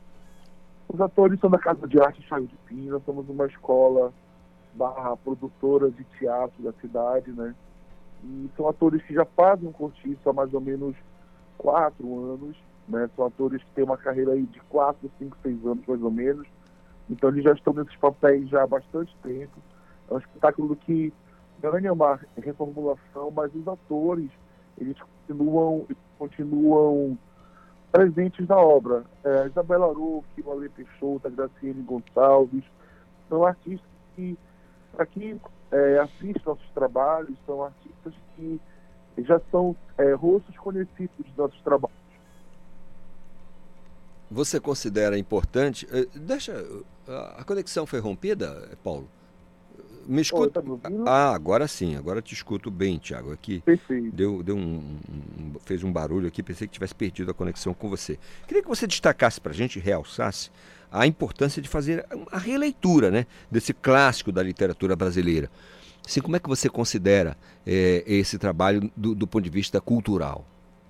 Os atores são da Casa de Arte Chago de Pina, nós somos uma escola barra produtora de teatro da cidade, né? E são atores que já fazem um Cortiço há mais ou menos quatro anos, né? São atores que têm uma carreira aí de quatro, cinco, seis anos, mais ou menos. Então eles já estão nesses papéis já há bastante tempo. É um espetáculo que ganha uma reformulação, mas os atores eles continuam, eles continuam presentes na obra. É, a Isabela Arouque, o Ale Peixoto, a Graciane Gonçalves, são artistas que, para quem é, assiste nossos trabalhos, são artistas que já são é, rostos conhecidos dos nossos trabalhos. Você considera importante... Deixa... A conexão foi rompida, Paulo? Me escuta? Oi, tá me ah, agora sim. Agora te escuto bem, Tiago. Aqui Perfeito. Deu, deu um, um, fez um barulho aqui. Pensei que tivesse perdido a conexão com você. Queria que você destacasse para a gente, realçasse a importância de fazer a releitura, né, desse clássico da literatura brasileira. Assim, como é que você considera é, esse trabalho do, do ponto de vista cultural?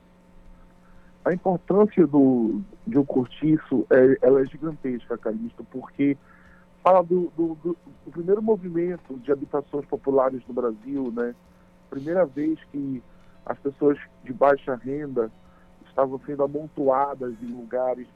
A importância do, de um cortiço é, ela é gigantesca, Calixto, porque fala do, do, do, do primeiro movimento de habitações populares no Brasil, né? Primeira vez que as pessoas de baixa renda estavam sendo amontoadas em lugares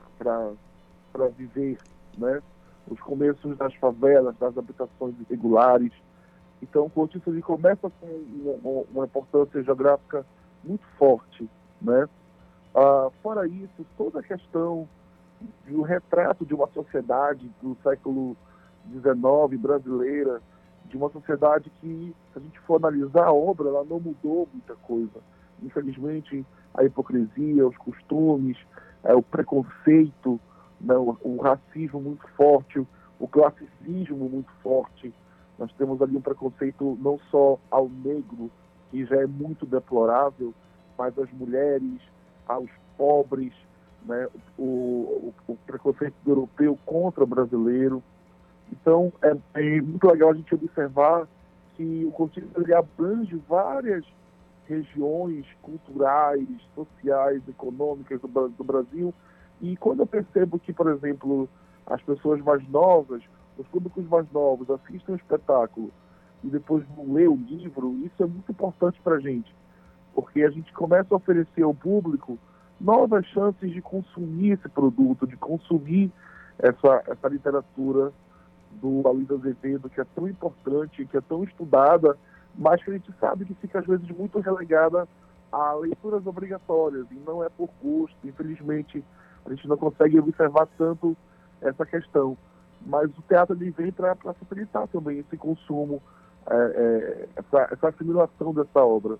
para viver, né? Os começos das favelas, das habitações irregulares. Então, o cortiço ele começa com uma, uma importância geográfica muito forte, né? Ah, fora isso, toda a questão do retrato de uma sociedade do século dezenove brasileira, de uma sociedade que, se a gente for analisar a obra, ela não mudou muita coisa. Infelizmente, a hipocrisia, os costumes, é, o preconceito, né, o, o racismo muito forte, o, o classicismo muito forte. Nós temos ali um preconceito não só ao negro, que já é muito deplorável, mas às mulheres, aos pobres, né, o, o, o preconceito europeu contra o brasileiro. Então, é, é muito legal a gente observar que o cortiço ele abrange várias regiões culturais, sociais, econômicas do, do Brasil. E quando eu percebo que, por exemplo, as pessoas mais novas, os públicos mais novos assistem o espetáculo e depois vão ler o livro, isso é muito importante para a gente, porque a gente começa a oferecer ao público novas chances de consumir esse produto, de consumir essa, essa literatura do Alírio Azevedo, que é tão importante, que é tão estudada, mas que a gente sabe que fica às vezes muito relegada a leituras obrigatórias, e não é por gosto. Infelizmente, a gente não consegue observar tanto essa questão. Mas o teatro ele vem para facilitar também esse consumo, é, é, essa, essa assimilação dessa obra.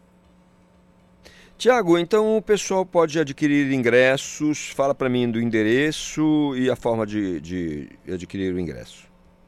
Tiago, então o pessoal pode adquirir ingressos. Fala para mim do endereço e a forma de, de adquirir o ingresso.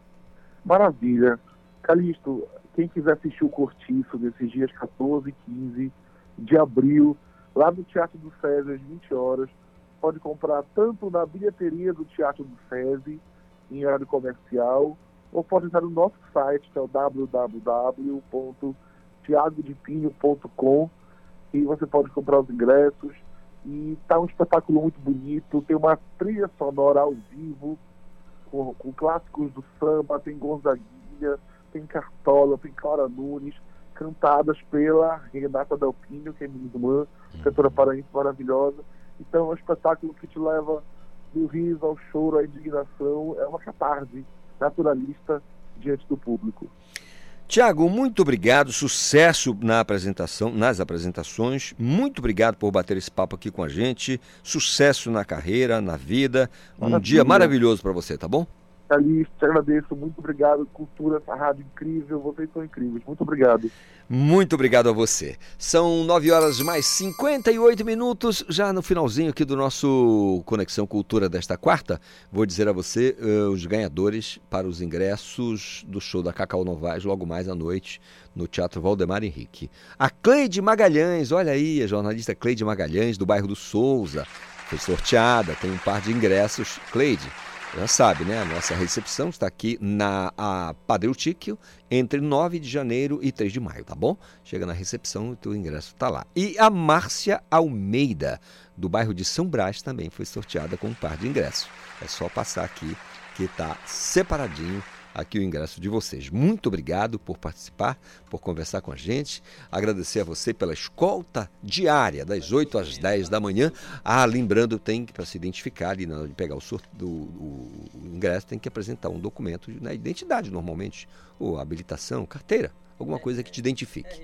Maravilha. Calixto, quem quiser assistir o Cortiço nesses dias quatorze e quinze de abril, lá no Teatro do SESI, às vinte horas, pode comprar tanto na bilheteria do Teatro do SESI, em horário comercial, ou pode entrar no nosso site, que é o w w w ponto tiago de pinho ponto com, e você pode comprar os ingressos. E tá um espetáculo muito bonito, tem uma trilha sonora ao vivo, com, com clássicos do samba, tem Gonzaguinha, tem Cartola, tem Clara Nunes, cantadas pela Renata Delpino, que é minha irmã, cantora paraense maravilhosa. Então é um espetáculo que te leva do riso ao choro, à indignação, é uma catarse naturalista diante do público. Tiago, muito obrigado, sucesso na apresentação, nas apresentações, muito obrigado por bater esse papo aqui com a gente, sucesso na carreira, na vida, um Maravilha. Dia maravilhoso para você, tá bom? Calixto, te agradeço, muito obrigado, Cultura, essa rádio incrível, vocês são incríveis, muito obrigado. Muito obrigado a você. São nove horas mais cinquenta e oito minutos, já no finalzinho aqui do nosso Conexão Cultura desta quarta. Vou dizer a você uh, os ganhadores para os ingressos do show da Cacau Novaes logo mais à noite no Teatro Valdemar Henrique. A Cleide Magalhães, olha aí, a jornalista Cleide Magalhães do bairro do Souza, foi sorteada, tem um par de ingressos. Cleide, já sabe, né? A nossa recepção está aqui na a Padre Eutíquio, entre nove de janeiro e três de maio, tá bom? Chega na recepção e o teu ingresso está lá. E a Márcia Almeida, do bairro de São Brás, também foi sorteada com um par de ingressos. É só passar aqui que está separadinho aqui o ingresso de vocês. Muito obrigado por participar, por conversar com a gente. Agradecer a você pela escolta diária, das oito às dez da manhã. Ah, lembrando, tem que, para se identificar ali, na hora de pegar o, sorte, do, o, o ingresso, tem que apresentar um documento na identidade, normalmente, ou habilitação, carteira, alguma coisa que te identifique.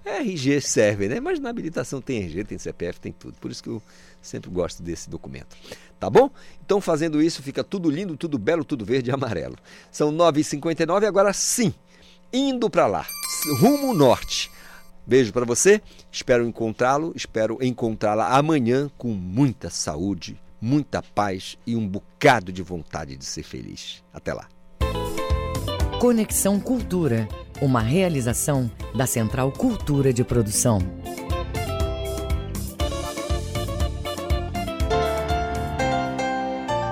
R G serve, né? Mas na habilitação tem R G, tem C P F, tem tudo. Por isso que eu sempre gosto desse documento. Tá bom? Então, fazendo isso, fica tudo lindo, tudo belo, tudo verde e amarelo. São nove e cinquenta e nove, agora sim, indo para lá, rumo norte. Beijo para você, espero encontrá-lo, espero encontrá-la amanhã com muita saúde, muita paz e um bocado de vontade de ser feliz. Até lá. Conexão Cultura, uma realização da Central Cultura de Produção.